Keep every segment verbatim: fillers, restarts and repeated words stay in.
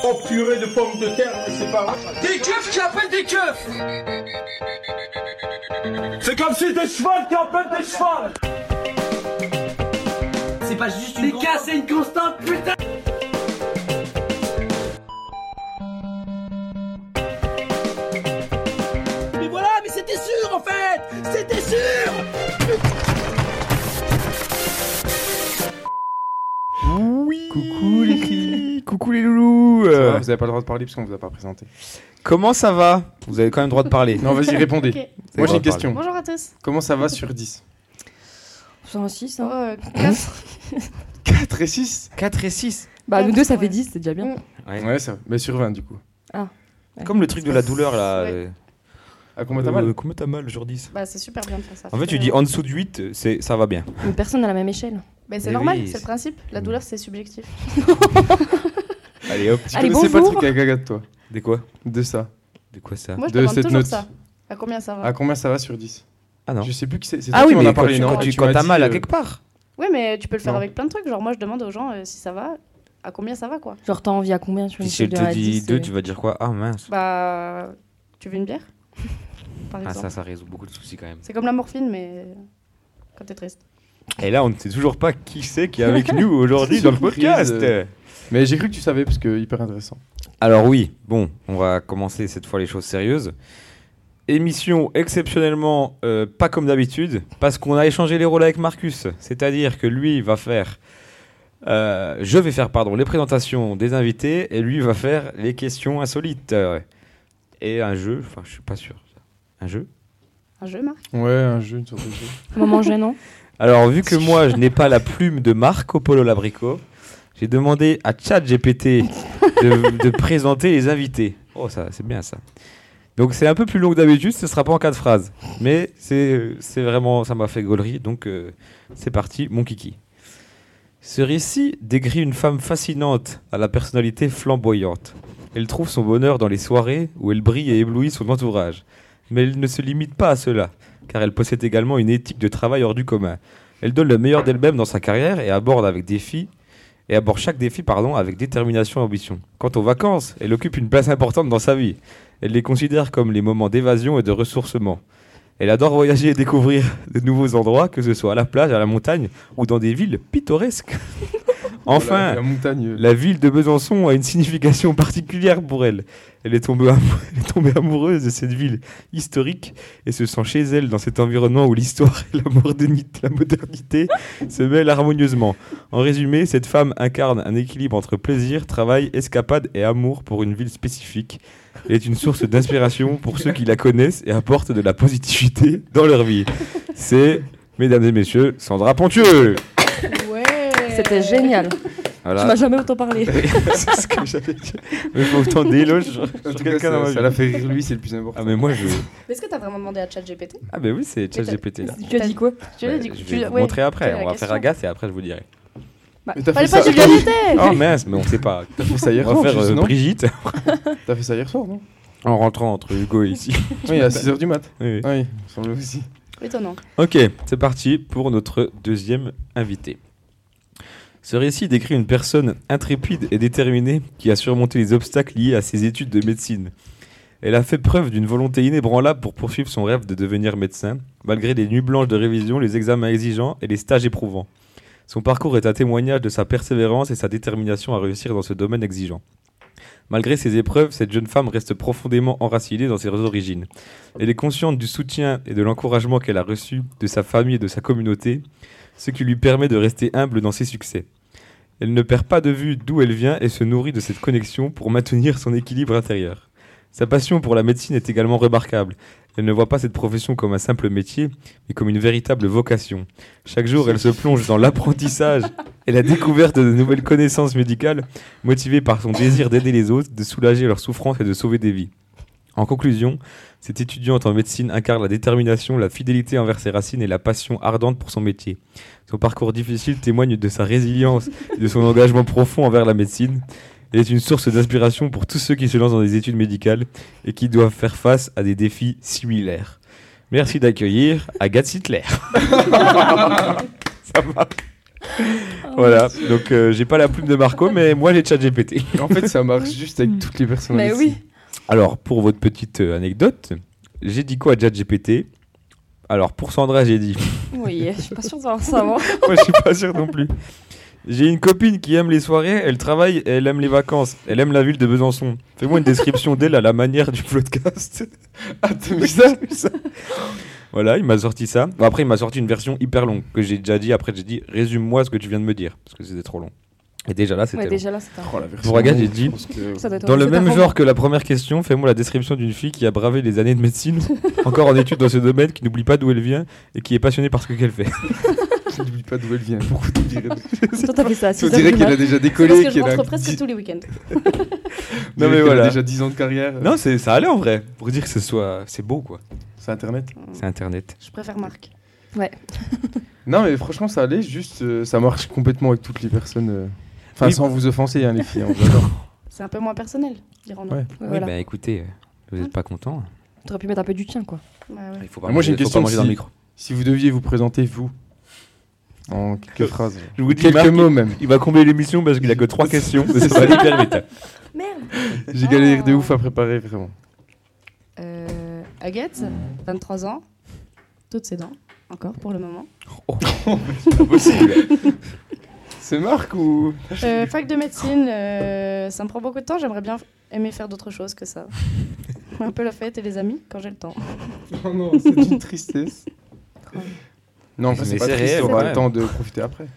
Oh purée de pommes de terre, mais c'est pas vrai. Des keufs qui appellent des keufs. C'est comme si des chevals qui appellent des chevals. C'est pas juste une... Les cas, c'est une constante, putain. Mais voilà, mais c'était sûr en fait. C'était sûr. Oui. Coucou les filles. Coucou les loulous. euh, Va, vous avez pas le droit de parler parce qu'on vous a pas présenté. Comment ça va? Vous avez quand même le droit de parler. Non, vas-y, répondez. Ok. Moi, j'ai une question. Bonjour à tous. Comment ça va sur dix? Sur six, hein. Euh, quatre. quatre et six? quatre et six. Bah, nous deux, ça fait dix, c'est déjà bien. Ouais. Ouais, ça. Mais sur vingt, du coup. Ah. Comme le truc de la douleur là. Ouais. euh, Ah, combien t'as mal? euh, Combien t'as mal, jour dix? Bah, c'est super bien de faire ça. En fait, tu dis en dessous de huit, c'est, ça va bien. Mais personne n'a la même échelle. Bah, c'est Mais normal, oui, c'est le c'est- principe. La douleur, c'est subjectif. Allez hop. Tu Allez, connaissais pas le bonjour. truc avec Agathe, toi? De quoi? De ça. De quoi ça? Moi, je De demande cette toujours note. ça. À combien ça va À combien ça va sur dix? Ah non. Je sais plus qui c'est. C'est Ah toi oui, qui m'en mais as quand, parlé, tu, non? quand, tu, Tu quand m'as t'as dit, mal à euh, quelque part. Oui, mais tu peux le faire Non. avec plein de trucs. Genre, moi, je demande aux gens euh, si ça va, à combien ça va, quoi. Genre, t'as envie à combien sur Puis une si elle échelle de un te à dit dix, deux, euh, tu vas dire quoi? Ah mince. Bah, tu veux une bière par Ah exemple. ça, ça résout beaucoup de soucis quand même. C'est comme la morphine, mais quand t'es triste. Et là, on ne sait toujours pas qui c'est qui est avec nous aujourd'hui dans le podcast. Surprise. Mais j'ai cru que tu savais parce que hyper intéressant. Alors oui, bon, on va commencer cette fois les choses sérieuses. Émission exceptionnellement euh, pas comme d'habitude, parce qu'on a échangé les rôles avec Marcus. C'est-à-dire que lui va faire... euh, je vais faire, pardon, les présentations des invités, et lui va faire les questions insolites. Euh, Et un jeu, enfin je suis pas sûr. Un jeu. Un jeu, Marc? Ouais, un jeu, une sorte de jeu. Un moment gênant. Alors vu que moi je n'ai pas la plume de Marco Polo Labrico, j'ai demandé à ChatGPT de, de présenter les invités. Oh ça, c'est bien ça. Donc c'est un peu plus long que d'habitude, ce sera pas en quatre phrases. Mais c'est, c'est vraiment, ça m'a fait gaulerie, donc euh, c'est parti, mon kiki. Ce récit décrit une femme fascinante à la personnalité flamboyante. Elle trouve son bonheur dans les soirées où elle brille et éblouit son entourage. Mais elle ne se limite pas à cela, car elle possède également une éthique de travail hors du commun. Elle donne le meilleur d'elle-même dans sa carrière et aborde avec défi et aborde chaque défi pardon, avec détermination et ambition. Quant aux vacances, elle occupe une place importante dans sa vie. Elle les considère comme les moments d'évasion et de ressourcement. Elle adore voyager et découvrir de nouveaux endroits, que ce soit à la plage, à la montagne ou dans des villes pittoresques. Enfin, La, la montagne. la ville de Besançon a une signification particulière pour elle. Elle est, tombée amou- elle est tombée amoureuse de cette ville historique et se sent chez elle dans cet environnement où l'histoire et la modernité, la modernité se mêlent harmonieusement. En résumé, cette femme incarne un équilibre entre plaisir, travail, escapade et amour pour une ville spécifique. Elle est une source d'inspiration pour ceux qui la connaissent et apporte de la positivité dans leur vie. C'est, mesdames et messieurs, Sandra Pontieux. Ouais. C'était génial. Voilà. Tu m'as jamais autant parlé. C'est ce que j'avais dit. Mais il faut autant d'éloges sur, En sur tout cas, quelqu'un dans ma ça, vie. ça l'a fait rire lui, c'est le plus important. Ah mais moi je... Mais est-ce que t'as vraiment demandé à ChatGPT? Ah bah oui, c'est ChatGPT là. Tu as dit quoi? Tu l'as Ouais, dit. je tu vais l'as- vous ouais, montrer tu après, as la on va question. faire Agathe et après je vous dirai. Bah, Mais t'as fallait fait pas ça- ChatGPT. Oh mince, mais on sait pas. T'as fait ça hier On soir, va faire juste, euh, non? Brigitte T'as fait ça hier soir, non? en rentrant entre Hugo et ici. Oui, à six heures du mat. Oui, oui. Oui, il semble aussi. Étonnant. Ok, c'est parti pour notre deuxième invité. Ce récit décrit une personne intrépide et déterminée qui a surmonté les obstacles liés à ses études de médecine. Elle a fait preuve d'une volonté inébranlable pour poursuivre son rêve de devenir médecin, malgré les nuits blanches de révision, les examens exigeants et les stages éprouvants. Son parcours est un témoignage de sa persévérance et sa détermination à réussir dans ce domaine exigeant. Malgré ces épreuves, cette jeune femme reste profondément enracinée dans ses origines. Elle est consciente du soutien et de l'encouragement qu'elle a reçu de sa famille et de sa communauté, ce qui lui permet de rester humble dans ses succès. Elle ne perd pas de vue d'où elle vient et se nourrit de cette connexion pour maintenir son équilibre intérieur. Sa passion pour la médecine est également remarquable. Elle ne voit pas cette profession comme un simple métier, mais comme une véritable vocation. Chaque jour, elle se plonge dans l'apprentissage et la découverte de nouvelles connaissances médicales, motivée par son désir d'aider les autres, de soulager leurs souffrances et de sauver des vies. En conclusion, cette étudiante en médecine incarne la détermination, la fidélité envers ses racines et la passion ardente pour son métier. Son parcours difficile témoigne de sa résilience et de son engagement profond envers la médecine. Elle est une source d'inspiration pour tous ceux qui se lancent dans des études médicales et qui doivent faire face à des défis similaires. Merci d'accueillir Agathe Sittler. Ça va. Voilà, donc euh, j'ai pas la plume de Marco, mais moi j'ai ChatGPT. En fait, ça marche juste avec toutes les personnes. Mais oui. Alors, pour votre petite euh, anecdote, j'ai dit quoi à ChatGPT? Alors, pour Sandra, j'ai dit... Oui, je suis pas sûre de savoir ça, moi. Moi, je suis pas sûr non plus. J'ai une copine qui aime les soirées, elle travaille et elle aime les vacances. Elle aime la ville de Besançon. Fais-moi une description d'elle à la manière du podcast. Ah, t'as mis ça? Voilà, il m'a sorti ça. Bon, après, il m'a sorti une version hyper longue que j'ai déjà dit. Après, j'ai dit résume-moi ce que tu viens de me dire parce que c'était trop long. Et déjà là, c'était Ouais, long. déjà là, c'est un... Oh, la version Pour Agathe, longue, j'ai dit je pense que- Ça doit être dans le c'est un même roman. genre que la première question, fais-moi la description d'une fille qui a bravé les années de médecine, encore en études dans ce domaine, qui n'oublie pas d'où elle vient et qui est passionnée par ce qu'elle fait. Je n'oublie pas d'où elle vient. Pourquoi tu dirais Toi, t'as fait ça à six On heures dirait du qu'elle a mat. déjà C'est parce décollé, que je qu'elle a, rentre presque dix- tous les week-ends. Non, mais qu'elle a voilà. déjà dix ans de carrière. Non, c'est, ça allait en vrai. Pour dire que ce soit, c'est beau quoi. C'est Internet. C'est Internet. Je préfère Marc. Non, mais franchement, ça allait. Juste, euh, ça marche complètement avec toutes les personnes. euh. Enfin, Oui. sans vous offenser, hein, les filles. hein, j'adore. C'est un peu moins personnel, dirons-nous. Ouais. Oui, Voilà. bah écoutez, euh, vous n'êtes pas content. T'aurais pu mettre un peu du tien, quoi. Ouais, ouais. Il faut pas Ah, moi, j'ai manger- une faut pas question manger dans le si- micro. Si vous deviez vous présenter, vous, en quelques phrases. Je vous dis, Quelques Marc, mots même. Il va combler l'émission parce qu'il a que trois questions. mais ça va aller hyper vite. Merde. J'ai galéré de Ah. ouf à préparer, vraiment. Euh, Agathe, vingt-trois ans, toutes ses dents, encore pour le moment. C'est pas possible. C'est Marc ou Euh, fac de médecine, euh, ça me prend beaucoup de temps, j'aimerais bien f- aimer faire d'autres choses que ça. Un peu la fête et les amis quand j'ai le temps. Oh non, c'est une tristesse. Non, en fait, Mais c'est pas c'est triste, réel, on quand aura le même. temps de profiter après.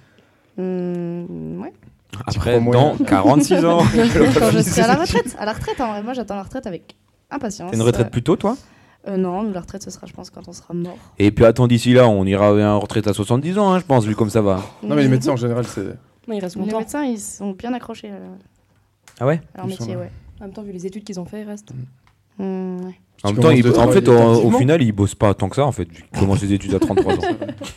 Hum, ouais. Après, crois dans moyen. quarante-six ans. Quand je serai à la retraite, à la retraite, en vrai, moi j'attends la retraite avec impatience. T'as une retraite plus tôt, toi? Euh, non, nous, la retraite ce sera, je pense, quand on sera mort. Et puis attends, d'ici là, on ira en retraite à soixante-dix ans, hein, je pense, vu comme ça va. Non, mais les médecins en général, c'est. Non, il reste Les longtemps. médecins, ils sont bien accrochés à, Ah ouais? à leur Ils sont métier, là. ouais. En même temps, vu les études qu'ils ont fait, il reste. Hum, ouais. En Tu même temps, commences il- de en travailler fait, au, au tardivement. final, il bosse pas tant que ça, en fait, vu qu'il commence ses études à trente-trois ans.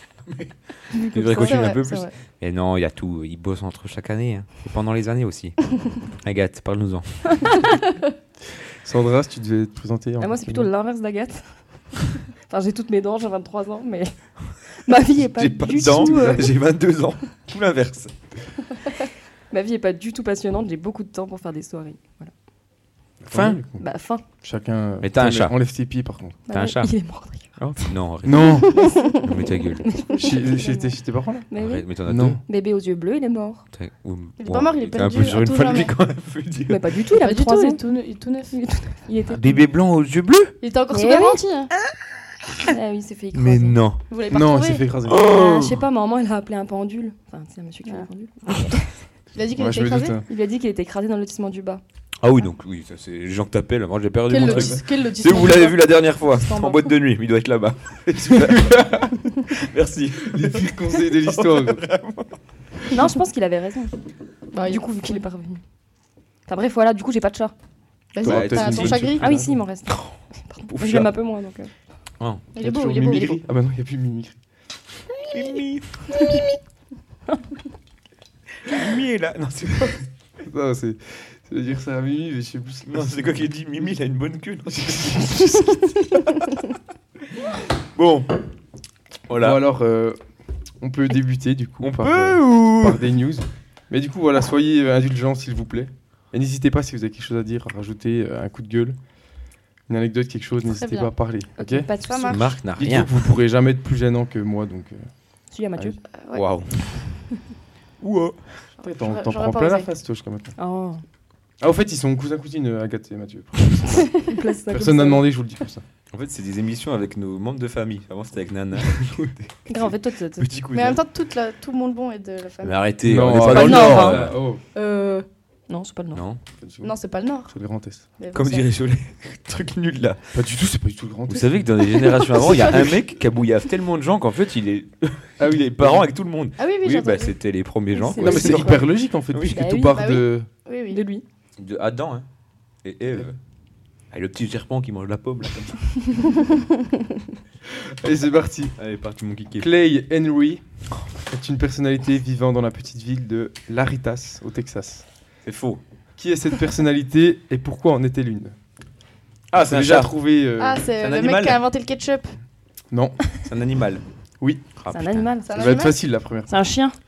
Il devrait C'est continuer un vrai, peu c'est plus. vrai. Et non, il y a tout. Il bosse entre chaque année. hein. Et pendant les années aussi. Agathe, parle-nous-en. Sandra, si tu devais te présenter. en Ah, moi, c'est quelques plutôt mots. l'inverse d'Agathe. Enfin, j'ai toutes mes dents, j'ai vingt-trois ans, mais ma vie est pas J'ai du pas de tout. dents, euh, j'ai vingt-deux ans. Tout l'inverse. Ma vie est pas du tout passionnante. J'ai beaucoup de temps pour faire des soirées. Voilà. Fin. du coup. Bah, fin. Chacun. Mais t'as un Ouais, chat. Enlève tes pieds, par contre. T'as un Ouais, chat. Il est mort, d'ailleurs. Oh, non, arrête. Non Non, mets ta gueule. Chez chez tes chez tes parents, là Mais oui. Arrête, mais t'en as Non. deux. Bébé aux yeux bleus, il est mort. T'as- ou- Il est pas mort, il est t'es un peu perdu sur à une tout fin de vie jamais. quand même, faut le dire. Mais pas du tout, il Pas avait du tout, trois il ans. est tout, ne- il est tout neuf. Il était. Bébé blanc aux yeux bleus? Il était encore Mais sous oui. garantie. hein. Ah oui, il s'est fait écraser. Mais non. Vous l'avez pas Non, il retrouvé s'est fait écraser. Ah, je sais pas, maman, elle a appelé un pendule. Enfin, c'est un monsieur qui a Ah. un pendule. Il a dit qu'il Ouais, était je me écrasé. doute. hein. Il lui a dit qu'il était écrasé dans le lotissement du bas. Ah oui, donc oui, ça c'est les gens que t'appelles. Moi j'ai perdu Quel mon truc. lotis- quel C'est lotissement où vous l'avez du vu la dernière fois C'est en En bas. boîte de nuit, il doit être là-bas. Super. Merci. Les pires conseils de l'histoire. Non, je pense qu'il avait raison. Bah, Du coup, vu qu'il est pas revenu. Enfin bref, voilà, du coup, j'ai pas de chat. Vas-y, T'auras peut-être t'as une ton bonne chat gris. Ah oui, si, il m'en reste. Pardon. Pauvre Moi, je chat. l'aime un peu moins, donc. euh. Il est beau, il est beau, il est beau. Ah bah non, il n'y a plus mimicry. Mimi. Mimi est là. Non, c'est pas. Non, c'est. Ça veut dire ça à Mimi, mais je sais plus. Non, c'est quoi qui dit Mimi, il a une bonne queue. Non, c'est- Bon. Voilà. Bon, alors, euh, on peut débuter du coup On par, peut euh, ou par des news. Mais du coup, voilà, soyez indulgents s'il vous plaît. Et n'hésitez pas si vous avez quelque chose à dire, à rajouter euh, un coup de gueule, une anecdote, quelque chose, Très n'hésitez bien. pas à parler. Ok, Ok, pas de Ça soucis. marche. Marc n'a Dites-vous rien. que vous pourrez jamais être plus gênant que moi, donc. euh, Si, à Mathieu. Ouais. Waouh. Ouah. Après, t'en J'aurais- t'en j'aurais prends pas plein la osé. face, toi, jusqu'à maintenant. Oh. Ah, au fait, ils sont cousins-cousines, euh, Agathe et Mathieu. Il place ça Personne n'a comme ça. demandé, je vous le dis comme ça. En fait, c'est des émissions avec nos membres de famille. Avant, c'était avec Nana. Grave, en fait, toi, t'es- t'es- Petit Mais en cousin. même temps, toute la- tout le monde bon est de la Mais famille. arrêtez, Non, on n'est pas euh, dans pas le le Nord. Nord, euh. oh, Euh. Non, c'est pas le Nord. Non, pas du tout. Non, c'est pas le Nord. C'est le Grand Est. Mais comme vous dirait Cholet. Truc nul là. Pas du tout, c'est pas du tout le Grand Vous Est. savez que dans les générations avant, il y a un mec qui a bouillave tellement de gens qu'en fait, il est, Ah oui, il est parent avec tout le monde. Ah oui, oui, Oui, j'ai bah entendu. c'était les premiers gens. C'est- Non, mais c'est Ouais, hyper logique en fait, Oui. puisque Bah tout oui, part bah oui. de. Oui, oui. De lui. De Adam, hein. Et Ève. Ah, le petit serpent qui mange la pomme là comme ça. Allez, c'est parti. Allez, parti mon kiki. Clay Henry est une personnalité vivant dans la petite ville de Laritas, au Texas. C'est faux. Qui est cette personnalité et pourquoi en est-elle une? Ah, J'ai déjà trouvé. euh, Ah, c'est c'est un le animal. mec qui a inventé le ketchup. Non, C'est un animal. Oui. Ah, C'est un putain. animal. C'est un ça va être animal. facile la première. C'est un chien.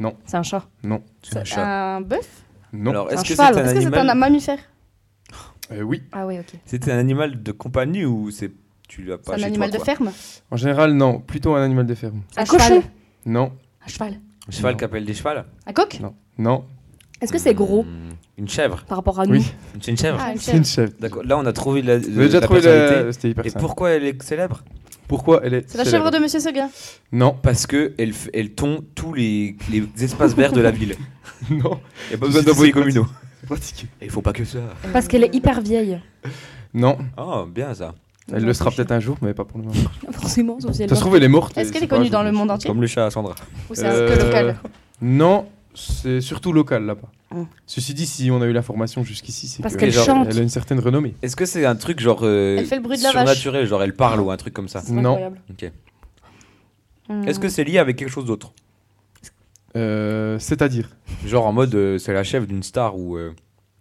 Non. C'est un chat. Non. C'est un chat. Un bœuf? Non. Alors, C'est est-ce un que c'est cheval. un Est-ce que c'est animal un mammifère? Euh, oui. Ah oui, ok. C'était un animal de compagnie ou c'est tu l'as pas C'est un chez animal toi, de quoi. ferme? En général, non. Plutôt un animal de ferme. Un Un cochon. cheval. Non. Un cheval. Un cheval Non. qui appelle des chevals. Un coq? Non. Non. Est-ce que c'est gros Hmm, Une chèvre. par rapport à nous? Oui. C'est une chèvre. Ah, une C'est une chèvre. chèvre. D'accord. Là, on a trouvé la, Vous avez déjà la trouvé personnalité. la... C'était hyper Et simple. pourquoi elle est célèbre? Pourquoi elle est C'est la célèbre chèvre de Monsieur Seguin. Non. Parce que elle, f- elle tond tous les, les espaces verts de la ville. Non. Il n'y a pas Je besoin sais, d'envoyer c'est communaux. C'est pratique. Et il faut pas que ça. Parce qu'elle est hyper vieille. Non. Oh, bien ça. Elle le sera peut-être un jour, mais pas pour le moment. Forcément, sauf si elle Ça se meurt. trouve, elle est morte. Est-ce et qu'elle c'est est pas, connue je- dans le monde entier? Comme le chat à Sandra. Ou c'est un Euh, que local? Non, c'est surtout local là-bas. Mm. Ceci dit, si on a eu l'information jusqu'ici, c'est Parce que- qu'elle genre, chante. Elle a une certaine renommée. Est-ce que c'est un truc genre euh, Elle fait le bruit de la vache. surnaturel, genre elle parle ou un truc comme ça? C'est Non. incroyable. Ok. Hmm. Est-ce que c'est lié avec quelque chose d'autre? Euh, C'est-à-dire Genre en mode euh, c'est la chef d'une star ou euh,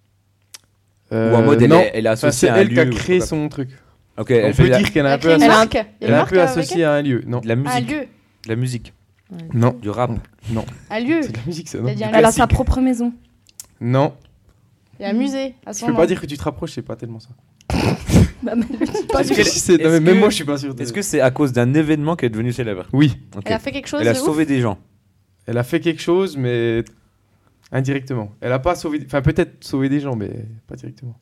Euh, ou en mode elle, non. est, elle est Enfin, associée c'est à un elle qui a lieu. créé ou quoi. son truc. Ok, On elle fait peut de la, dire qu'elle est un Elle peu, crée une asso- marque? Il y a elle une est un marque peu avec associée à un lieu. Non, de la elle? Un musique, lieu. de la musique, non, du rap. non. Un lieu. C'est de la musique, ça, Il non a dit un Elle a classique. sa propre maison. Non, Il y a un musée à je son peux nom. pas dire que tu te rapproches, c'est pas tellement ça. Bah, mais le dis pas. Est-ce qu'elle- C'est- non, est-ce mais même que- moi, je suis pas sûr. de- Est-ce que c'est à cause d'un événement qu'elle est devenue célèbre? Oui, Ok. Elle a fait quelque chose Elle a de ouf? sauvé des gens. elle a fait quelque chose, mais indirectement. Elle a pas sauvé, enfin peut-être sauvé des gens, mais pas directement.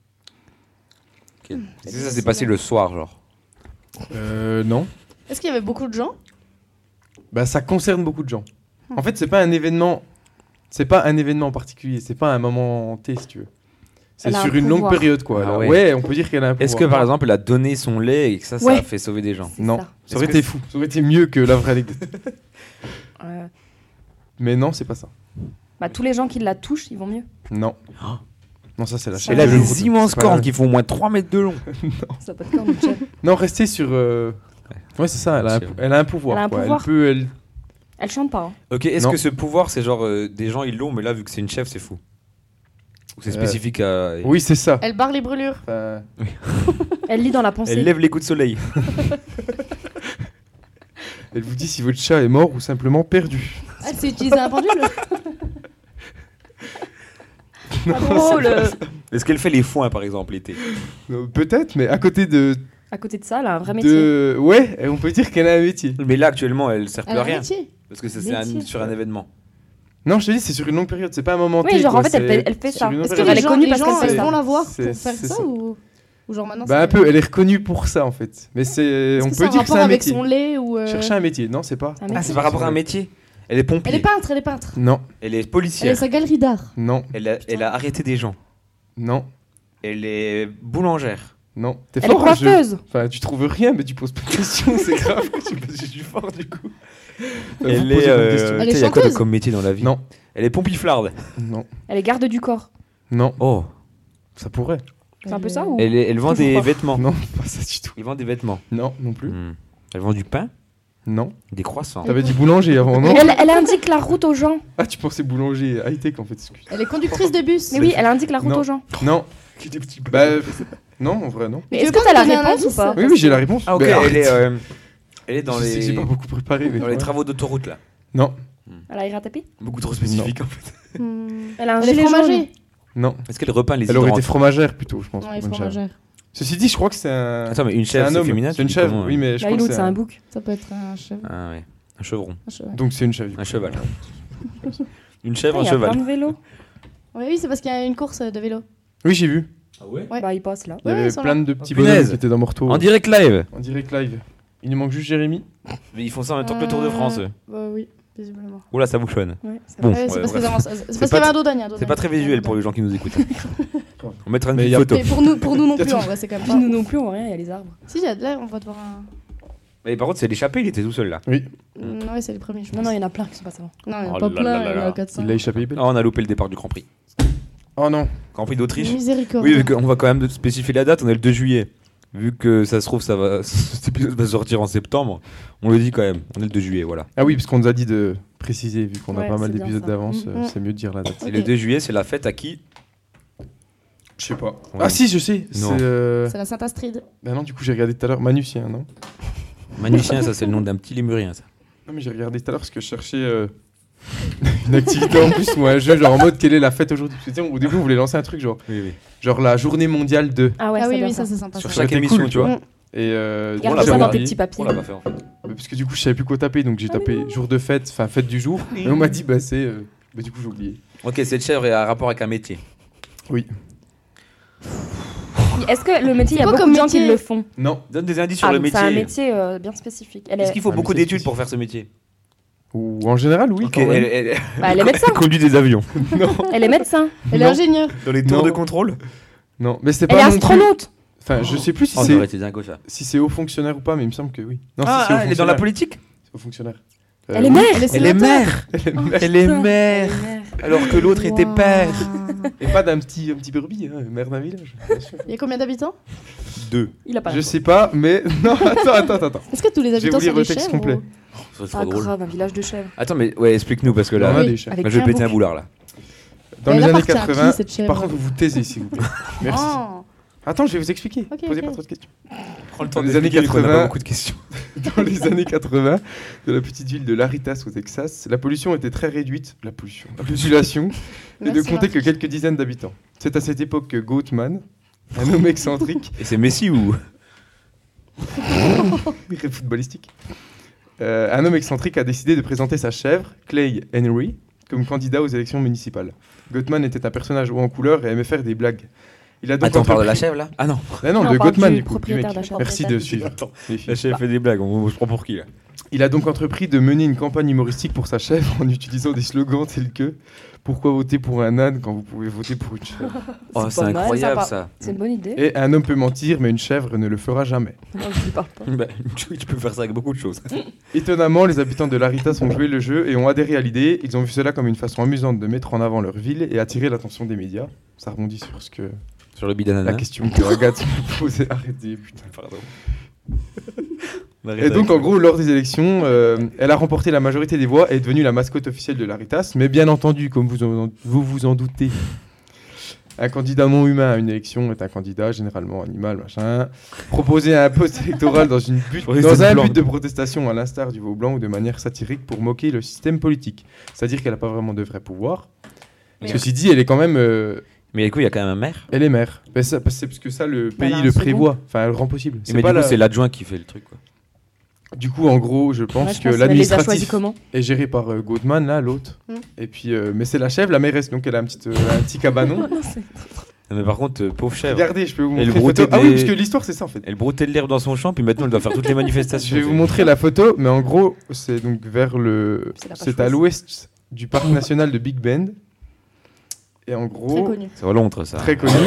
Ok. Est-ce que ça s'est passé le soir, genre? Euh, non. Est-ce qu'il y avait beaucoup de gens? Bah, ça concerne beaucoup de gens. En fait, c'est pas un événement. C'est pas un événement en particulier. C'est pas un moment T, si tu veux. C'est Elle a sur un une longue pouvoir. période, quoi. Ah Là. ouais. ouais. on peut dire qu'elle a un pouvoir. Est-ce que par exemple elle a donné son lait et que ça, ça Ouais. a fait sauver des gens? C'est Non. ça. Ça Est-ce aurait que été c'est- fou. Ça aurait été mieux que la vraie anecdote. Euh, Mais non, c'est pas ça. bah, tous les gens qui la touchent, ils vont mieux. Non. Non, ça, c'est la Ça chaîne. Elle a de des l'eau. immenses C'est pas cornes grave. qui font au moins trois mètres de long. Ça n'a pas de corps, Michel. Non, restez sur. euh, Ouais, c'est ça. Elle a, un, Sur- elle a un pouvoir. Elle a un quoi. pouvoir. Elle peut. Elle... Elle chante pas. Hein. Ok, est-ce Non. que ce pouvoir c'est genre euh, des gens ils l'ont, mais là vu que c'est une chef, c'est fou? Ou c'est Euh, spécifique à. Oui, c'est ça. Elle barre les brûlures. Enfin, Elle lit dans la pensée. Elle lève les coups de soleil. elle vous dit si votre chat est mort ou simplement perdu. Elle sait utiliser un pendule. Pas drôle. Est-ce qu'elle fait les foins par exemple l'été? Euh, Peut-être, mais à côté de. À côté de ça, elle a un vrai métier. de... Ouais, on peut dire qu'elle a un métier. Mais là actuellement elle sert plus Elle a à un rien. métier. Parce que ça, c'est un- Métier. sur un événement. Non, je te dis, c'est sur une longue période, c'est pas un moment Oui, T, genre quoi, en fait, elle c'est fait, elle fait sur ça. une longue Est-ce que période. Elle les est gens, connue les parce gens qu'elle fait ils ça. vont la voir C'est- pour faire c'est ça ça. ou... ou genre maintenant Bah, un c'est- peu, elle est reconnue pour ça en fait. Mais c'est. Est-ce On que peut ça a dire que c'est rapport un avec métier. son lait ou... euh, Chercher un métier, non, c'est pas. Un Ah, métier. c'est par rapport à un métier? Elle est pompier. Elle est peintre, elle est peintre. Non, Elle est Elle policière. a sa galerie d'art. non, Elle a, elle a arrêté des gens. non, Elle est boulangère. non. T'es Elle est fort, hein, je- coiffeuse. Enfin, tu trouves rien, mais tu poses pas de questions, c'est grave. que tu- Je suis fort du coup. Enfin, vous Elle posez est. pas de euh, questions. Elle tu est sais, y a quoi de chanteuse comme métier dans la vie? Non, Elle est pompiflarde. non, Elle est garde du corps. non. Oh. Ça pourrait. C'est un peu ça ou Elle, est- elle vend Toujours des pas. vêtements. Non, pas ça du tout. Elle vend des vêtements. Non, non plus. Hmm. Elle vend du pain, Non. des croissants. T'avais dit boulanger avant, non elle, elle indique la route aux gens. Ah, tu pensais boulanger high-tech en fait, excuse. Elle est conductrice de bus. Mais oui, elle indique la route Non. aux gens. Non. Bah, euh, non, en vrai, non. Mais Tu est-ce veux que pas t'as la me donner un réponse ou indice pas Oui, oui, j'ai la réponse. Ah ok, Mais elle arrête. est, euh, elle est dans Je sais que les, j'ai pas beaucoup préparé, mais dans les ouais. travaux d'autoroute là. Non, Elle a une ratapie. Beaucoup trop spécifique en fait. Hmm. Elle a un Elle est gilet jaune. fromager. non. Est-ce qu'elle repeint les Elle aurait été hydrantes? fromagère plutôt, je pense. Non, elle est Une chèvre. fromagère. Ceci dit, je crois que c'est un. Attends, mais une c'est chèvre un c'est homme. féminin? C'est une tu dis chèvre, comment, oui, euh mais je Là, crois que l'autre, c'est c'est un un. bouc. Ça peut être un cheveu. Ah ouais, un chevron. Un cheval. Donc c'est une chèvre. du coup. Un cheval. Une chèvre, Ah, un il y a cheval. plein de vélos. Ouais, oui, c'est parce qu'il y a une course de vélo. Oui, j'ai vu. Ah ouais? Ouais. Bah, il passe là. Il y Ouais, avait ils sont plein là. de petits Oh, punaise. bonhommes qui étaient dans Morteau. En direct live. En direct live. Il nous manque juste Jérémy. Mais ils font ça en même temps que le Tour de France. eux. Bah oui, visiblement. Oula, ça bouchonne. Ouais, ça Bon. va. Ouais, c'est ouais, parce bref. qu'ils avancent. C'est parce C'est qu'il y pas avait tr- un Daudagne. un C'est pas Daudagne. très visuel pour les gens qui nous écoutent. On mettra une Mais petite y a- photo. Mais pour nous, pour nous non plus, en vrai, c'est quand même pas. Nous non plus, on voit rien, il y a les arbres. Si, il y a de là, on va devoir un. Mais par contre, c'est l'échappé, il était tout seul là. Oui. Non, ouais, c'est les premiers, je pense. Non, non, il y en a plein qui sont passés avant. Non, il n'y en Oh a pas là plein, là il y en là a là. quatre cinq. Il a échappé. Ah, on a loupé le départ du Grand Prix. Oh non. Grand Prix d'Autriche. Miséricorde. Oui, vu qu'on va quand même spécifier la date, on est le deux juillet. Vu que ça se trouve, ça va, cet épisode va sortir en septembre, on le dit quand même, on est le deux juillet, voilà. Ah oui, parce qu'on nous a dit de préciser, vu qu'on a Ouais, pas mal c'est bien d'épisodes ça. d'avance, Mm, euh, mm. c'est mieux de dire la date. Et Ok. le deux juillet, c'est la fête à qui? Je sais pas. Ouais. Ah si, je sais. Non. C'est. euh, C'est la Saint-Astrid. Bah non, du coup, j'ai regardé tout à l'heure. Manutien, non Manucien, ça c'est le nom d'un petit lémurien, ça. Non, mais j'ai regardé tout à l'heure parce que je cherchais euh, Une activité en plus ou un jeu, genre en mode quelle est la fête aujourd'hui. Parce que, tu sais, au début, on voulait lancer un truc genre, Oui, oui. genre la journée mondiale de. Ah ouais, Ah c'est oui, bien oui, ça. ça c'est sympa. Sur ça. chaque C'était émission, cool, tu vois. Mm. Et euh, du coup, Garde j'ai ça dans envie- tes petits papiers. On l'a pas fait en fait. Parce que du coup, je savais plus quoi taper, donc j'ai Ah, tapé jour de fête, enfin fête du jour. Et on m'a dit, bah c'est. euh, Bah du coup, j'ai oublié. Ok, cette chèvre est à rapport avec un métier. Oui. Est-ce que le métier, il y a quoi beaucoup comme de gens qui métier le font? Non. Donne des indices sur Ah, le donc métier. c'est un métier euh, bien spécifique. Elle Est-ce est, qu'il faut Un beaucoup métier d'études pour faire ce métier? Ou en général, oui. Ok, quand même. elle, elle- bah, elle est médecin. elle conduit des avions. Non. Elle est médecin. Elle est Non. ingénieure. Dans les tours de contrôle. Non, mais c'est Elle pas est non plus- astronaute. Enfin, je sais plus si Oh, c'est non, c'est dingo ça. si c'est haut fonctionnaire ou pas, mais il me semble que oui. Non, Ah, si c'est haut ah, elle est dans la fonctionnaire. politique. C'est haut fonctionnaire. Euh, Elle est oui. mère. Elle est Elle est sénateur. mère. Elle est mère. Alors que l'autre était Wow. père. Et pas d'un petit, un petit brebis, hein, maire d'un village. bien sûr. Il y a combien d'habitants? Deux. Il a pas. Je sais pas, mais non, attends, attends, attends. attends. Est-ce que tous les Je vais habitants vous lire sont le des texte chèvres complet. ou- Ça serait Ah trop drôle. grave, un village de chèvres. Attends, mais ouais, explique-nous parce que Il y en là, a Oui. des chèvres. Avec moi, je vais un péter un bouquet. boulard là. Dans Mais les elle années appartient à qui, quatre-vingts. cette chèvre Par contre, vous vous taisez, s'il vous plaît. Merci. Oh. Attends, je vais vous expliquer. Ok, Posez ok. pas trop de questions. Prends le Dans les années d'expliquer, vu qu'on a pas quatre-vingts. beaucoup de questions. Dans les années quatre-vingts, de la petite ville de Laritas au Texas, la pollution était très réduite. La pollution. La population et de Merci, compter que Marc. quelques dizaines d'habitants. C'est à cette époque que Goatman, un homme excentrique, Et c'est Messi ou footballistique, euh, un homme excentrique a décidé de présenter sa chèvre, Clay Henry, comme candidat aux élections municipales. Goatman était un personnage haut en couleur et aimait faire des blagues. Il a donc Attends, on parle de la entrepris- chèvre là? Ah non. Ah non, Non, de on parle Goatman, du du coup, du propriétaire mec. de la chèvre. Merci de suivre. les filles. La chèvre fait des blagues, on, je prends pour qui là? Il a donc entrepris de mener une campagne humoristique pour sa chèvre en utilisant des slogans tels que « Pourquoi voter pour un âne quand vous pouvez voter pour une chèvre Oh, C'est c'est pas mal, incroyable sympa. ça. C'est une bonne idée. ?» Et « Un homme peut mentir, mais une chèvre ne le fera jamais. Non, je lui parle pas. Bah, tu tu peux faire ça avec beaucoup de choses. » Étonnamment, les habitants de Laritas ont joué le jeu et ont adhéré à l'idée. Ils ont vu cela comme une façon amusante de mettre en avant leur ville et attirer l'attention des médias. Ça rebondit sur ce que Sur le bidon la question que Agathe me posait. Arrêtez, putain. Pardon. Et donc, en gros, lors des élections, euh, elle a remporté la majorité des voix et est devenue la mascotte officielle de Laritas. Mais bien entendu, comme vous en- vous, vous en doutez, un candidat non humain à une élection est un candidat, généralement animal, machin, proposé à un poste électoral dans, une but, Oui, dans c'est un blanc. but de protestation, à l'instar du veau blanc ou de manière satirique pour moquer le système politique. C'est-à-dire qu'elle n'a pas vraiment de vrai pouvoir. Mais- Ceci dit, elle est quand même... euh, Mais du coup, il y a quand même un maire. elle est maire. Mais ça- parce que c'est parce que ça, le Elle a pays un le second. prévoit. Enfin, elle le rend possible. C'est Mais pas du coup, la- c'est l'adjoint qui fait le truc quoi. Du coup, en gros, je pense Ouais, je que pense qu'elle les a choisis l'administratif comment? est géré par euh, Goatman, là, l'autre. Mm. Et puis, euh, mais c'est la chèvre, la mairesse, donc elle a un petit, euh, un petit cabanon. Non, mais par contre, euh, pauvre chèvre. Regardez, je peux vous Et le montrer brouter photo. Ah oui, des- parce que l'histoire, c'est ça en fait. Elle broutait de l'herbe dans son champ, puis maintenant elle doit faire toutes les manifestations. Je vais vous montrer la photo, mais en gros, c'est donc vers le. C'est la page C'est à choisie. l'ouest du parc national de Big Bend. Et en Très gros, connu. C'est à Londres ça. très connu.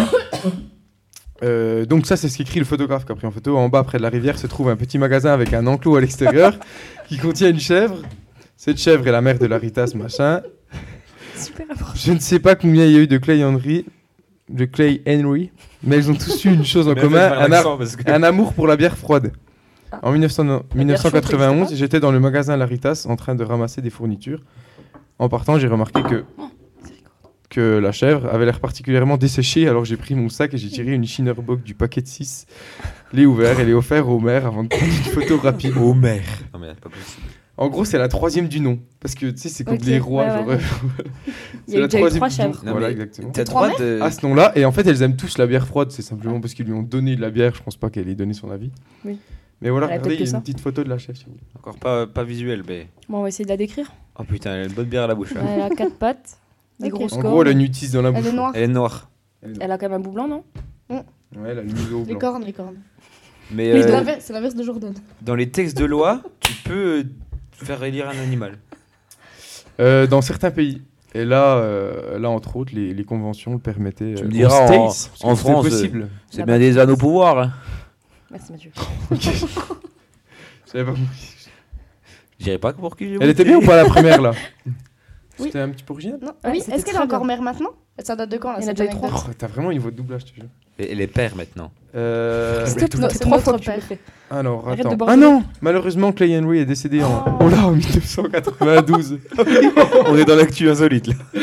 Euh, donc ça, c'est ce qu'écrit le photographe qui a pris en photo. En bas, près de la rivière, se trouve un petit magasin avec un enclos à l'extérieur qui contient une chèvre. Cette chèvre est la mère de Laritas, machin. Super important. Je ne sais pas combien il y a eu de Clay Henry, de Clay Henry, mais ils ont tous eu une chose en commun, un, a- un amour pour la bière froide. Ah. En mille neuf cents mille neuf cent quatre-vingt-onze, chaude, j'étais dans le magasin Laritas en train de ramasser des fournitures. En partant, j'ai remarqué que, que la chèvre avait l'air particulièrement desséchée, alors j'ai pris mon sac et j'ai tiré une Schinnerbock du paquet de six, l'ai ouvert et l'ai offert au maire avant de prendre une photo rapide. Au maire. Non mais c'est pas possible. En gros, c'est la troisième du nom, parce que tu sais, c'est comme Ok, les rois. ouais, genre, ouais. c'est Il y a la eu déjà eu troisième trois du chèvres. nom. Voilà, exactement. T'as trois droit de. À ce nom-là, et en fait, elles aiment tous la bière froide. C'est simplement parce qu'ils lui ont donné de la bière. Je pense pas qu'elle ait donné son avis. Oui. Mais voilà, Elle a regardez, peut-être il y a que une ça. petite photo de la chef. Si vous voulez. Encore pas, pas visuel, mais. Bon, on va essayer de la décrire. Oh putain, elle a une bonne bière à la bouche. hein. Elle a quatre pattes, des Ok. grosses En cornes. gros, elle a une utise dans la bouche. Elle est noire. Elle est noire. Elle a quand même un bout blanc, non? Ouais, elle a le museau Les blanc. cornes, les cornes. Mais Oui, c'est euh, l'inverse- c'est l'inverse de Jordan. dans les textes de loi, tu peux euh, faire élire un animal. Euh, dans certains pays. Et là, euh, là entre autres, les, les conventions le permettaient. Tu euh, me aux diras, en- States, parce que en c'était France, possible. C'est Là-bas. bien des anneaux pouvoir. Hein. Merci Mathieu. J'avais pas compris. Je dirais pas pour qui j'ai Elle voté. était bien ou pas la première là Oui. C'était un petit peu original. Non. Ouais, Oui, c'était est-ce qu'elle est très encore bien. mère maintenant? Ça date de quand là Il y en a cette déjà eu trois. anecdote Oh, t'as vraiment une voix de doublage, je te jure. Et elle est père maintenant. Euh, S'il te plaît, non, c'est c'est trois notre fois que tu père. le fais. Alors, Arrête attends. de Ah border. non Malheureusement, Clay Henry est décédé en... Oh. Oh là, en mille neuf cent quatre-vingt-douze. On est dans l'actu insolite là.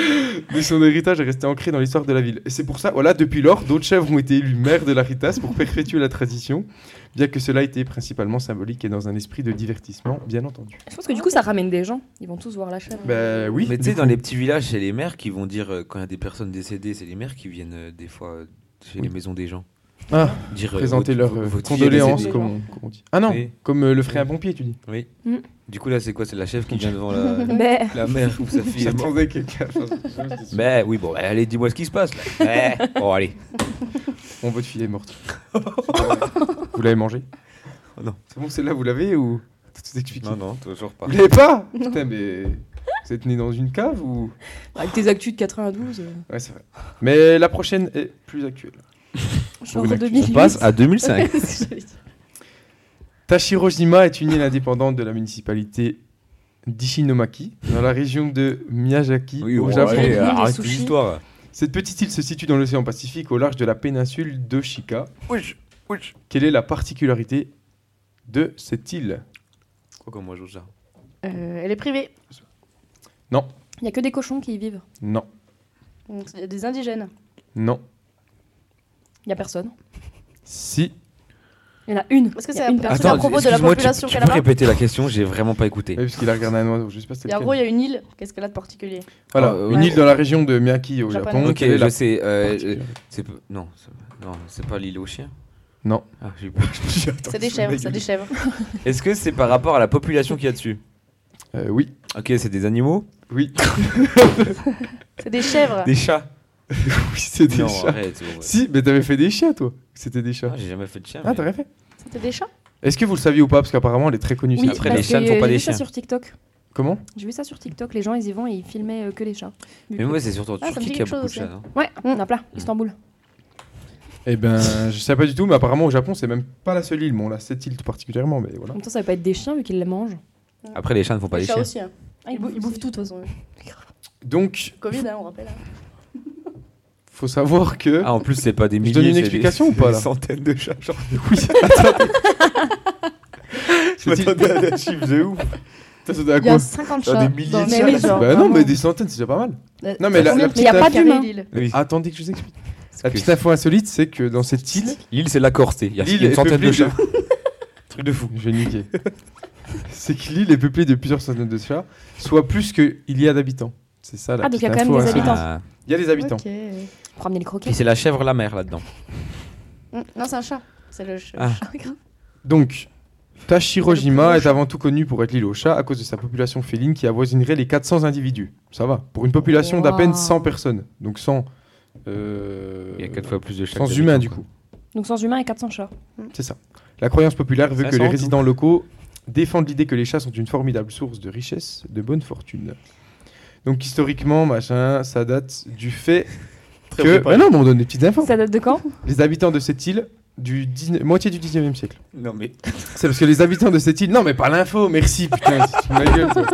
Mais son héritage est resté ancré dans l'histoire de la ville. Et c'est pour ça, voilà, depuis lors, d'autres chèvres ont été élus maires de l'Aritas pour perpétuer la tradition, bien que cela était principalement symbolique et dans un esprit de divertissement, bien entendu. Je pense que du coup, ça ramène des gens. Ils vont tous voir la chèvre. Bah oui. Mais tu du sais, dans coup. les petits villages, c'est les maires qui vont dire, euh, quand il y a des personnes décédées, c'est les maires qui viennent euh, des fois euh, chez Oui. les maisons des gens. Ah, Dire, euh, présenter votre- leurs euh, votre fille est condoléances, décédée. comme on, comme on dit. Ah non, Oui. comme euh, le ferait un pompier, tu dis. Oui. Mm. Du coup, là, c'est quoi? C'est la chef qui vient devant la, Mais la mère ou sa fille est morte. J'attendais que quelqu'un fasse quelque chose dessus. Mais oui, bon, allez, dis-moi ce qui se passe là. Mais, bon, allez. Bon, votre fille est morte. Vous l'avez mangée? Oh non. C'est bon, celle-là, vous l'avez ou t'as tout expliqué? Non, non, toujours pas. Vous l'avez pas? Putain, mais vous êtes né dans une cave ou? avec tes actus de quatre-vingt-douze, euh, Ouais, c'est vrai. Mais la prochaine est plus actuelle. genre une actu. deux mille huit. On passe à deux mille cinq. C'est ce que j'allais dire. Tashirojima est une île indépendante de la municipalité d'Ishinomaki, dans la région de Miyazaki, Oui, au bon, Japon. allez, Des arrête sushis. l'histoire. Cette petite île se situe dans l'océan Pacifique, au large de la péninsule d'Oshika. Ouch, ouch. Quelle est la particularité de cette île? Quoi comme moi, je joue ça? Euh, elle est privée. Non, Il y a que des cochons qui y vivent. non, Donc, il y a des indigènes. non. Il y a personne. Si, Il y en a une. Est-ce que Il y a c'est une à, personne. c'est à propos de la excuse-moi, tu- population tu, qu'elle a peux là-bas? répéter la question? J'ai vraiment pas écouté. oui, parce qu'il a regardé un oiseau, je sais pas si c'était Et en lequel. gros, il y a une île. Qu'est-ce qu'elle a de particulier? Voilà, Ah, une ouais. île dans la région de Miyaki au Japonais. Japon. Ok, Quelle est je la sais. euh, particularité? c'est peu- non, c'est- non, c'est pas l'île aux chiens. Non. Ah, j'ai eu peur. C'est des chèvres, c'est des chèvres. Est-ce que c'est par rapport à la population qu'il y a dessus? Euh, oui, Ok, c'est des animaux? oui, C'est des chèvres. Des chats? oui, c'est des Non, chats. arrête. bon, ouais. Si, mais t'avais fait des chiens, toi. C'était des chats. Ah, j'ai jamais fait de chien. Ah, mais- t'as rien fait. C'était des chats. Est-ce que vous le saviez ou pas? Parce qu'apparemment, elle est très connue. Oui, cette Après, île. les parce chats ne que font pas j'ai des vu ça chiens. sur TikTok. Comment? J'ai vu ça sur TikTok. Les gens, ils y vont et ils filmaient euh, que les chats. Mais moi, c'est surtout en Ah, ça me Turquie dit qu'il y a quelque beaucoup de chose chats. non Ouais, il y en a plein. Istanbul. Eh ben, je sais pas du tout, mais apparemment au Japon, c'est même pas la seule île. Bon, là, cette île tout particulièrement, mais voilà. En même temps, ça va pas être des chiens vu qu'ils les mangent. Après, les chats ne font pas Les des chats chiens. aussi. Hein. Ah, ils, bou- ils bouffent tout, de toute façon. Donc, Covid, hein, on rappelle. hein. faut savoir que. Ah, en plus, c'est pas des Je milliers. donne une c'est explication des- ou pas, des là centaines de chats. Genre, Oui, attendez. je m'attendais à des chiffres de ouf. Ça, ça doit à Il y a quoi cinquante Genre chats. des milliers dans de le chats. même Mais genre, Bah non, vraiment. mais des centaines, c'est déjà pas mal. Euh, Non, mais la, combien la de petite y a pas info- carrés, d'humains. l'île Oui. Attendez que je vous explique. La petite info insolite, c'est que dans cette île, L'île, c'est la Corse. Il y a l'île une est centaine peuplée de chats. Truc de fou. Je vais niquer. C'est que l'île est peuplée de plusieurs centaines de chats, soit plus qu'il y a d'habitants. C'est ça la Ah, donc il y a petite quand même info des insolite. habitants. Ah. Il y a des habitants. Ok. Pour ramener les croquets. Et c'est la chèvre la mère là-dedans. Mm, Non, c'est un chat. C'est le ch- Ah. chat. Donc, Tashirojima Le est plus avant tout connu pour être l'île aux chats à cause de sa population féline qui avoisinerait les quatre cents individus. Ça va. Pour une population d'à peine Wow. cent personnes. Donc sans. euh, Il y a quatre fois plus de chats. sans que humains d'habitants, du quoi. coup. Donc sans humains et quatre cents chats. C'est ça. La croyance populaire veut cinq que cents les tout. résidents locaux défendent l'idée que les chats sont une formidable source de richesse, de bonne fortune. Donc historiquement, machin, ça date du fait Très que... préparé. Mais non, mais on donne des petites infos. Ça date de quand? Les habitants de cette île, du dix-neuf moitié du dix-neuvième siècle. Non, mais. C'est parce que les habitants de cette île... Non, mais pas l'info, merci, putain, tu te fous de ma gueule, toi.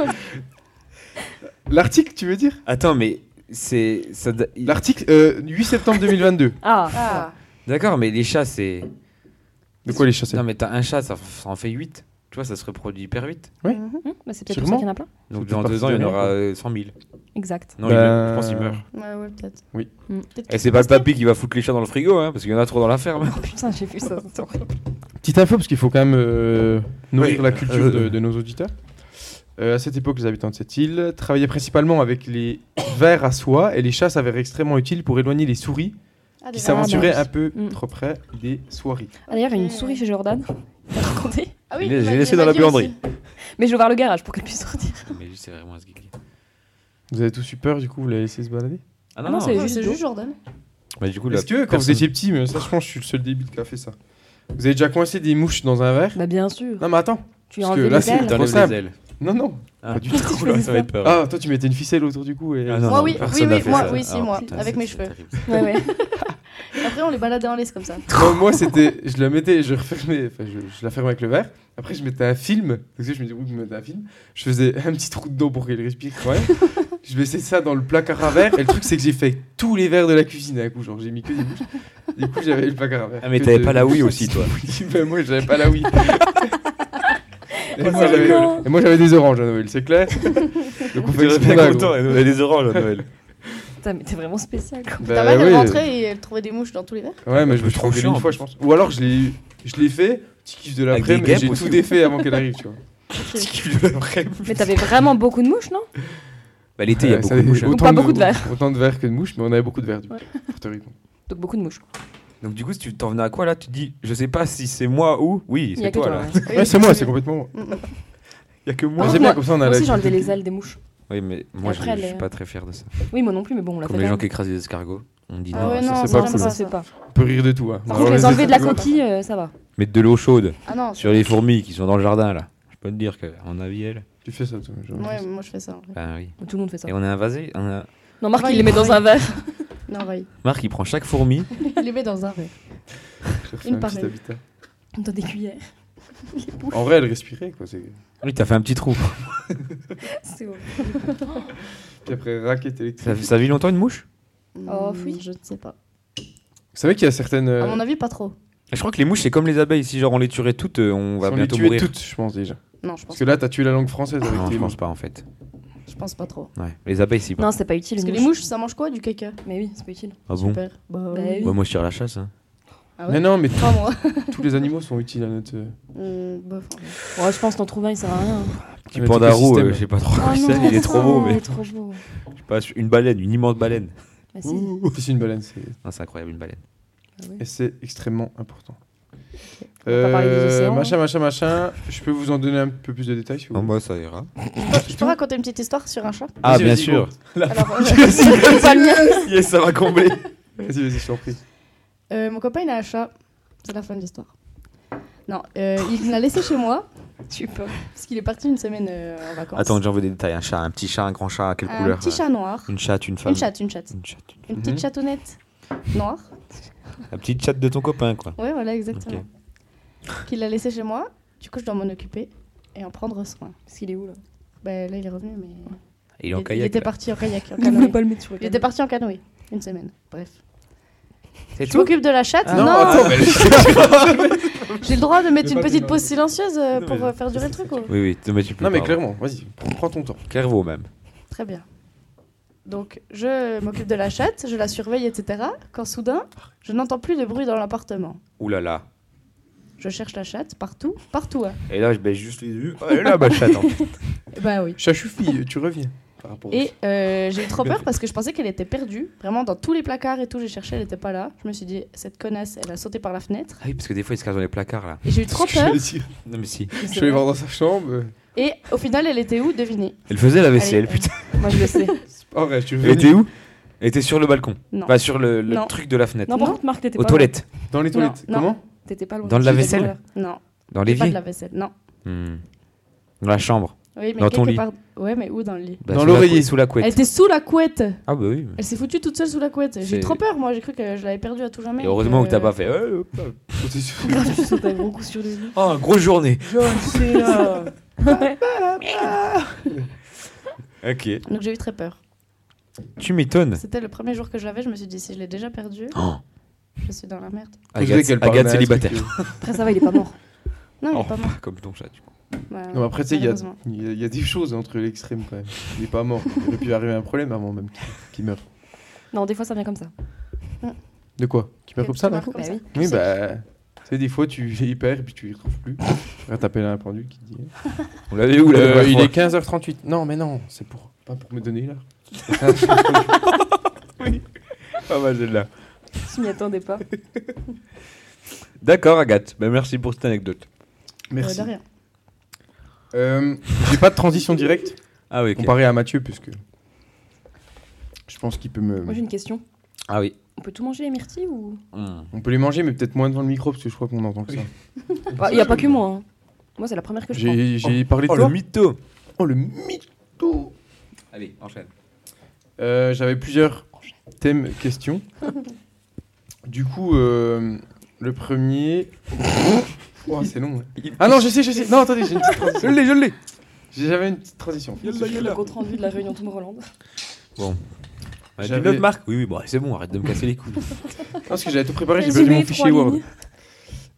L'article, tu veux dire? Attends, mais c'est. ça da- il- L'article, euh, huit septembre deux mille vingt-deux. Ah, Ah. D'accord, mais les chats, c'est. De quoi les chasser? Non, mais t'as un chat, ça, f- ça en fait huit. Tu vois, ça se reproduit hyper vite. Oui. hum, bah c'est peut-être pour Sûrement. ça qu'il y en a plein. Donc Faut dans tout deux ans, il y en partir de aura rien, euh, cent mille. Exact. Non, Ben- il meurt. Je pense qu'il meurt. Ouais, ouais, peut-être. Oui. Mm. Peut-être Et qu'il c'est faut pas le tester. papy qui va foutre les chats dans le frigo, hein, parce qu'il y en a trop dans la ferme. Putain, j'ai vu ça. c'est horrible. Petite info, parce qu'il faut quand même euh, nourrir Oui. la culture Euh, de, de nos auditeurs. Euh, à cette époque, les habitants de cette île travaillaient principalement avec les vers à soie et les chats s'avèrent extrêmement utiles pour éloigner les souris Ah, des qui vers. s'aventuraient bah oui. un peu Mm. trop près des soieries. Ah, D'ailleurs, il y a une Ok. souris chez Jordan. T'as raconté? Ah oui, Je l'ai- il je m'a- l'ai il laissé m'a dans la dit buanderie. aussi. Mais je vais voir le garage pour qu'elle puisse sortir. Mais lui, c'est vraiment un sgigli. Vous avez tous eu peur, du coup, vous l'avez laissé se balader? Ah non, c'est- Non, juste c'est d'eau. juste Jordan. Bah, du coup, là, Est-ce que quand vous personne- étiez petit, mais ça je pense que je suis le seul débile qui a fait ça, vous avez déjà coincé des mouches dans un verre? Bah bien sûr. Non mais attends. Tu as parce que enlevé là, les c'est- ailes. Trop T'enlèves simple. les ailes. Non, non. Ah. Pas du tout. Ouh là, ça va être peur. Ah, toi tu mettais une ficelle autour du cou et... Ah, non, Moi, non, oui, personne oui, n'a oui, fait moi, ça. oui, si, Ah, moi, putain, avec c'est- mes c'est cheveux. terrible. Ouais, ouais. Après, on les baladait en laisse comme ça. Non, moi c'était, je la mettais, je refermais, enfin je, je la fermais avec le verre. Après je mettais un film, parce que je me disais oui, je mettais un film. Je faisais un petit trou dedans pour qu'elle respire quand même. Je laissais ça dans le placard à verre. Et le truc c'est que j'ai fait tous les verres de la cuisine d'un coup, genre j'ai mis que des mouches. Du coup j'avais le placard à verre. Ah, mais Que t'avais de- pas la Wii aussi, toi. Oui, ben moi j'avais pas la Wii. Et Oh, moi, c'est j'avais, rigolo. et moi j'avais des oranges à Noël, c'est clair. Donc on fait J'aurais ce bien qu'on a, content, gros. on a des oranges à Noël. Putain, mais t'es vraiment spécial, quoi. Bah, Ta mère, elle ouais. rentrait et elle trouvait des mouches dans tous les verres. Ouais, mais je me C'est suis trop engueulé chiant, une en fois, plus. je pense. Ou alors je l'ai, je l'ai fait, petit kiff de Avec l'après, des mais guêpes j'ai aussi. tout défait avant qu'elle arrive, tu vois. Mais t'avais vraiment beaucoup de mouches, non? Bah, l'été, il y a Ouais, beaucoup ça- de mouches. hein. Ou pas beaucoup de verres. Autant de verres que de mouches, mais on avait beaucoup de verres, du coup. Ouais. Pour te répondre. Donc beaucoup de mouches. Donc, du coup, si tu t'en venais à quoi là? Tu te dis, je sais pas si c'est moi ou. Oui, Il y a c'est que toi toi, là. ouais. Ouais, c'est moi, c'est complètement moi. Mm, mm. Il y a que moi. Mais Ah, c'est moi- bien, comme ça on a Moi la. aussi, j'ai enlevé les ailes des mouches. Oui, mais moi, je, Après, je elle suis est- pas très fier de ça. Oui, moi non plus, mais bon, on l'a Comme fait les quand gens même. qui écrasent des escargots. On dit Ah non. ouais, ça, non, c'est ça, pas j'aime cool. Ça pas se fait ça. pas. On peut rire de tout. Hein. Par contre, les enlever de la coquille, euh, ça va. Mettre de l'eau chaude Ah non, sur les fourmis qui sont dans le jardin là. Je peux te dire que, à mon avis, elle. Tu fais ça, toi. genre. ouais, moi je fais ça. en vrai. Ben oui. Tout le monde fait ça. Et on a un vasé. On a... Non, Marc, Ouais, il les met il dans travaille. un verre. Non, ouais. Marc, il prend chaque fourmi. Il les met dans un verre. Je refais Une un petit pareille. habitat. Dans des cuillères. En vrai, elle respirait, quoi. c'est- Oui, t'as fait un petit trou. C'est horrible. Puis après, raquette électrique. Ça, ça vit longtemps une mouche? Oh, Hmm, oui. Je ne sais pas. Vous savez qu'il y a certaines. euh, À mon avis, pas trop. Je crois que les mouches, c'est comme les abeilles. Si genre on les tuerait toutes, euh, on va si on les bientôt tuait mourir. toutes, je pense déjà. Non, je pense, Parce que là, t'as tué la langue française avec Non, tes je pense mots. pas en fait. je pense pas trop. Ouais. Les abeilles, si. Non, c'est pas utile. Parce que une les mouches, ça mange quoi? Du caca. Mais oui, c'est pas utile. Ah bon? Super. Bah, Bah oui. oui. Ouais, moi, je tire la chasse. Hein. Ah Mais ouais non, mais Pas moi. tous les animaux sont utiles à notre. Hmm, bof, en vrai. Ouais, je pense que t'en trouves un, il sert à rien. Petit à notre pandarou, écosystème. euh, je sais pas trop. Oh quoi c'est, non, il est trop beau, mais Il est trop beau. je sais pas, une baleine, une immense baleine. Bah si. Ouh, c'est une baleine, c'est... Non, c'est incroyable, une baleine. Ah oui. et c'est extrêmement important. On va pas parler des océans, hein. machin, machin, machin. Je peux vous en donner un peu plus de détails si vous voulez. bah, ça ira. Je peux raconter une petite histoire sur un chat? Ah, Vas-y, bien vas-y, sûr. Alors, euh, pas le mien. Yes, ça va combler. Vas-y, vas-y, je t'en prie. Euh, mon copain, il a un chat. C'est la fin de l'histoire. Non, euh, il me l'a laissé chez moi Tu peux. parce qu'il est parti une semaine euh, en vacances. Attends, j'en veux des détails. Un chat, un petit chat, un grand chat, à quelle un couleur petit euh, chat noir. Une chatte, une femme. Une chatte, une chatte. Une chatte. Une Mhm. petite chatounette noire. La petite chatte de ton copain, quoi. Ouais, voilà, exactement. Qu'il l'a laissé chez moi. Du coup, je dois m'en occuper et en prendre soin. Parce qu'il est où là? Ben, là, il est revenu, mais. Il est en il, kayak. il était là. parti en kayak. En Il voulait canoë. pas le mettre sur le Il était parti en canoë. Une semaine. Bref. C'est Je tout. m'occupe de la chatte. Ah, non, attends, mais- j'ai le droit de mettre Mais une pas petite de- pause silencieuse euh, Non, pour mais- euh, faire durer le truc. Ou... Oui, oui, non, mais tu peux Non, mais pas. clairement, vas-y, prends, prends ton temps. Clairvaux, même. Très bien. Donc, je m'occupe de la chatte, je la surveille, et cetera. Quand soudain, je n'entends plus de bruit dans l'appartement. Ouh là là. Je cherche la chatte partout, partout. Hein. Et là, je baisse juste les yeux. Oh, elle est là, ma chatte. en fait. Bah oui. Chachoufie, tu reviens. Par rapport au- Et euh, j'ai eu trop peur parce que je pensais qu'elle était perdue. Vraiment, dans tous les placards et tout, j'ai cherché, elle n'était pas là. Je me suis dit, cette connasse, elle a sauté par la fenêtre. Ah oui, parce que des fois, ils se cachent dans les placards, là. Et j'ai eu trop Je vais peur. dire. Non, mais si. Je suis allé voir dans sa chambre. euh, Et au final, elle était où? Devinez. Elle faisait la vaisselle, Allez, putain. Moi je le sais. C'est pas vrai, tu Elle était où? Elle était sur le balcon. Non. Pas sur le, le Non. truc de la fenêtre. Non, par Non. contre, Marc, t'étais Aux pas toilettes. Dans les toilettes. non. Comment loin. T'étais pas loin. Dans le J'étais lave-vaisselle pas là. Non, Dans pas l'évier. de la vaisselle. Non. Hmm. Dans la chambre. Oui, mais Dans ton quelque lit. part. Ouais, mais où dans le lit? Bah, Dans sous la l'oreiller. cou- Sous la Elle couette. était sous la couette. Ah bah oui. Elle s'est foutue toute seule sous la couette. J'ai C'est- eu trop peur, moi. J'ai cru que je l'avais perdue à tout jamais. Et heureusement que- que t'as pas fait. euh, hop, hop. Grave, tu sautes un gros coup sur les yeux. Oh, grosse journée. Ouais. Ok. Donc j'ai eu très peur. Tu m'étonnes. C'était le premier jour que je l'avais. Je me suis dit, si je l'ai déjà perdue, Oh. je suis dans la merde. Agathe, qu'elle parle Agathe d'un célibataire. truc, euh, Après, ça va, il est pas mort. Non, il Oh, est pas mort. Comme ton chat, du coup. Bah, Non, mais après, tu sais, il y, a- malheureusement. il y a- il y a des choses entre l'extrême quand même. Il est pas mort. Il aurait pu arriver un problème avant même qu'il qu'il meure. Non, des fois, ça vient comme ça. De quoi Qui meurt Que comme ça tu d'un meurs coup comme Bah ça. oui. Tu Oui, sais. bah. Tu sais, des fois, tu y perds et puis tu les retrouves plus. Après, t'appelles un pendule qui te dit. On l'avait où la Euh, dernière il fois est quinze heures trente-huit. Non, mais non, c'est pour pas pour me donner l'heure. Pas mal celle-là. Je m'y attendais pas. D'accord, Agathe. Ben, merci pour cette anecdote. Merci. Euh, de rien. Euh, J'ai pas de transition directe Ah oui, ok. comparé à Mathieu, puisque je pense qu'il peut me. Moi, j'ai une question. Ah oui. On peut tout manger les myrtilles ou. Hmm. On peut les manger, mais peut-être moins devant le micro, parce que je crois qu'on entend que ça. Bah, il y a pas que moi. Hein. Moi, c'est la première que je prends. J'ai j'ai parlé de Oh, toi. le mytho. Oh, le mytho. Allez, enchaîne. Euh, J'avais plusieurs thèmes, questions. Du coup, euh, le premier. Oh, c'est long. ouais. Ah non, je sais, je sais. Non, attendez, j'ai une petite transition. Je l'ai, je l'ai. J'ai- J'avais une petite transition. Le compte rendu de la réunion Tomorrowland. Bon. Bah, tu J'avais- notes, Marc? Oui, oui, bon, c'est bon, arrête de me casser les couilles. Non, parce que j'avais tout préparé, j'ai perdu mon fichier Word.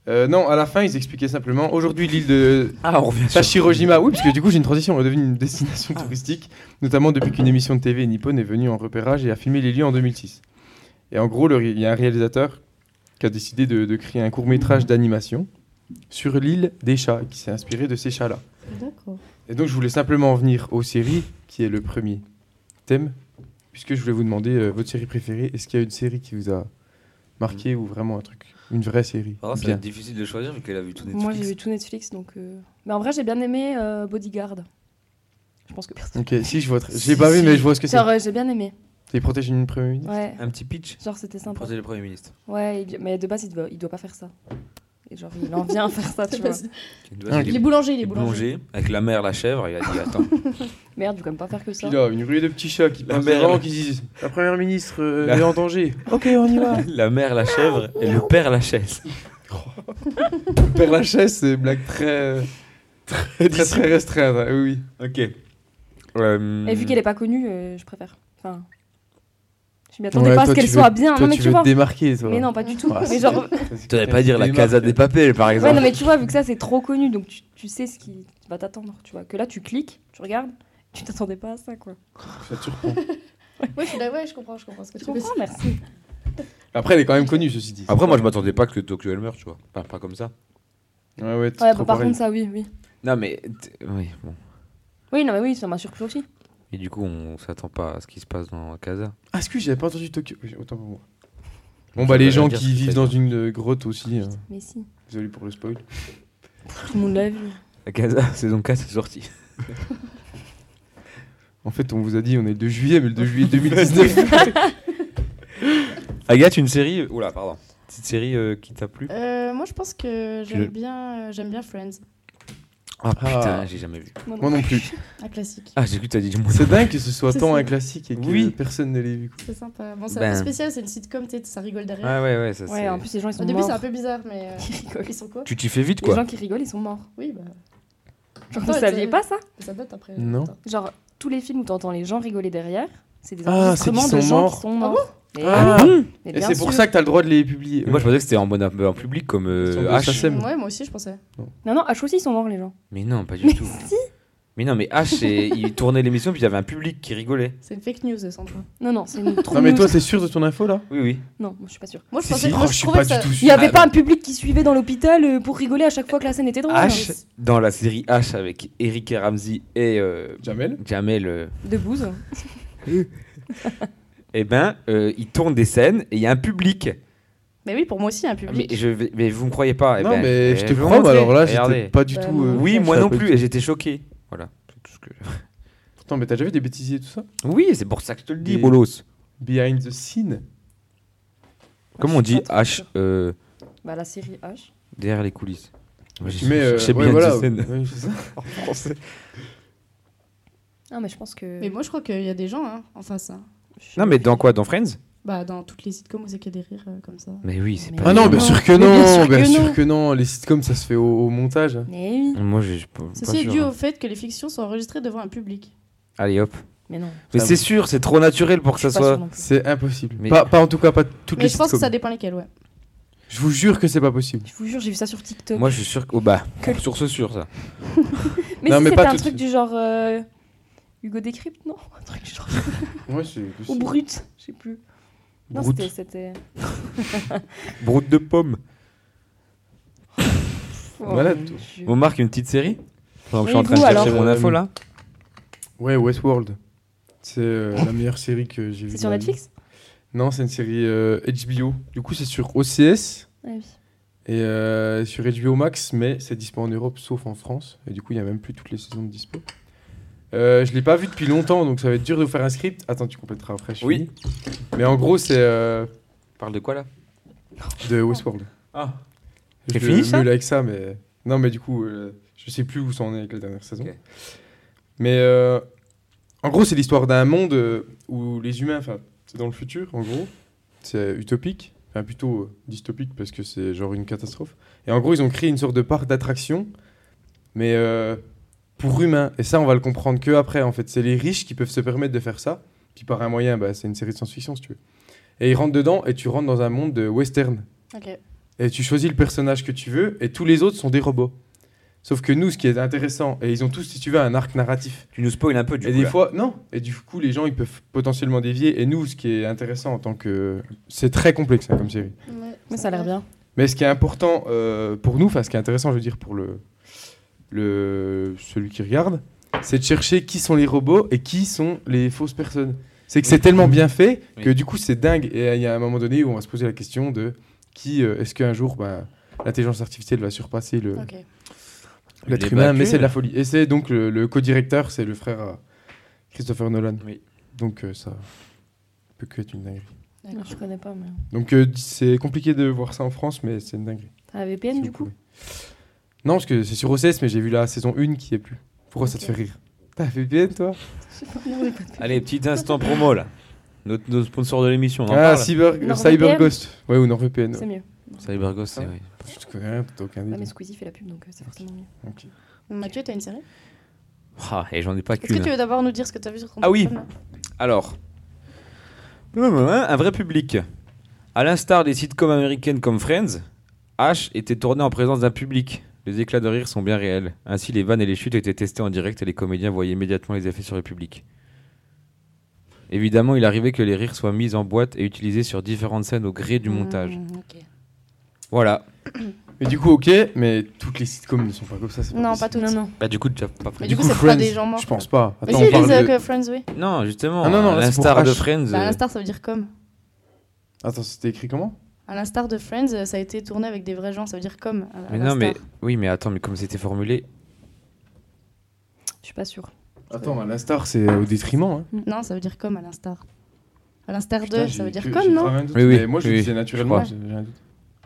Euh, non, à la fin, ils expliquaient simplement aujourd'hui l'île de Ah, on revient sur... Tashirojima. Oui, parce que du coup, j'ai une transition. Elle est devenue une destination touristique, notamment depuis qu'une émission de T V nippone est venue en repérage et a filmé les lieux en deux mille six. Et en gros, le ré- il y a un réalisateur qui a décidé de, de créer un court-métrage d'animation sur l'île des chats, qui s'est inspiré de ces chats-là. D'accord. Et donc, je voulais simplement en venir aux séries, qui est le premier thème, puisque je voulais vous demander euh, votre série préférée. Est-ce qu'il y a une série qui vous a marqué ou vraiment un truc, une vraie série Ah, ça va bien. être difficile de choisir vu qu'elle a vu tout Netflix. Moi, j'ai vu tout Netflix, donc. euh, Mais en vrai, j'ai bien aimé euh, Bodyguard. Je pense que personne. Ok, si, je vois. Très... J'ai pas vu, mais je vois ce que c'est. Genre, euh, j'ai bien aimé. Il protège une première ministre. Ouais. Un petit pitch. Genre, c'était sympa. Protéger le Premier ministre. Ouais, il- mais de base, il doit, il doit pas faire ça. Et genre, il en vient faire ça, tu vois. Il doit- Ah, il Il est est boulanger, il est boulanger boulanger. avec la mère, la chèvre. Il a dit attends. Merde, du quand même pas faire que ça. Puis là, une ruée de petits chats qui La passent merde. devant, qui disent la première ministre euh, La- est en danger. Ok, on y va. La mère, la chèvre et le père, la chaise. Père Lachaise, c'est une blague très, très, très, très restreinte. hein, Oui, oui. Ok. Euh, Et vu qu'elle est pas connue, euh, je préfère. Enfin. Je m'y attendais Ouais, pas à toi, ce qu'elle tu soit veux- bien. Toi, non, mais tu tu veux vois. te démarquer, toi. Mais non, pas du tout. Ah, mais si. genre. Tu n'allais pas dire la Démarque. Casa des Papel, par exemple. Ouais, non, mais tu vois, vu que ça, c'est trop connu, donc tu, tu sais ce qui va t'attendre. Tu vois, que là, tu cliques, tu regardes, tu t'attendais pas à ça, quoi. Ça te surprend. Ouais, je suis là, ouais, je comprends, je comprends ce que Tu tu veux comprends, dire. merci. Après, elle est quand même connue, ceci dit. Après, moi, je m'attendais pas que Tokyo elle meure, tu vois. Enfin, pas comme ça. Ouais, ouais, c'est Ouais, trop bah, par pareil. contre, ça, oui, oui. Non, mais. t- Oui, bon. Oui, non, mais oui, ça m'a surpris aussi. Et du coup, on s'attend pas à ce qui se passe dans Casa. Ah, excuse, j'avais pas entendu Tokyo. Oui, autant pour moi. Bon, Ça bah, veut les rien gens dire qui ce que vivent ça dans dit. une euh, grotte aussi. hein. Mais si, Désolé pour le spoil. tout le monde l'a vu. La Casa, saison quatre, c'est sorti. En fait, on vous a dit, on est le deux juillet, mais le deux juillet deux mille dix-neuf. Agathe, une série. Oula, pardon. Petite série euh, qui t'a plu Euh, moi, je pense que Je- j'aime bien, euh, j'aime bien Friends, Ah putain, Ah. j'ai jamais vu. Moi non plus. un classique. Ah, j'ai cru que t'as dit du moins. C'est dingue que ce soit C'est tant ça. un classique et que Oui. personne ne l'ait vu. quoi. C'est sympa. Bon, c'est Ben. un peu spécial, c'est une sitcom, tu sais, ça rigole derrière. Ouais, ouais, ouais. Ça, Ouais, c'est- en plus, les gens, ils sont Au début, morts. c'est un peu bizarre, mais euh, Ils rigolent. ils sont quoi Tu t'y fais vite, Les quoi. gens qui rigolent, ils sont morts. Oui, bah, Genre, Ouais, vous saviez c'est- pas ça? ça date après. Non. Attends. Genre, tous les films où t'entends les gens rigoler derrière, c'est des Ah, c'est qu'ils enregistrements de sont gens morts. qui sont morts. Mais Ah, oui, mais Et bien c'est pour sûr. ça que t'as le droit de les publier. Moi, je pensais que c'était en, mode un peu en public comme euh, Sur le H. Sassem. Ouais, moi aussi, je pensais. Non, non, H aussi, ils sont morts, les gens. Mais non, pas du Mais tout. si. Mais non, mais H, c'est- il tournait l'émission puis il y avait un public qui rigolait. C'est une fake news, Sandra. Non, non, c'est une trop Non, mais news. toi, t'es sûr de ton info là Oui, oui. Non, moi, je suis pas sûre. Moi, je Si, pensais si. moi, Oh, je je suis trouvais pas que ça- du tout Il y avait Ah, pas bah. un public qui suivait dans l'hôpital euh, pour rigoler à chaque fois que la scène était drôle. H, dans la série H avec Eric et Ramsey et euh, Jamel. Jamel, euh, De bouse. eh ben, euh, ils tournent des scènes et il y a un public. Mais oui, pour moi aussi, un Mais, public. je, vais- mais vous me croyez pas. eh Non, ben, mais eh, je te vais vous crois, mais montrer. alors là, Regardez. j'étais pas du Bah, tout. moi, euh, Oui, je moi savais non pas plus, du et tout. j'étais choqué. Voilà. c'est tout ce que- Pourtant, mais t'as déjà vu des bêtisiers et tout ça Oui, c'est pour ça que je te le dis, Des- bolos. Behind the scene. Comment on dit Je suis pas trop H sûre. euh, Bah, la série H. derrière les coulisses? Moi, j'ai- Tu mets. euh, j'ai ouais, bien voilà. dit scène. Ouais, c'est ça. En français. Ah, mais je pense que. Mais moi, je crois qu'il y a des gens hein, en face. hein. je- Non, mais dans quoi? Dans Friends? Bah, dans toutes les sitcoms où c'est qu'il y a des rires euh, comme ça. Mais oui, c'est Mais pas. Ah non, bien Non. sûr que Mais non. bien sûr Bien que sûr non. que non. Les sitcoms, ça se fait au, au montage. Mais oui. Moi, j'ai j'ai pas. pas Ceci est sûr, dû hein. au fait que les fictions sont enregistrées devant un public. Allez hop. Mais non. Mais Ça c'est va. sûr, c'est trop naturel pour que Je ça suis pas soit. sûre non plus. C'est impossible. Mais- Pas, pas en tout cas, pas toutes Mais les je pense que sitcoms. ça dépend lesquels, ouais. Je vous jure que c'est pas possible. Je vous jure, j'ai vu ça sur TikTok. Moi, je suis sûr que. Oh bah, Que- sur ce sûr, ça. Mais Non, si mais c'était pas un tout de truc suite. du genre. euh, Hugo Décrypte, non? Un truc du genre. Ouais, c'est Ou Brut, je sais plus. Non, Brut. c'était- c'était. Broute de pommes. Malade, mon toi. Dieu. On marque une petite série? Pendant que je suis Oui, en train de vous, chercher alors. mon info là. Ouais, Westworld. C'est euh, la meilleure série que j'ai vue. C'est de sur ma vie. Netflix? Non, c'est une série euh, H B O. Du coup, c'est sur O C S Ah oui. et euh, sur H B O Max, mais c'est dispo en Europe sauf en France. Et du coup, il n'y a même plus toutes les saisons de dispo. Euh, je l'ai pas vu depuis longtemps, donc ça va être dur de vous faire un script. Attends, tu compléteras après. Je Oui. finis. Mais en gros, c'est euh, Parle de quoi là? de Westworld. Ah. Je C'est le fini, ça meule avec ça, mais non, mais du coup, euh, je sais plus où ça en est avec la dernière saison. Ok. Mais euh, en gros, c'est l'histoire d'un monde euh, où les humains, enfin, c'est dans le futur, en gros, c'est utopique, enfin plutôt euh, dystopique parce que c'est genre une catastrophe. Et en gros, ils ont créé une sorte de parc d'attraction, mais euh, pour humains. Et ça, on va le comprendre que après. En fait, c'est les riches qui peuvent se permettre de faire ça. Puis par un moyen, bah, c'est une série de science-fiction, si tu veux. Et ils rentrent dedans, et tu rentres dans un monde de western. Ok. Et tu choisis le personnage que tu veux, et tous les autres sont des robots. Sauf que nous, ce qui est intéressant, et ils ont tous, si tu veux, un arc narratif. Tu nous spoil un peu du et coup. des là. fois, non. Et du coup, les gens, ils peuvent potentiellement dévier. Et nous, ce qui est intéressant en tant que... C'est très complexe hein, comme série. Ouais, Mais ça a l'air bien. Mais ce qui est important euh, pour nous, enfin, ce qui est intéressant, je veux dire, pour le, le celui qui regarde, c'est de chercher qui sont les robots et qui sont les fausses personnes. C'est que c'est tellement bien fait que Oui. du coup, c'est dingue. Et il y a un moment donné où on va se poser la question de qui, euh, est-ce qu'un jour, ben, l'intelligence artificielle va surpasser le... Ok. l'être Les humain, backues. mais c'est de la folie. Et c'est donc le, le co-directeur, c'est le frère euh, Christopher Nolan. Oui. Donc euh, ça peut que être une dinguerie. Non, je connais pas, mais. Donc euh, c'est compliqué de voir ça en France, mais c'est une dinguerie. T'as un V P N si du vous coup pouvez. Non, parce que c'est sur O C S, mais j'ai vu la saison un qui est plus. Pourquoi ça te Ok. fait rire? T'as un V P N toi? Non, j'ai pas de- Allez, petit instant promo là. Notre, notre sponsor de l'émission. on en Ah, parle. Cyber, NordVPN. CyberGhost. Ouais, ou NordVPN. C'est Ouais. mieux. CyberGhost, c'est Ah. vrai. Je te connais rien, t'as aucun Ah, mais idée. Squeezie fait la pub donc euh, c'est forcément mieux. Ok. Mathieu, t'as une série? Ah, et j'en ai pas Est-ce que qu'une. tu veux d'abord nous dire ce que t'as vu sur ton Ah oui. téléphone, là Alors, un vrai public. À l'instar des sitcoms américaines comme Friends, H était tourné en présence d'un public. Les éclats de rire sont bien réels. Ainsi, les vannes et les chutes étaient testées en direct et les comédiens voyaient immédiatement les effets sur le public. Évidemment, il arrivait que les rires soient mis en boîte et utilisés sur différentes scènes au gré du montage. Mmh, ok. Voilà. Mais du coup, ok, mais toutes les sitcoms ne sont pas comme ça. c'est Non, possible. pas toutes. Non, non. Bah, du coup, tu as pas Mais pris. du coup, c'est pas des gens morts. Je pense pas. Mais Attends, si, on ils parle disent euh, de... que Friends, oui. Non, justement. Ah non, non, à là, c'est pour l'instar de H. Friends. Bah, à euh, l'instar, ça veut dire comme. Attends, c'était écrit comment? À l'instar de Friends, euh, ça a été tourné avec des vrais gens, ça veut dire comme. à- à Mais non, mais l'instar. oui, mais attends, mais comme c'était formulé, Je suis pas sûre. Attends, à l'instar, c'est au détriment. Hein. Non, ça veut dire comme à l'instar. À l'instar Putain, de, j'ai- ça veut dire j'ai- comme, j'ai non vraiment un doute, Oui, oui, mais moi, je oui, le oui, disais je naturellement. crois. j'ai- j'ai un doute.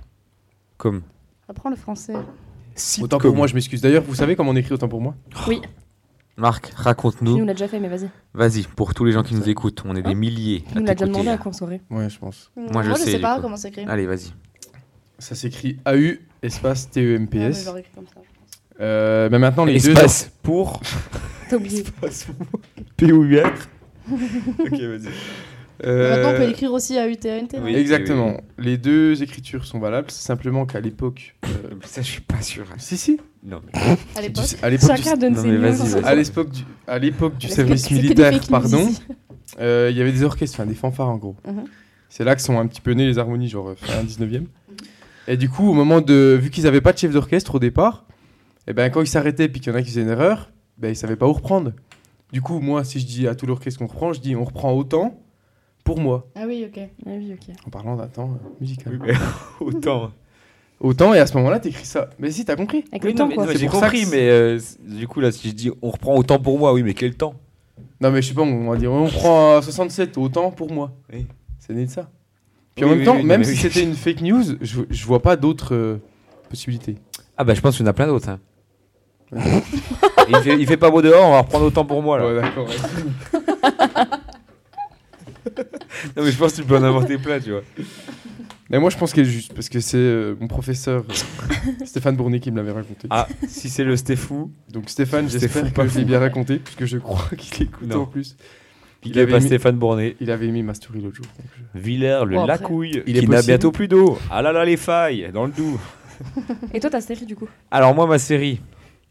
comme. Apprends le français. Autant pour moi, je m'excuse. D'ailleurs, vous savez comment on écrit autant pour moi? Oui, Marc, tu raconte-nous. nous l'as déjà fait, mais vas-y. Vas-y, pour tous les gens qui nous écoutent, on est des milliers. Tu à nous l'as déjà t'écouter, demandé à là. quoi en soirée. Ouais, je pense. Moi, je Moi, sais, je sais du pas coup. comment s'écrit. Allez, vas-y. Ça s'écrit A U espace T E M P Ah, mais S. je l'aurais écrit comme ça, je pense. Euh, mais maintenant, les deux. Espace pour T'as oublié. P O U R. Ok, vas-y. Mais Maintenant, on peut Euh, l'écrire aussi à U T A N T. non oui. Exactement. Les deux écritures sont valables. C'est simplement qu'à l'époque. euh, Ça, je suis pas sûr. Si, si. Non, mais... À Du- l'époque. À l'époque du, Chacun donne Non, ses mais news. vas-y, vas-y. à l'époque du, à l'époque du Est-ce que service c'est que des militaire, fake news pardon, ici euh, il y avait des orchestres, enfin des fanfares en gros. Mhm. C'est là que sont un petit peu nées les harmonies, genre euh, fin dix-neuvième. Et du coup, au moment de. Vu qu'ils n'avaient pas de chef d'orchestre au départ, et ben quand ils s'arrêtaient puis qu'il y en a qui faisaient une erreur, ben ils savaient pas où reprendre. Du coup, moi, si je dis à tout l'orchestre qu'on reprend, je dis on reprend autant pour moi. Ah oui, ok. Ah oui, ok. En parlant d'un temps euh, musical. autant. Autant, et à ce moment-là, t'écris ça. Mais si, t'as compris. Avec Oui, le non, temps, mais- quoi. non, C'est j'ai pour ça compris, que- mais euh, c- du coup, là, si je dis on reprend autant pour moi, oui, mais quel temps? Non, mais je sais pas, on va dire on prend euh, soixante-sept autant pour moi. Oui. C'est né de ça. Puis Oui, en même oui, temps, oui, même mais si oui. c'était une fake news, je, je vois pas d'autres euh, possibilités. Ah bah je pense qu'il y en a plein d'autres. Hein. il, fait, il fait pas beau dehors, on va reprendre autant pour moi là. Ouais, d'accord. ouais. Non mais je pense que tu peux en inventer plein, tu vois. Mais moi, je pense qu'elle est juste, parce que c'est euh, mon professeur euh, Stéphane Bournet qui me l'avait raconté. Ah, si c'est le Stéphou, Donc Stéphane, Stéphane, j'espère pas que je l'ai fou. bien raconté, puisque je crois qu'il écoute Non. en plus. qui Il est avait pas mis- Stéphane Bournet. Il avait mis ma story l'autre jour. donc je- Villers, le Bon, après. Lacouille, Il est qui n'a possible. bientôt plus d'eau. Ah là là, les failles, dans le Doubs. Et toi, ta série, du coup? Alors moi, ma série.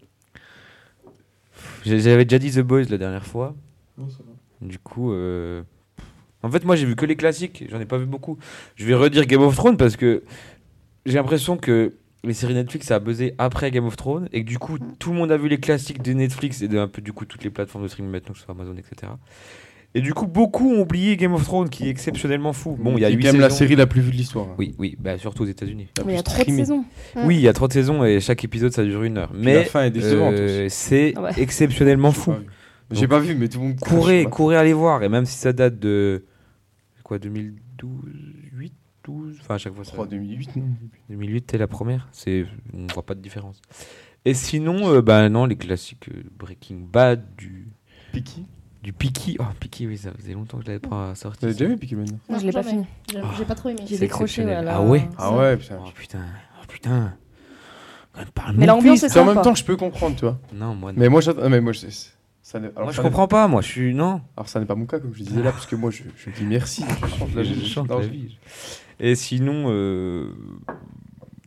J'ai- J'avais déjà dit The Boys la dernière fois. Du coup, euh, en fait, moi, j'ai vu que les classiques. J'en ai pas vu beaucoup. Je vais redire Game of Thrones parce que j'ai l'impression que les séries Netflix, ça a buzzé après Game of Thrones et que du coup, tout le monde a vu les classiques de Netflix et de un peu du coup toutes les plateformes de streaming maintenant, que ce soit Amazon, et cetera. Et du coup, beaucoup ont oublié Game of Thrones, qui est exceptionnellement fou. Bon, il y a C'est huit quand même la saisons. série la plus vue de l'histoire. hein. Oui, oui, bah surtout aux États-Unis. La Mais il y a plus trop de streamée. saisons. Ouais. Oui, il y a trop de saisons et chaque épisode ça dure une heure. Puis Mais la fin est décevante euh, aussi. c'est Ah ouais. exceptionnellement J'ai fou. pas vu. J'ai pas vu, mais tout le monde. Courez, je sais pas. courez aller voir. Et même si ça date de quoi, deux mille douze, huit, douze, enfin à chaque fois ça. trois, deux mille huit, non. deux mille huit, t'es la première. C'est, on voit pas de différence. Et sinon, euh, bah non, les classiques euh, Breaking Bad, du Peaky. du Peaky. Oh Peaky, oui, ça faisait longtemps que je l'avais pas sorti. Vous avez déjà vu Peaky Blinders? Moi, Non, je l'ai pas jamais. fini. J'ai Ah. j'ai pas trop aimé. J'ai C'est décroché. exceptionnel. ouais, Ah là. ouais Ah ouais, putain. Oh putain, oh putain. Quand même, parle Mais mon l'ambiance fils. est En même sympa. temps, je peux comprendre, tu vois. Non, moi, non. Mais moi, j'attends. Mais moi, je. Ça n'est- alors, moi je ça n'est- comprends pas. Moi, je suis non. Alors, ça n'est pas mon cas, comme je disais là, parce que moi, je, je dis merci. Je chante la, Je chante non, la je- vie. Et sinon, euh,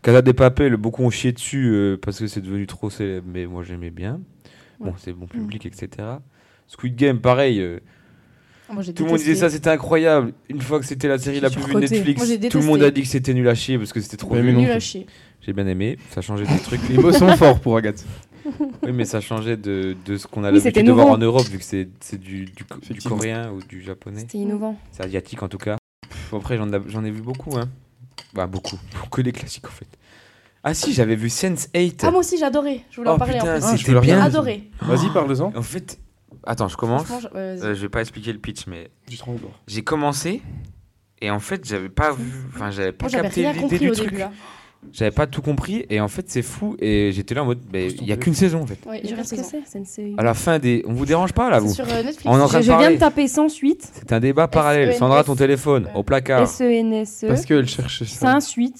Casa de Papel, beaucoup ont chié dessus euh, parce que c'est devenu trop célèbre, mais moi j'aimais bien. Bon, Ouais. c'est bon public, et cetera. Squid Game, pareil. euh, Moi, j'ai tout le monde détesté. disait ça, c'était incroyable. Une fois que c'était la série la J'ai plus vue de surcoté. Netflix, Moi, j'ai tout le monde détesté. a dit que c'était nul à chier parce que c'était trop Ouais, mais nul. non Nul à plus. chier. J'ai bien aimé, ça changeait des trucs. Les mots sont forts pour Agathe. Oui, mais ça changeait de, de ce qu'on a Oui, c'était l'habitude de voir nouveau. en Europe, vu que c'est c'est du, du, co- du Effectivement. coréen ou du japonais. C'était innovant. C'est asiatique en tout cas. Pff, après, j'en ai, j'en ai vu beaucoup. Hein. Bah, beaucoup. Que des classiques en fait. Ah si, j'avais vu sense eight. Ah, moi aussi, j'adorais. Je voulais Oh en parler putain, en plus. Ah, je c'était peux le bien. regarder. Adoré. Vas-y, parle-en. En fait, attends, je commence. Franchement, je- ouais, vas-y. Euh, je vais pas expliquer le pitch, mais Du triangle. j'ai commencé et en fait, j'avais pas vu, enfin, j'avais pas Moi, j'avais capté rien l'idée compris du au truc. début. Là. J'avais pas tout compris et en fait, c'est fou et j'étais là en mode, mais Pousse ton il y a peu. qu'une saison en fait. Ouais, Je j'ai sais pas ce que raison. c'est, Sensei. À la fin des, on vous dérange pas là C'est vous sur euh, Netflix. On est en train Je, de je viens parler. de taper sans suite. C'est un débat parallèle. S E N S. Sandra, ton téléphone au placard. S E N S E. Parce qu'elle cherchait ça. Sans suite.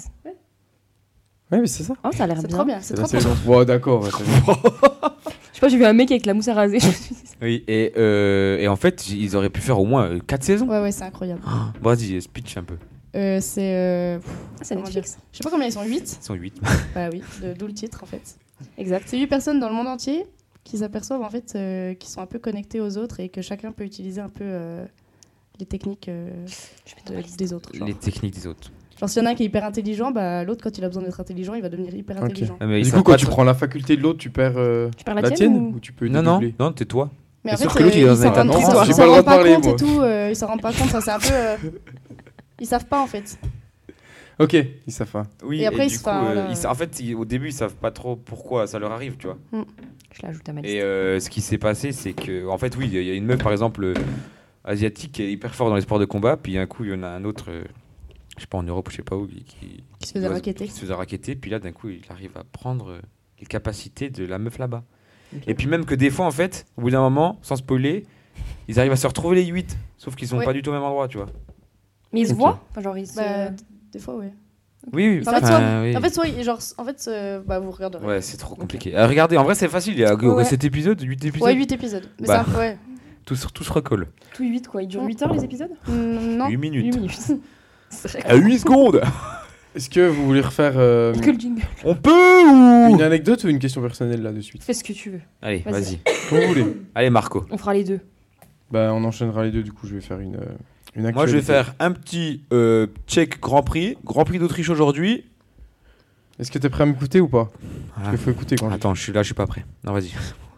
Ouais, mais c'est ça. Oh, ça a l'air C'est bien. trop bien. C'est C'est la trop bien. saison. Bon, d'accord. ouais, c'est bon. Je sais pas, j'ai vu un mec avec la mousse à raser. je me suis dit, Oui, et, euh, et en fait, j- ils auraient pu faire au moins quatre saisons. Ouais, ouais, c'est incroyable. Bon, vas-y, speech un peu. Euh, c'est. euh, pff, Ah, c'est comment Netflix. Je sais pas combien ils sont, huit. Ils sont huit. Bah oui, de- d'où le titre en fait. Exact. C'est huit personnes dans le monde entier qui s'aperçoivent en fait euh, qui sont un peu connectés aux autres et que chacun peut utiliser un peu euh, les techniques euh, Je mets dans de- ma liste. des autres. Genre, Les techniques des autres. Genre s'il y en a un qui est hyper intelligent, bah l'autre quand il a besoin d'être intelligent, il va devenir hyper Ok. intelligent. Ah, mais ils Du savent coup, quand pas tu tra- prends la faculté de l'autre, tu perds euh, Tu perds la la tienne tienne ou- ou tu peux Non, non, dédoubler non, tais-toi. Mais en Et sauf fait, que l'autre, euh, il est dans ils un s'en état rendent- de ils transe. s'en- J'ai ils pas s'en le droit rendent de parler, compte moi. et tout, euh, ils s'en rendent pas compte, ça c'est un peu. euh, Ils savent pas en fait. Ok, ils savent pas. Oui, Et après, du ils se coup, font, euh, voilà. ils sa- en fait, ils- au début, ils savent pas trop pourquoi ça leur arrive, tu vois. Je l'ajoute à ma liste. Et euh, ce qui s'est passé, c'est que, en fait, oui, il y a une meuf, par exemple, euh, asiatique, qui est hyper forte dans les sports de combat, puis un coup, il y en a un autre, euh, je sais pas, en Europe ou je sais pas où, qui, qui, Qui se faisait doit- racketter. qui se faisait racketter, puis là, d'un coup, il arrive à prendre euh, les capacités de la meuf là-bas. Et puis même que des fois, en fait, au bout d'un moment, sans spoiler, ils arrivent à se retrouver les huit, sauf qu'ils sont Ouais. pas du tout au même endroit, tu vois. Mais ils se Ok. voient enfin, genre, ils se... Bah, des fois, ouais. Oui, oui. En fait, enfin, soit- oui. En fait, soit, genre, en fait, euh, bah vous regarderez. Ouais, c'est trop compliqué. Euh, regardez, en vrai, c'est facile. Il y a Ouais, ouais. sept épisodes, huit épisodes. Ouais, huit épisodes. Mais Bah. ça, ouais. Tout, se- tout se recolle. Tout huit quoi. Ils durent huit heures les épisodes Mm, Non. huit minutes. huit minutes. C'est vrai À huit secondes. Est-ce que vous voulez refaire euh, que le jingle. On peut ou une anecdote ou une question personnelle là de suite? Fais ce que tu veux. Allez, Vas-y. vas-y. Comme vous voulez. Allez, Marco. On fera les deux. Bah, on enchaînera les deux. Du coup, je vais faire une, euh, une actualité. Moi, je vais faire un petit euh, check Grand Prix. Grand Prix d'Autriche aujourd'hui. Est-ce que t'es prêt à m'écouter ou pas? Ah. Parce qu'il faut écouter quand je- Attends, je suis là, je suis pas prêt. Non, vas-y.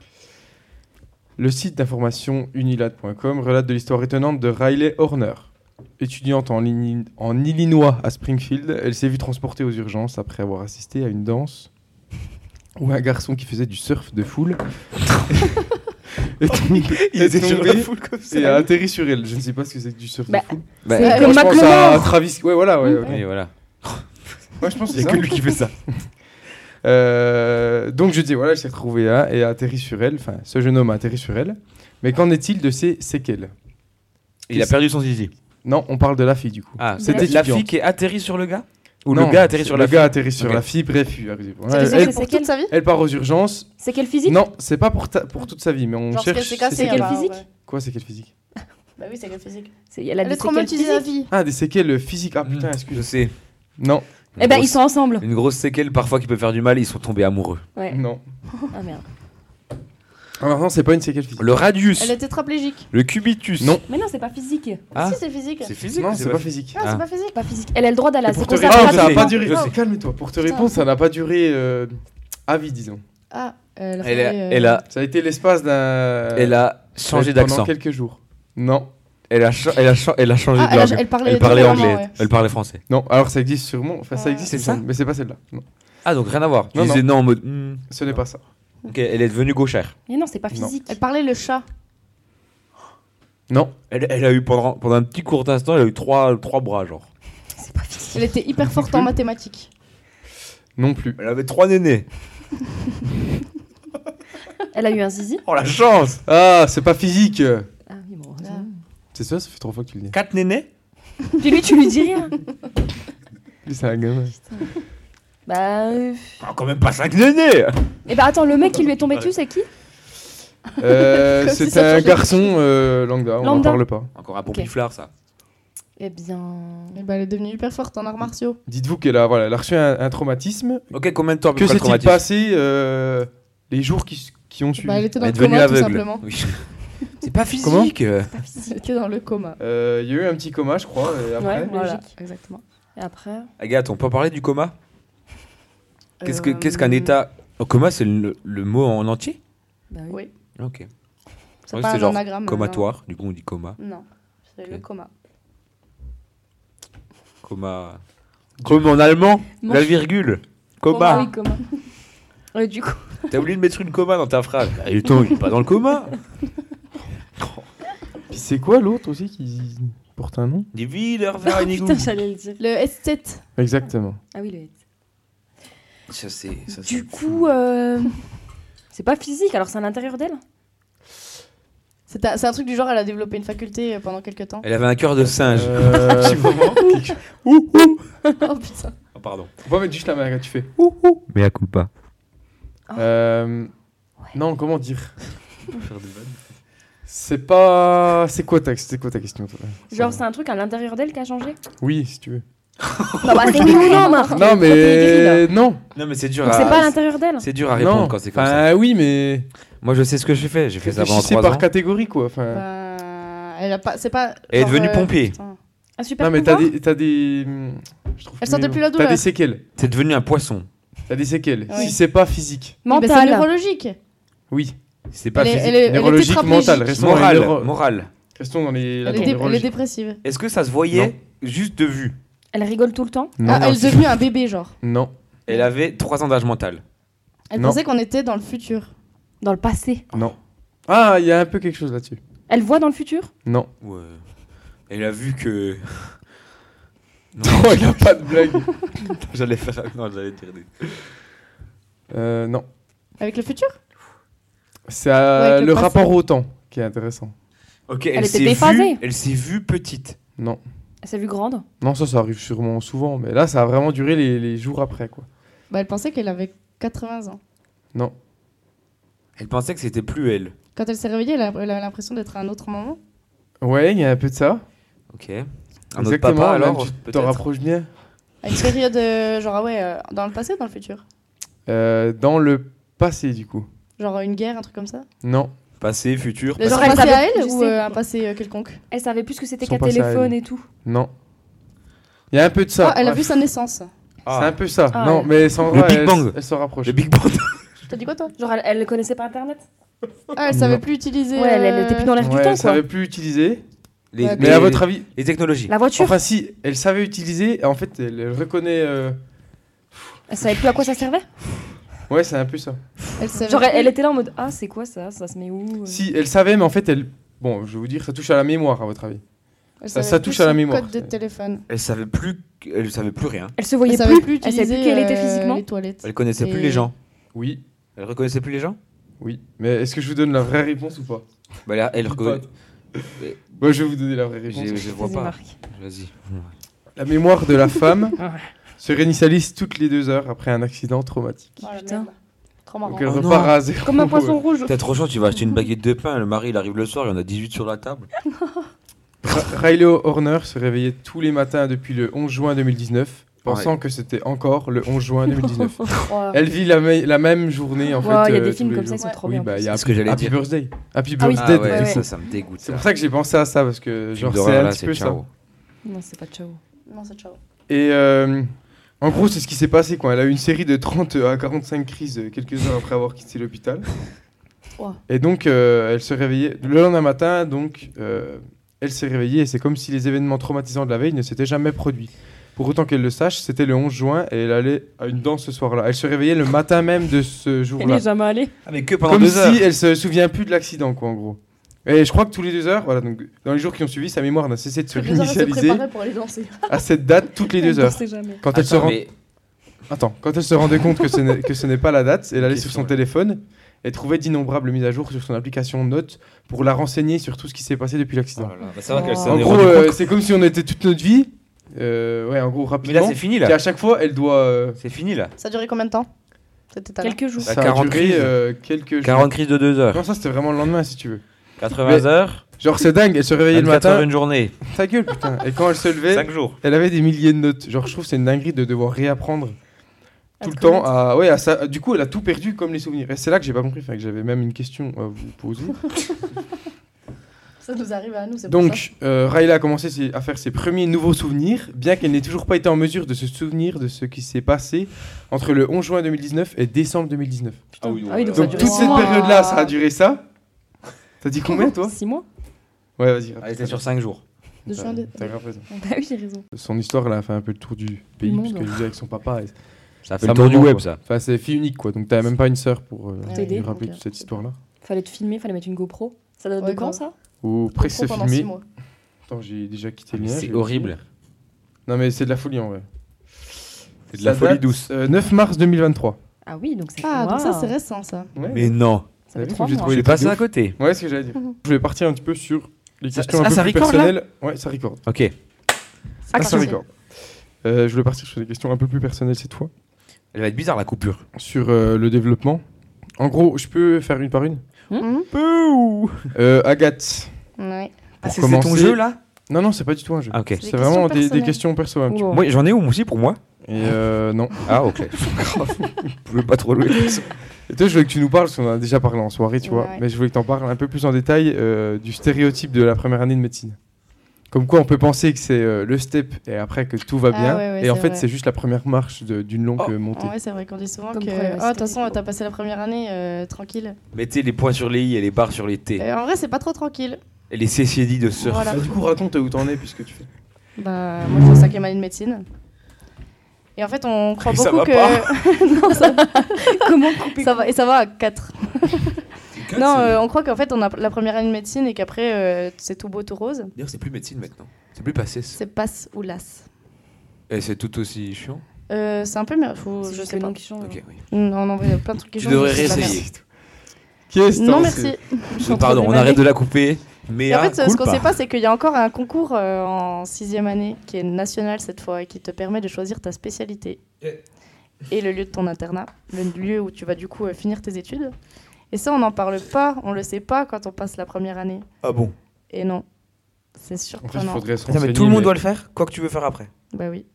Le site d'information unilad point com relate de l'histoire étonnante de Riley Horner. Étudiante en, Lini- en Illinois à Springfield, elle s'est vue transportée aux urgences après avoir assisté à une danse où un garçon qui faisait du surf de foule est tombé, est tombé et a atterri sur elle. Je ne sais pas ce que c'est que du surf Bah, de foule. Bah, C'est Moi, comme je pense McLemore. à Travis. Ouais, voilà. Ouais, ok. et voilà. Ouais, je pense que Il y c'est a ça. que lui qui fait ça. Euh, donc je dis voilà, elle s'est retrouvée là et a atterri sur elle. Enfin, ce jeune homme a atterri sur elle. Mais qu'en est-il de ses séquelles? Il a perdu son zizi. Non, on parle de la fille du coup. Ah, Cette c'est la étudiante. fille qui est atterrie sur le gars Ou Non, le gars atterrit sur le la gars fille atterrit sur Ok. la fille. Bref, il arrive. C'est elle, que c'est- elle- c'est Pour quel- toute sa vie. elle part aux urgences. C'est quelle physique Non, c'est pas pour, ta- pour toute sa vie, mais on Genre, ce qu'elle cherche. s'est cassé. c'est quelle bah, physique ouais. Quoi, c'est quelle physique? Bah oui, c'est quelle physique. C'est- Elle a Elle des est séquelles traumatisée à physiques. vie. Ah, des séquelles physiques. Ah putain, Je excuse. sais. Non, Une Eh ben ils grosse- sont ensemble. Une grosse séquelle parfois qui peut faire du mal, ils sont tombés amoureux. Ouais. non. Ah merde. Alors non, c'est pas une séquelle physique. Le radius, Elle est tétraplégique. le cubitus. Non. Mais non, c'est pas physique. Ah, Si, c'est physique. c'est physique Non, ou c'est pas physique. Ah, Ah. c'est pas physique. Pas physique. Elle a le droit d'aller à Et ses pour te concerts répondre, je ça n'a sais. pas duré. Je Oh, sais. calme-toi. Pour te Putain. répondre, ça n'a pas duré euh, à vie, disons. Ah, elle a Elle, fait, a, euh, elle, a, Ça a été l'espace d'un. elle a changé pendant d'accent. quelques jours. Non, Elle a, cha- elle, a cha- elle a changé Ah, de elle, a- langue. elle parlait, Elle parlait différemment, anglais, ouais. elle parlait français. non. Alors ça existe sûrement. Enfin, ça Ouais. existe. C'est il me ça semble, mais c'est pas celle-là. Non, Ah, donc rien à voir. Tu Non, disais non. non en mode. hmm. ce n'est pas ça. Ok, elle est devenue gauchère. Mais non, c'est pas Non. physique. Elle parlait le chat. Non. Elle, elle a eu pendant, pendant un petit court instant, elle a eu trois, trois bras, genre. C'est pas physique. Elle était hyper forte en mathématiques. Non plus. Elle avait trois nénés. Elle a eu un zizi. Oh la chance! Ah, c'est pas physique. Ah oui, bon. Ah. C'est ça, ça fait trois fois que tu le dis. Quatre nénés? Puis lui, tu lui dis rien. Lui, c'est un gamin. Bah. Euh... Oh, quand même pas cinq nénés! Et bah attends, le mec qui lui est tombé dessus, c'est qui Euh, Comme si c'est ça un changeait garçon euh, lambda, on n'en Lambda. parle pas. Encore un bon Ok. piflard, ça. Eh bien. Et bah, elle est devenue hyper forte en arts martiaux. Dites-vous qu'elle a, voilà, elle a reçu un, un traumatisme. Ok, combien de temps Que après le s'est-il traumatisme passé euh, les jours qui, qui ont suivi Bah, elle était dans Elle le est devenue coma, tout aveugle. simplement. Oui. C'est pas physique. Comment Elle était dans le coma. Euh, Il y a eu un petit coma, je crois, et après. Ouais. Voilà, Logique. exactement. Et après. Agathe, on peut parler du coma Qu'est-ce que- Euh, qu'est-ce qu'un état. Au coma, c'est le, le mot en entier Bah oui. Oui. Ok. C'est Ouais, pas c'est un genre anagramme. comatoire, du coup on dit coma. Non, non c'est Ok. le coma. Coma. Comme en allemand, Mange- la virgule. Ah Coma. oui, coma. Ouais, du coup. T'as oublié de mettre une coma dans ta phrase. Bah, le temps, il est pas dans le coma. Puis c'est quoi l'autre aussi qui porte un nom? Des villes, Oh, Verenigou. putain, j'allais le dire. Le S sept. Exactement. Ah oui, le. Ça c'est. ça, Du c'est- coup, euh... c'est pas physique, alors c'est à l'intérieur d'elle. C'est un, c'est un truc du genre, elle a développé une faculté euh, pendant quelques temps. Elle avait un cœur de singe. Euh, Petit moment. ouh, ouh. Oh putain. Oh, pardon. Faut pas mettre juste la main quand tu fais. Mais à coup pas. Euh, Non, comment dire? C'est pas. C'est quoi ta, c'est quoi ta question toi Genre, c'est un truc à l'intérieur d'elle qui a changé. Oui, si tu veux. Bah, bah, c'est mignon, non, Marc. Non, Trop t'es gris, là. mais. Non. Non mais c'est dur Donc, à. c'est pas à l'intérieur d'elle. C'est dur à répondre Non. quand c'est comme ça. Enfin, oui, mais. Moi je sais ce que j'ai fait. J'ai fait ça pendant Réfléchissez trois par ans. catégorie, quoi. Enfin. Bah, elle a pas. C'est pas. Elle est genre, devenue euh, pompier. putain. Un super Non, mais t'as pouvoir. des. T'as des... hum, Je trouve Elle sentait mieux. plus la T'as douleur. des séquelles. C'est devenu un poisson. T'as des séquelles. Oui. Si c'est pas physique. Mais c'est Mental. neurologique. Oui. C'est pas Elle est- physique. elle est- elle est Neurologique, tétraplégique. mental. Restons dans les Moral. neuro- Moral. Restons dans les. la Elle est, dé- elle est neurologie. dépressive. Est-ce que ça se voyait Non. juste de vue? Elle rigole tout le temps. Non, Ah, non, elle est c'est- devenue un bébé, genre. Non. Elle avait trois ans d'âge mental. Elle Non. pensait qu'on était dans le futur. Dans le passé. Non. Ah, il y a un peu quelque chose là-dessus. Elle voit dans le futur. Non. Ouais. Elle a vu que. Non, il n'y a pas de blague. J'allais faire. Non, j'allais dire des. Euh, non. Avec le futur? C'est Ouais, euh, avec le le passé. rapport au temps qui est intéressant. Ok, Elle elle, était s'est déphasée. vue. Elle s'est vue petite. Non. Elle s'est vue grande. Non, ça, ça arrive sûrement souvent. Mais là, ça a vraiment duré les, les jours après, quoi. Bah, elle pensait qu'elle avait quatre-vingts ans. Non. Elle pensait que c'était plus elle. Quand elle s'est réveillée, elle a, elle a l'impression d'être à un autre moment. Ouais, il y a un peu de ça. Ok. Un autre Exactement. papa même alors tu t'en peut-être. rapproches bien. À une période, euh, genre, ah ouais, euh, dans le passé ou dans le futur? Euh, dans le passé, du coup. Genre une guerre, un truc comme ça? Non. Passé, futur. Le Genre, genre elle passé savait- à elle je ou sais. euh, un passé euh, quelconque? Elle savait plus que c'était Son qu'un passé à téléphone elle. et tout. Non. Il y a un peu de ça. Ah, elle a Ouais. vu sa naissance. Ah. C'est un peu ça. Ah, non, ouais. mais Sandra, Le Big elle, Bang. elle se rapproche. Le Big Bang. T'as dit quoi, toi? Genre, elle, elle connaissait pas Internet. Ah, elle savait Non. plus utiliser. Ouais, elle, elle euh, était plus dans l'air du Ouais, temps, elle quoi. savait plus utiliser. Les, Ouais, Mais à votre avis, les technologies. La voiture. enfin si, elle savait utiliser. En fait, elle, elle reconnaît. euh, Elle savait plus à quoi ça servait. Ouais, c'est un peu ça. Elle savait Genre, elle, plus. elle était là en mode ah, c'est quoi ça? Ça se met où? Si, elle savait, mais en fait, elle. Bon, je vais vous dire, ça touche à la mémoire, à votre avis. Elle ça- savait ça plus touche à la son mémoire. Code de téléphone. Elle savait plus. Elle savait plus rien. Elle se Elle voyait savait plus. plus Elle utiliser savait plus qu'elle était euh, physiquement. les toilettes. Elle connaissait plus Et- les gens. Oui, Elle reconnaissait plus les gens. oui. Mais est-ce que je vous donne la vraie réponse ou pas? Bah elle, elle Ou reconnaît. pas Moi, je vais vous donner la vraie réponse. Je je vois Vas-y, pas. Marc. Vas-y. La mémoire de la femme Ah ouais. se réinitialise toutes les deux heures après un accident traumatique. Oh, la Putain. merde. Trop marrant. Donc elle Oh repart non. à zéro. Comme un poisson rouge. T'es trop chaud, tu vas acheter une baguette de pain. Le mari il arrive le soir, il y en a dix-huit sur la table. Ra- Riley Horner se réveillait tous les matins depuis le onze juin deux mille dix-neuf, pensant Ouais. que c'était encore le onze juin deux mille dix-neuf. Ouais. Elle vit la, me- la même journée en Ouais, fait. il y a euh, des tous films les comme ça, ils jours. sont trop Oui, bien. bah il y a C'est ce que j'allais Happy dire. Birthday. Happy Ah oui. Birthday. Ah ouais, ouais, du ouais. coup. ça, ça me dégoûte. C'est ça. pour ça que j'ai pensé à ça parce que Film genre c'est d'horreur, un là, petit c'est peu ça. ciao. Non, c'est pas ciao. Non, c'est ciao. Et euh, en gros, c'est ce qui s'est passé quand elle a eu une série de trente à quarante-cinq crises euh, quelques heures après avoir quitté l'hôpital. Wow. Et donc, euh, elle se réveillait le lendemain matin. Donc, euh, elle s'est réveillée et c'est comme si les événements traumatisants de la veille ne s'étaient jamais produits. Pour autant qu'elle le sache, c'était le onze juin et elle allait à une danse ce soir-là. Elle se réveillait le matin même de ce Elle jour-là. n'est jamais allée. Ah mais que pendant Comme deux si heures. elle se souvient plus de l'accident, quoi, en gros. Et je crois que tous les deux heures, voilà, donc dans les jours qui ont suivi, sa mémoire n'a cessé de se Deux heures, elle se réinitialiser préparait pour aller danser. à cette date toutes les deux Elle heures. dansait jamais. Quand elle se Attends, rend... mais Attends, quand elle se rendait compte que ce n'est, que ce n'est pas la date, elle allait Ok, sur son ouais. téléphone et trouvait d'innombrables mises à jour sur son application Notes pour la renseigner sur tout ce qui s'est passé depuis Oh l'accident. là là, bah, ça va qu'elle Oh. s'en En est gros, rendue euh, compte. c'est comme si on était toute notre vie. euh, ouais, en gros, Mais rapidement. là c'est fini Puis là. à chaque fois, elle doit. euh, C'est fini là. Ça a duré combien de temps? Cet état-là. Quelques jours. Bah, ça a quarante duré crises. euh, quelques jours. quarante crises de deux heures. Non, ça c'était vraiment le lendemain si tu veux. quatre-vingts Mais- heures. Genre, c'est dingue, elle se réveillait le vingt-quatre heures matin. une journée. Ta gueule, putain. Et quand elle se levait, cinq jours. elle avait des milliers de notes. Genre, je trouve que c'est une dinguerie de devoir réapprendre À tout te le temps. remettre. À... Ouais, à ça. Du coup, elle a tout perdu comme les souvenirs. Et c'est là que j'ai pas compris. Enfin, que j'avais même une question à vous poser. Ça nous arrive à nous, c'est pour ça. Donc, euh, Riley a commencé ses- à faire ses premiers nouveaux souvenirs, bien qu'elle n'ait toujours pas été en mesure de se souvenir de ce qui s'est passé entre le onze juin deux mille dix-neuf et décembre deux mille dix-neuf. Ah oui, Ah oui, donc ça a Donc, duré toute six cette mois. période-là, ça a duré ça. T'as dit combien, toi? six mois. Ouais, vas-y. Elle était sur cinq jours. De T'as- juin de- T'as grave raison. Bah oui, j'ai raison. Son histoire, elle a fait un peu le tour du pays, monde. puisqu'elle vivait avec son papa. Et... Ça a fait C'est le un tour du moment, web, quoi. ça. Enfin, c'est fille unique, quoi. Donc, t'avais même pas une sœur pour euh, T'aider. lui rappeler Ok. toute cette histoire-là. Fallait te filmer, fallait mettre une GoPro. Ça date Ouais, de quand grave. ça? Ou presque se Trop pendant six filmer. mois. Attends, j'ai déjà quitté le lien. C'est j'ai horrible. oublié. Non, mais c'est de la folie en vrai. C'est de la Ça folie date, douce. euh, neuf mars deux mille vingt-trois. Ah oui, donc c'est Ah, donc ça, Waouh. c'est récent, ça. Ouais. Mais non. Ça fait T'as vu trois comme j'ai mois. trouvé Je les suis trucs passé de à ouf. côté. Ouais, c'est ce que j'allais dire. Je voulais partir un petit peu sur les Ça- questions ah, un peu ça plus record, là personnelles. Ouais, ça record. Ok. Ah, ça merci. record. Euh, je voulais partir sur des questions un peu plus personnelles cette fois. Elle va être bizarre, la coupure. Sur euh, le développement. En gros, je peux faire une par une. Mhm. Euh, Agathe. Ouais. Ah, Pour c'est c'est ton commencer- jeu, là Non, non, c'est pas du tout un jeu. Ah, ok. C'est Des vraiment questions des, des personnelles. questions perso un petit peu. Wow. Moi, j'en ai une aussi pour moi. Et euh, non. Ah, ok. Je voulais pas trop louer. Et toi, je voulais que tu nous parles, parce qu'on en a déjà parlé en soirée, tu vois. Ouais. Mais je voulais que tu en parles un peu plus en détail euh, du stéréotype de la première année de médecine. Comme quoi, on peut penser que c'est euh, le step et après que tout va Ah bien. ouais, ouais, et en c'est fait, vrai. c'est juste la première marche de- d'une longue Oh. euh, montée. Ouais, c'est vrai qu'on dit souvent Comme que. quoi, la Oh, de toute cité façon, des t'as passé la première année euh, tranquille. Mettez les points sur les i et les barres sur les t. Euh, en vrai, c'est pas trop tranquille. Et les C C D de surf. Voilà. Bah, du coup, raconte où t'en es, puisque tu fais. Bah, moi, je suis en cinquième année de médecine. Et en fait, on croit Ça beaucoup va que. non, ça va. Comment couper Ça va, et ça va à quatre. Non, euh, on croit qu'en fait, on a la première année de médecine et qu'après, euh, c'est tout beau, tout rose. D'ailleurs, c'est plus médecine maintenant. C'est plus passé. C'est passe ou las. Et c'est tout aussi chiant. Euh, c'est un peu, mais faut, C'est je juste sais le pas. nom qui change. Ok, oui. Non, non, il y a plein de trucs qui Tu changent, devrais mais c'est de la réessayer. merde. Qu'est-ce que Non, t'en merci. sais Je suis en train Pardon, de on m'évader. arrête de la couper. Mais Et en ah, fait, ce cool qu'on pas. sait pas, c'est qu'il y a encore un concours euh, en sixième année qui est national cette fois et qui te permet de choisir ta spécialité et le lieu de ton internat, le lieu où tu vas du coup euh, finir tes études. Et ça, on n'en parle pas, on le sait pas quand on passe la première année. Ah bon. Et non, c'est En fait, il surprenant. faudrait se Attends, mais renseigner, tout le monde mais- doit le faire, quoi que tu veux faire après. Bah oui.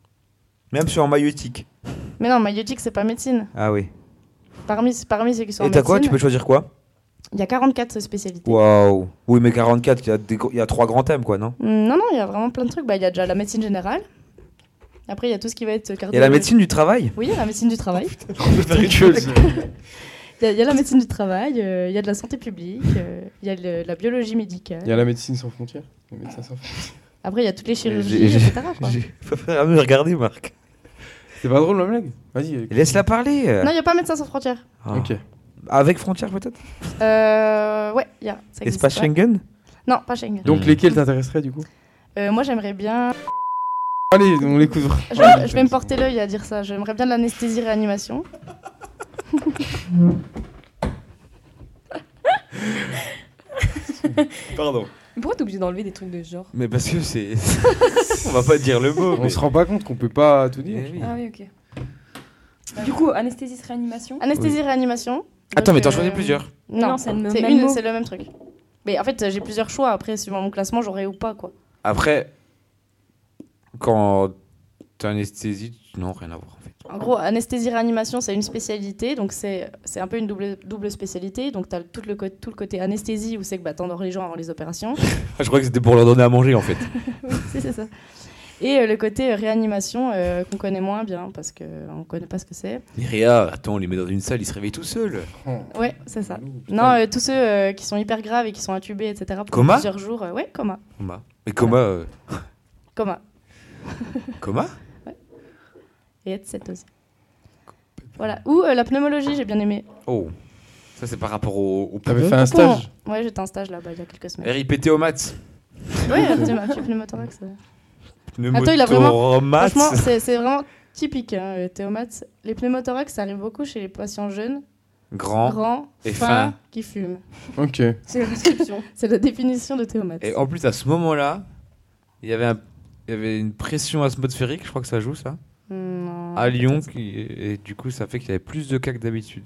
Même sur un maillot éthique. Mais non, maïotique, c'est pas médecine. Ah oui. Parmi, parmi ceux qui sont en Et t'as quoi médecine, Tu peux choisir quoi il y a quarante-quatre spécialités. Waouh. Oui, mais quarante-quatre, il y, a des gros- il y a trois grands thèmes, quoi, non Mm, Non, non, il y a vraiment plein de trucs. Bah, il y a déjà la médecine générale. Après, il y a tout ce qui va être Il y a la cardiologie. médecine du travail. Oui, la médecine du travail. Ta gueule, ça. Il y, a- il y a la médecine du travail, euh, il y a de la santé publique, euh, il y a le- la biologie médicale. Il y a la médecine sans frontières. Les médecins sans frontières. Après, il y a toutes les chirurgies, J'ai- j'ai- et cetera quoi. J'ai pas fait à me regarder, Marc. C'est pas drôle, ma blague. Vas-y. Alex. Laisse-la parler. Non, il n'y a pas médecin sans frontières. Ah. Ok. Avec frontières, peut-être Euh, ouais, il y a. Ça existe, Espace ouais. Schengen Non, pas Schengen. Donc, Hmm. lesquels t'intéresseraient, du coup Euh, moi, j'aimerais bien. Allez, on l'écoute. Je vais, je vais me porter l'œil à dire ça. J'aimerais bien de l'anesthésie-réanimation. Pardon. Mais pourquoi t'es obligé d'enlever des trucs de ce genre? Mais parce que c'est. On va pas dire le mot. On mais- se rend pas compte qu'on peut pas tout dire. Eh oui. Ah oui, ok. Du coup, anesthésie réanimation. Anesthésie-réanimation. Attends, mais Donc, t'en euh, choisis plusieurs. Non, Non, c'est le c'est même une- mot. c'est le même truc. Mais en fait, j'ai plusieurs choix. Après, suivant mon classement, j'aurai ou pas, quoi. Après, quand t'as anesthésie, tu- non, rien à voir en fait. En gros, anesthésie-réanimation, c'est une spécialité. Donc, c'est c'est un peu une double, double spécialité. Donc, tu as tout le, co- tout le côté anesthésie où c'est que bah, t'endors les gens avant les opérations. Je crois que c'était pour leur donner à manger en fait. Oui, si, c'est ça. Et euh, le côté euh, réanimation euh, qu'on connaît moins bien parce qu'on connaît pas ce que c'est. Mais Réa, attends, on les met dans une salle, ils se réveillent tout seuls. Ouais, c'est ça. Putain. Non, euh, tous ceux euh, qui sont hyper graves et qui sont intubés, et cetera. Pour Coma plusieurs jours. euh, ouais, coma. Coma. Mais coma. euh, Coma. Coma Et et cetera aussi. Voilà. Ou euh, la pneumologie, j'ai bien aimé. Oh. Ça, c'est par rapport au, au T'avais poumon. fait un stage. Ouais, j'étais en stage là-bas il y a quelques semaines. R I P T au maths. Ouais, un petit, un petit pneumothorax. euh. Attends, il a Pneumothorax. Franchement, c'est c'est vraiment typique, hein, euh, Théomath. Les pneumothorax, ça arrive beaucoup chez les patients jeunes, Grand. grands, et fins, fin. qui fument. Ok. C'est la description. C'est la définition de Théomath. Et en plus, à ce moment-là, il y avait un- il y avait une pression atmosphérique, je crois que ça joue ça, Non, à Lyon, peut-être. qui, et du coup, ça fait qu'il y avait plus de cas que d'habitude.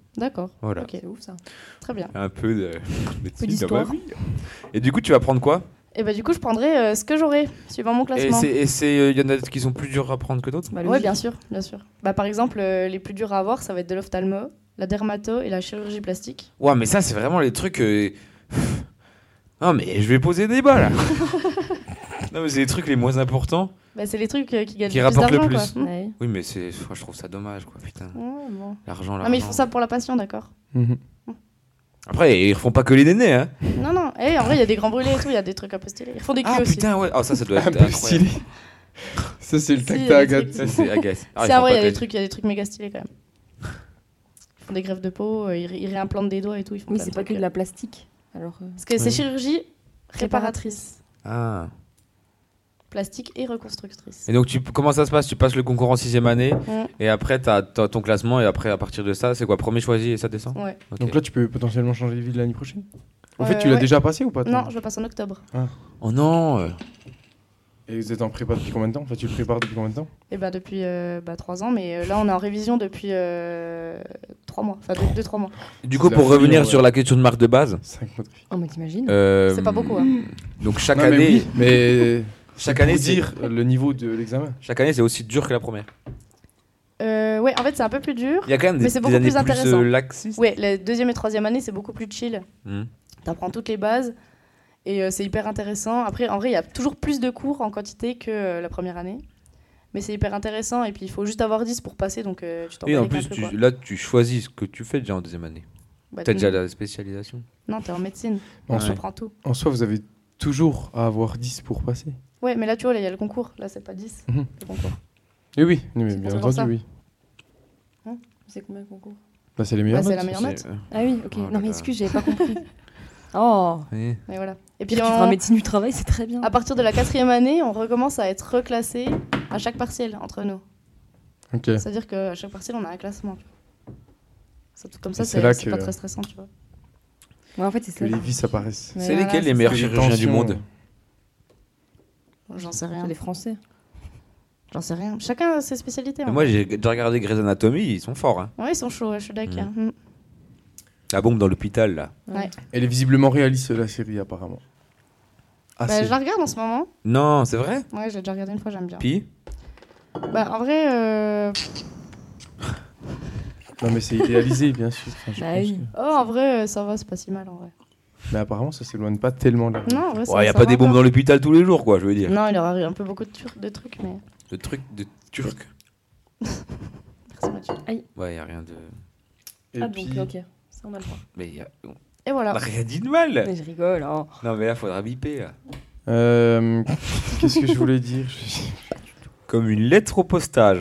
D'accord. Voilà. Ok. C'est ouf ça. Très bien. Un peu de médecine d'histoire. dans ma vie. Et du coup, tu vas prendre quoi? Et bah du coup, je prendrai euh, ce que j'aurai, suivant mon Et classement. c'est, et c'est, il y en a qui sont plus durs à prendre que d'autres? Bah, Ouais, logique. bien sûr, bien sûr. Bah par exemple, euh, les plus durs à avoir, ça va être de l'ophtalmo, la dermato et la chirurgie plastique. Ouais, mais ça, c'est vraiment les trucs. euh, Non, mais je vais poser des débat là. Non, mais c'est les trucs les moins importants. Bah c'est les trucs euh, qui gagnent Qui le plus rapportent le d'argent, plus. quoi. Hmm. Ouais. Oui, mais c'est, moi, je trouve ça dommage, quoi, putain. Ouais, bon. L'argent, l'argent. Ah mais ils font ça pour la passion, d'accord. Mhm. Après, ils refont pas que les nénés, hein. Non, non. Eh, en vrai, il y a des grands brûlés et tout, il y a des trucs un peu stylés. Ils font des culs Ah aussi. putain, ouais. Oh, ça, ça doit Un être peu incroyable. stylé. Ça, c'est le Si, tac il y a à des Agathe. trucs- Ça, c'est agace. Ah, c'est ils en font vrai, il y pas a des que- trucs, il y a des trucs méga stylés quand même. Ils font des greffes de peau, euh, ils, ré- ils réimplantent des doigts et tout. Ils font Oui, plein c'est de pas trucs, que de la plastique. Alors. euh, Parce que c'est Ouais. chirurgie réparatrice, Ah. plastique et reconstructrice. Et donc, tu, comment ça se passe? Tu passes le concours en sixième année, Mm. et après, t'as, t'as ton classement, et après, à partir de ça, c'est quoi? Premier choisi et ça descend? Ouais. Ok. Donc là, tu peux potentiellement changer de ville l'année prochaine. En Euh, fait, tu l'as ouais. déjà passé ou pas toi Non, je le passe en octobre. Oh non euh. Et vous êtes en prépa depuis combien de temps? Enfin, tu le prépares depuis combien de temps? Et bah depuis euh, bah, trois ans, mais euh, là on est en révision depuis euh, trois mois, enfin deux, deux, trois mois. Du coup, C'est pour la folie, revenir ouais. sur la question de marque de base, cinq mois de vie. Oh, mais t'imagines euh, C'est pas beaucoup, hein. Donc, chaque Non, mais année, oui, mais chaque pour année, c'est, dire le niveau de l'examen. chaque année, c'est aussi dur que la première. Euh, ouais, en fait c'est un peu plus dur. Il y a quand même Mais des, c'est des beaucoup années plus plus, intéressant. euh, laxistes. Ouais, la deuxième et troisième année c'est beaucoup plus chill. Hmm. T'apprends toutes les bases et euh, c'est hyper intéressant. Après, en vrai, il y a toujours plus de cours en quantité que euh, la première année. Mais c'est hyper intéressant et puis il faut juste avoir dix pour passer, donc euh, tu t'en Et bats en les plus, couilles, tu- quoi. là, tu choisis ce que tu fais déjà en deuxième année. Bah, T'as tu- déjà la spécialisation. Non, t'es en médecine, En, on Ouais. soi, prend tout. en soi, vous avez toujours à avoir dix pour passer. Ouais, mais là tu vois, là il y a le concours, là c'est pas dix, Mhm. le concours. Et oui, oui, mais C'est bien toujours entendu, ça. oui. C'est combien le concours? Bah, c'est les meilleurs. Bah, c'est la meilleure note. C'est- Ah oui, ok. Oh là non, mais là. excuse, j'avais pas compris. Oh Oui. Mais voilà. Et Puis puis tu en- feras médecine du travail, c'est très bien. à partir de la quatrième année, on recommence à être reclassé à chaque partiel entre nous. Ok. C'est-à-dire qu'à chaque partiel, on a un classement. tu vois. Ça, tout comme ça, Et c'est c'est là c'est que- pas très stressant, tu vois. Ouais, en fait, c'est Que ça. les vies apparaissent. Mais C'est voilà, lesquels les c'est meilleurs ça. chirurgiens du Tension, monde? euh. J'en sais rien. C'est les Français. J'en sais rien. Chacun a ses spécialités. Mais hein. moi, j'ai déjà regardé Grey's Anatomy, ils sont forts. Hein. Ouais, ils sont chauds, ouais, je suis d'accord. Mm. Mm. La bombe dans l'hôpital, là. Ouais. Elle est visiblement réaliste, la série, apparemment. Ah, Bah, c'est- je la regarde en ce moment. Non, c'est vrai? Ouais, j'ai déjà regardé une fois, j'aime bien. Puis Bah, en vrai, euh... Non, mais c'est idéalisé, bien sûr. Enfin, je Bah pense oui. que- oh, en vrai, euh, ça va, c'est pas si mal en vrai. Mais apparemment, ça s'éloigne pas tellement de la Non, en vrai, ça Ouais, y a ça pas va des bombes encore. dans l'hôpital tous les jours, quoi, je veux dire. Non, il aura eu un peu beaucoup de, tur- de trucs, mais. Le truc de turc. Merci, Mathieu. Ouais, y a rien de. Et Ah, puis, donc, ok. Ça, on a le droit. Mais y a... Et on voilà. a rien dit de mal. Mais je rigole, hein. Non, mais là, faudra biper, là. euh, qu'est-ce que je voulais dire? Je- Comme une lettre au postage.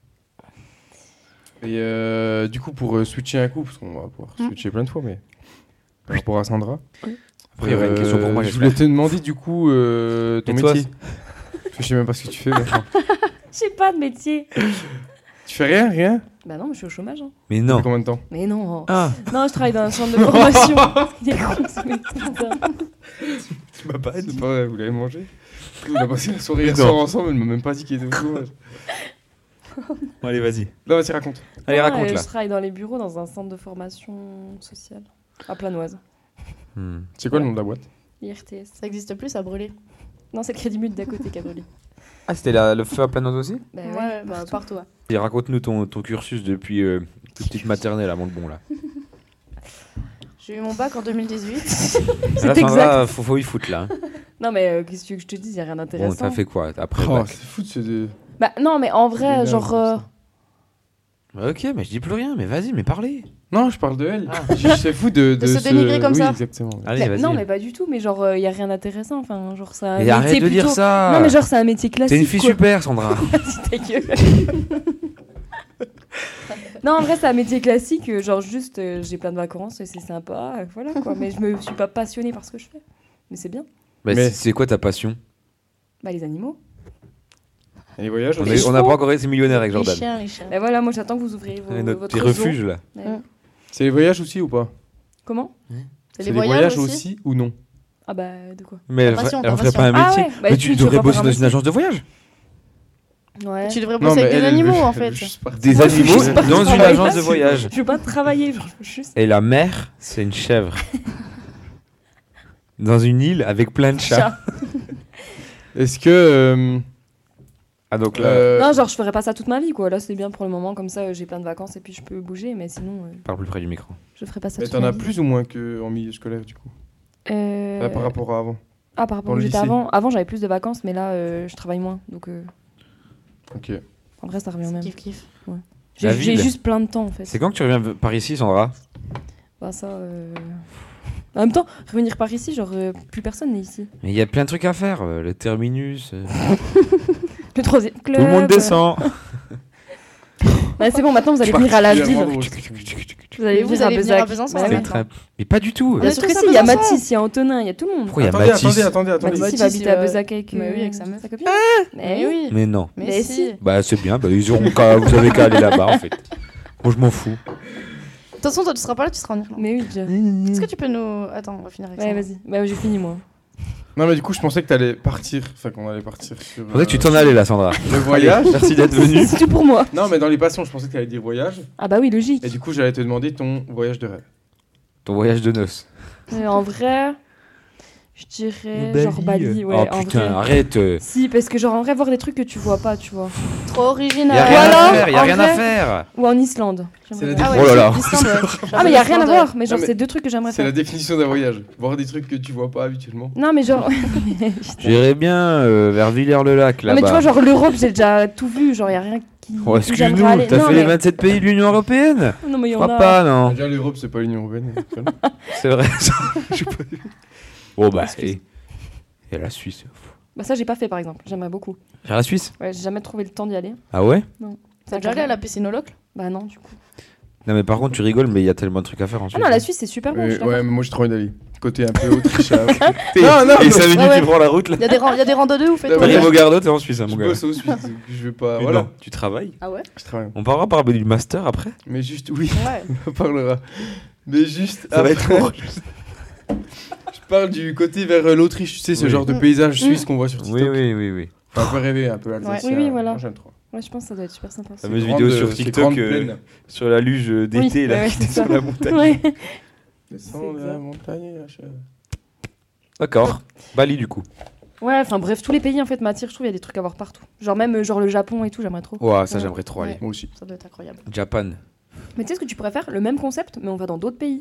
Et euh, du coup, pour euh, switcher un coup, parce qu'on va pouvoir Mm. switcher plein de fois, mais par rapport à Sandra. Après, il y aurait une question pour moi, je j'espère. voulais te demander du coup euh, ton Et toi, métier. Parce que je sais même pas ce que tu fais. maintenant. J'ai pas de métier. Tu fais rien, rien? Bah non, mais je suis au chômage. Hein. Mais Depuis non. combien de temps? Mais non. Ah, Non, je travaille dans un centre de formation. Il est con, ce mec, putain. Tu m'as pas dit. C'est pas vrai, vous l'avez mangé? On a passé la soirée hier Non. soir ensemble, elle m'a même pas dit qu'il était au chômage. bon, allez, vas-y. Là, vas-y, raconte. Allez, Ouais, raconte, Je là. travaille dans les bureaux dans un centre de formation sociale. À Planoise. Hmm. C'est quoi le nom de la boîte? I R T S. Ça existe plus, ça a brûlé. Non, c'est Crédit Mut d'à côté qui a brûlé. Ah, c'était la- le feu à Planoise aussi? Bah Ouais, bah, partout. ouais. Et raconte-nous ton, ton cursus depuis euh, toute petite maternelle à Montebon, là. J'ai eu mon bac en deux mille dix-huit. Là, C'est Sandra, exact. faut, faut y foutre, là. hein. Non, mais euh, qu'est-ce que tu veux que je te dise? Il y a rien Bon, d'intéressant. t'as fait quoi après le Oh, bac? c'est fou de ce. Bah non, mais en vrai, Énorme, genre. euh, ça. Ok, mais je dis plus rien, mais vas-y, mais parlez. Non, je parle de elle. Je c'est fou de, De se ce- dénigrer comme oui, ça. Exactement. Allez, mais- vas-y. non, mais pas du tout. Mais genre, il y a rien d'intéressant. Enfin, genre, ça. Mais arrête de dire ça. Non, mais genre, c'est un métier classique. T'es une fille quoi. super, Sandra. Vas-y, ta gueule. Non, en vrai, c'est un métier classique. euh, Genre, juste, euh, j'ai plein de vacances et c'est sympa. euh, Voilà quoi. Mais je me suis pas passionnée par ce que je fais. Mais c'est bien. Bah, Mais- c'est- c'est quoi ta passion? Bah, les animaux. Et les voyages On aussi. est- on n'a pas encore été millionnaire avec Les Jordan. chiens, les chiens. Bah voilà, moi, j'attends que vous ouvriez vos, Et notre votre petit zoo. refuge, là. Ouais. C'est les voyages aussi ou pas? Comment? C'est les voyages aussi ou non? Ah bah, de quoi? Mais elle, Ta passion, ferait- elle ta ferait pas un passion. Ah métier. ouais, bah, Mais tu- tu tu devrais vas bosser faire un dans une métier. agence de voyage. Ouais. Tu devrais Non, bosser mais avec elle, des elle animaux veut- en elle veut fait. juste partir. Des Moi, je veux animaux juste pas dans une travailler. agence de voyage. Je veux pas travailler, je veux juste. Et la mère, c'est une chèvre. Dans une île avec plein de chats. Chat. Est-ce que. euh, Ah donc là, euh, Non, genre je ferais pas ça toute ma vie quoi. Là c'est bien pour le moment, comme ça euh, j'ai plein de vacances et puis je peux bouger, mais sinon euh, parle plus près du micro. je ferais pas ça mais toute t'en ma as vie. plus ou moins qu'en milieu scolaire du coup Euh, Euh, Par rapport à avant. Ah, par rapport dans où le j'étais lycée. avant. Avant j'avais plus de vacances, mais là euh, je travaille moins, donc euh, Ok. en vrai ça revient au même. Kiff kiff. J'ai La j'ai ville. juste plein de temps en fait. C'est quand que tu reviens par ici, Sandra? Bah ça. euh, En même temps, revenir par ici, genre euh, plus personne n'est ici. Mais il y a plein de trucs à faire. euh, le terminus. euh, Le troisième club. Tout le monde descend. Bah, c'est bon, maintenant vous allez venir à la ville. Particulièrement drôle. Vous allez Et vous venir à allez venir à Bezac. Besançon, Bah, ouais. ouais. C'est très- Mais pas du tout. On Bien est sûr tous que à si, il y a Besançon. Mathis, il y a Antonin, il y a tout le monde. Pourquoi il y a Attendez, Mathis? attendez, attendez, attendez. Mathis Mathis, va habiter à euh, Bezac avec mais euh, oui, avec sa meuf. sa copine. Mais Mais oui. Mais non. Mais Mais si. si. Bah c'est bien. Bah, ils auront qu'à- vous avez qu'à aller là-bas en fait. Moi je m'en fous. De toute façon, toi, tu seras pas là, tu seras en Irlande. Mais oui, déjà. Est-ce que tu peux nous. Attends, on va finir avec Ouais, ça. vas-y. Bah, j'ai fini moi. Non, mais du coup, je pensais que t'allais partir. Enfin, qu'on allait partir sur. Faudrait que tu euh, t'en allais là, Sandra. Le voyage. Merci d'être venu. C'est tout pour moi. Non, mais dans les passions, je pensais que t'allais dire voyage. Ah, bah oui, logique. Et du coup, j'allais te demander ton voyage de rêve. Ton voyage de noces. Euh, en vrai, je dirais genre Bali. Ouais, oh en putain, vrai. arrête. euh. Si, parce que genre en vrai, voir des trucs que tu vois pas, tu vois. Trop Y a original. rien Voilà, à faire. Y a en rien à vrai. faire. Ou en Islande. J'aimerais C'est la bien. Ah ouais, Oh là là. l'Islande, ouais. Ah, mais y a rien à L'Islande, voir. Mais genre, Non, mais c'est deux trucs que j'aimerais C'est la faire. définition d'un voyage. Voir des trucs que tu vois pas habituellement. Non, mais genre. J'irais bien euh, vers Villers-le-Lac Non, mais tu vois, là-bas. genre l'Europe, j'ai déjà tout vu. Genre, y a rien qui. Oh, où excuse-nous, j'aimerais aller. t'as Non, fait les mais- vingt-sept pays de l'Union Européenne? Non, mais y Je en crois a. pas, non. Déjà, l'Europe, c'est pas l'Union Européenne. actuellement. C'est vrai. ça. Je sais pas. Bon bah, et, et la Suisse. Bah, ça, j'ai pas fait par exemple. J'aimerais beaucoup. Vers la Suisse? Ouais, j'ai jamais trouvé le temps d'y aller. Ah ouais? T'as déjà allé à la piscine au locle? Bah, non, du coup. Non mais par contre tu rigoles, mais il y a tellement de trucs à faire en Ah Suisse. non, la Suisse, c'est super bon. je Euh, suis d'accord. ouais, mais moi, j'ai trop envie d'aller. Côté un peu Autriche. à- Et- Non, non, Et mais- cinq minutes Ouais, ouais. tu prends la route là. Il y a des ran- il y a des randos de ouf et Bah, tout. ouais. Arrive au Gardeau, t'es en Suisse, hein, Je mon gars. bosse au Suisse. donc Je vais pas. Mais Voilà. non, tu travailles. Ah ouais? Je travaille. On parlera parler du master après. Mais juste, oui, Ouais. on parlera. Mais juste. Ça va après, être drôle. Je parle du côté vers euh, l'Autriche, tu sais, ce Oui. genre de Mm. paysage suisse qu'on voit sur Oui, TikTok. oui, oui, oui. Enfin, un peu rêver, un peu alsacien. Oui, oui, voilà. Moi, j'aime trop. Ouais, je pense que ça doit être super sympa. La fameuse Grande, vidéo euh, sur ces TikTok grandes euh, plaines. sur la luge euh, d'été Oui, là, ouais, qui était c'est sur ça. la montagne. Ouais. Descends C'est la exact. montagne, la chèvre. D'accord. Bali du coup. Ouais, enfin bref, tous les pays en fait m'attirent, je trouve, il y a des trucs à voir partout. Genre même euh, genre le Japon et tout, j'aimerais trop. Ouah, ça Ouais. j'aimerais trop aller. Ouais. Moi aussi. Ça doit être incroyable. Japan. Mais tu sais ce que tu pourrais faire? Le même concept, mais on va dans d'autres pays.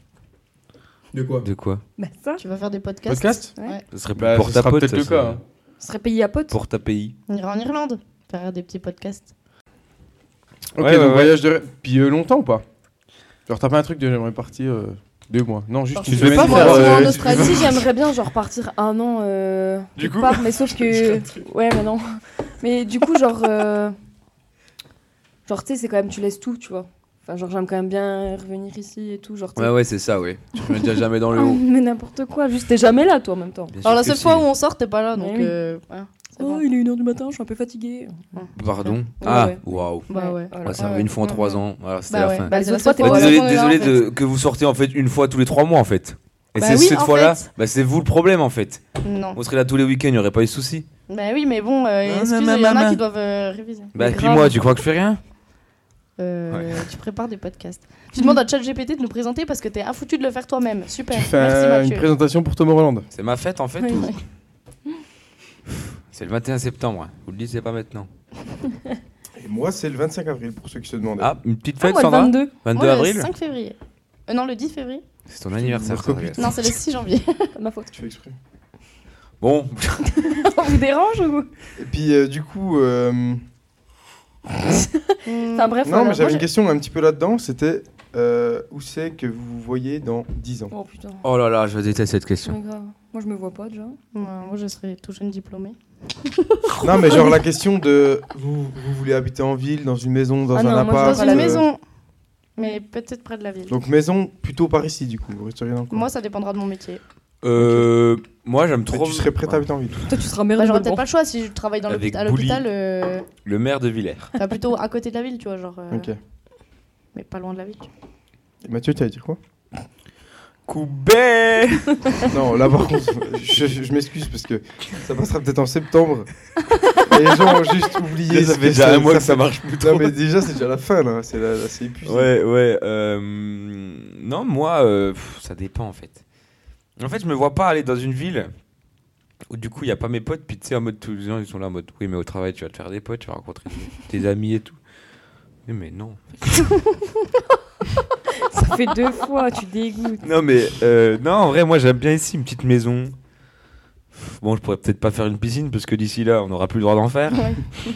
De quoi De quoi? Bah ça, Tu vas faire des podcasts? Podcast Ouais. Ce serait plus Bah, pour ce ta sera pote. peut-être ça le serait- cas. hein. ce serait pays à potes. Pour ta pays. On ira en Irlande. Faire des petits podcasts. Ok, Ouais, donc ouais, ouais. voyage de rêve. Puis euh, longtemps ou pas? Genre, t'as pas un truc de j'aimerais partir euh, deux mois? Non, juste Parce une que tu semaine. veux pas pour, faire, euh, en tu- Australie. Si j'aimerais bien genre partir un an euh, Du quelque coup part, mais sauf que ouais mais non. Mais du coup genre euh, genre tu sais c'est quand même tu laisses tout, tu vois. Enfin genre j'aime quand même bien revenir ici et tout genre tu sais. ouais, c'est ça, ouais. Tu reviens déjà jamais dans Ah, mais n'importe quoi, juste t'es jamais là toi en même temps. Alors la seule fois où on sort, t'es pas là, donc. Mais oui. euh, ouais, c'est Oh, bon. il est une heure du matin, je suis un peu fatiguée. Pardon. Ouais, Ah, ouais. waouh. Bah ouais. voilà. Ouais, ça Ouais, arrive une fois en ouais. trois ans. Voilà, c'était Bah la ouais. fin. Bah, Les c'est la autres fois, seule t'es Ouais, fois pas où désolé, on est là, en désolé fait. de, que vous sortez en fait une fois tous les trois mois en fait. Et Bah c'est oui, cette en fois-là, fait. bah, c'est vous le problème en fait. Non. On serait là tous les week-ends, il n'y aurait pas eu de soucis. Bah oui, mais bon, euh, Non, excuse, non, il y en maman. a qui doivent euh, réviser. Bah, Mais puis grave. moi, tu crois que je fais rien? Euh, Tu prépares des podcasts. Tu demandes à ChatGPT de nous présenter parce que t'es infoutu de le faire toi-même. Super. Tu fais Merci un- une Mathieu. présentation pour Tom Holland. C'est ma fête en fait Oui. ou- C'est le vingt et un septembre. Vous le dites pas maintenant. Et moi, c'est le vingt-cinq avril pour ceux qui se demandaient. Ah, une petite Ah, fête, moi le Sandra vingt-deux. vingt-deux Moi, le avril cinq février. Euh, non, le dix février. C'est ton anniversaire. Marco ça, regarde. Non, c'est le six janvier. Pas de ma faute. Tu fais exprès. Bon, Ça vous dérange ou Et puis, euh, du coup. euh, Enfin bref, Non, voilà. mais j'avais Moi, une j'ai- question un petit peu là-dedans. C'était euh, où c'est que vous vous voyez dans dix ans? Oh putain. oh là là, je déteste cette question. Ouais, grave. Moi je me vois pas déjà. Ouais, moi, je serai tout jeune diplômée. Non, mais genre la question de vous, vous voulez habiter en ville, dans une maison, dans Ah un non, moi, je appart. Dans pas une la- euh, maison. Mais peut-être près de la ville. Donc maison plutôt par ici du coup. Vous resteriez dans le coin. Moi, ça dépendra de mon métier. Euh, moi j'aime Mais trop. tu serais prête à habiter en ville. Toi tu seras Bah, merde. j'aurais peut-être pas le choix si je travaille dans Avec l'hôpital- à Bouli. l'hôpital. euh, Le maire de Villers. Enfin, plutôt à côté de la ville, tu vois. Genre, euh, Ok. Mais pas loin de la ville. Et Mathieu, tu allais dire quoi? Koubé. Non, là par contre, je, je- je m'excuse parce que ça passera peut-être en septembre. Et les gens ont juste oublié. Ça ce fait déjà un mois que ça fait- marche plus Non, trop. mais déjà, c'est déjà la fin là. C'est la- là, c'est épuisé. Ouais, ouais. euh, Non, moi, euh, pff, ça dépend en fait. En fait, je me vois pas aller dans une ville où du coup, il y a pas mes potes. Puis tu sais, en mode, tous les gens, ils sont là en mode, oui, mais au travail, tu vas te faire des potes, tu vas rencontrer tes tes amis et tout. Mais, mais non. Ça fait deux fois, tu dégoûtes. Non, mais euh, non, en vrai, moi, j'aime bien ici une petite maison. Pff, Bon, je pourrais peut-être pas faire une piscine parce que d'ici là, on n'aura plus le droit d'en faire. Ouais.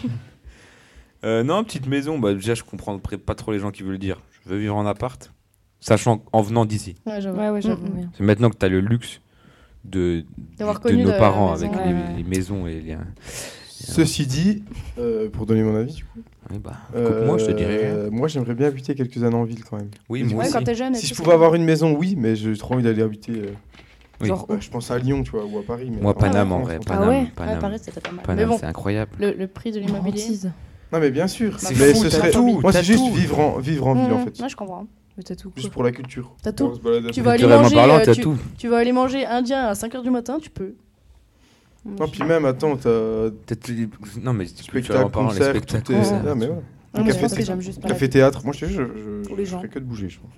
Euh, non, petite maison, bah déjà je comprends pas trop les gens qui veulent dire je veux vivre en appart, sachant en venant d'ici. Ouais, j'avoue. Ouais, ouais, j'avoue. Mm, mm. ouais. C'est maintenant que tu as le luxe de, D'avoir de connu nos la parents maison. avec Ouais, les, ouais. les maisons et les. Ceci dit, euh, pour donner mon avis, du coup. Oui, bah, écoute, moi je te dirais rien. euh, Moi, j'aimerais bien habiter quelques années en ville quand même. Oui, Et moi du Ouais, aussi. quand t'es jeune. et Si tout, je c'est pouvais avoir bien. une maison, oui, mais j'ai trop envie d'aller habiter. euh, Oui. Genre, ouais, je pense à Lyon, tu vois, ou à Paris. Mais Moi, en Paname en France, vrai. on- Ah Paname, ouais Paname. Ouais, Paris, c'était pas mal. Paname, Mais bon, c'est incroyable. le, le prix de l'immobilier. hantise. Non, mais bien sûr. Bah, mais fou, ce t'as serait tout, Moi, t'as c'est juste tout. vivre en, vivre en ville, en Mmh, fait. Ouais, je comprends. Mais t'as tout. Juste quoi. pour la culture. T'as Pour tout. se balader. Tu vas aller Culturellement manger, parlant, euh, t'as tu- tout. Tu vas aller manger indien à cinq heures du matin, tu peux. Non, puis même, attends, t'as Peut-être les- Non, mais spectacle, culturellement parlant, les concert, spectacles. tout est... Ouais. ça, Ah, mais ouais. Ah, Café, mais c'est- j'aime juste pas la Café vie. théâtre, moi je te jure, je, je, Pour les je gens. ferais que de bouger, je pense.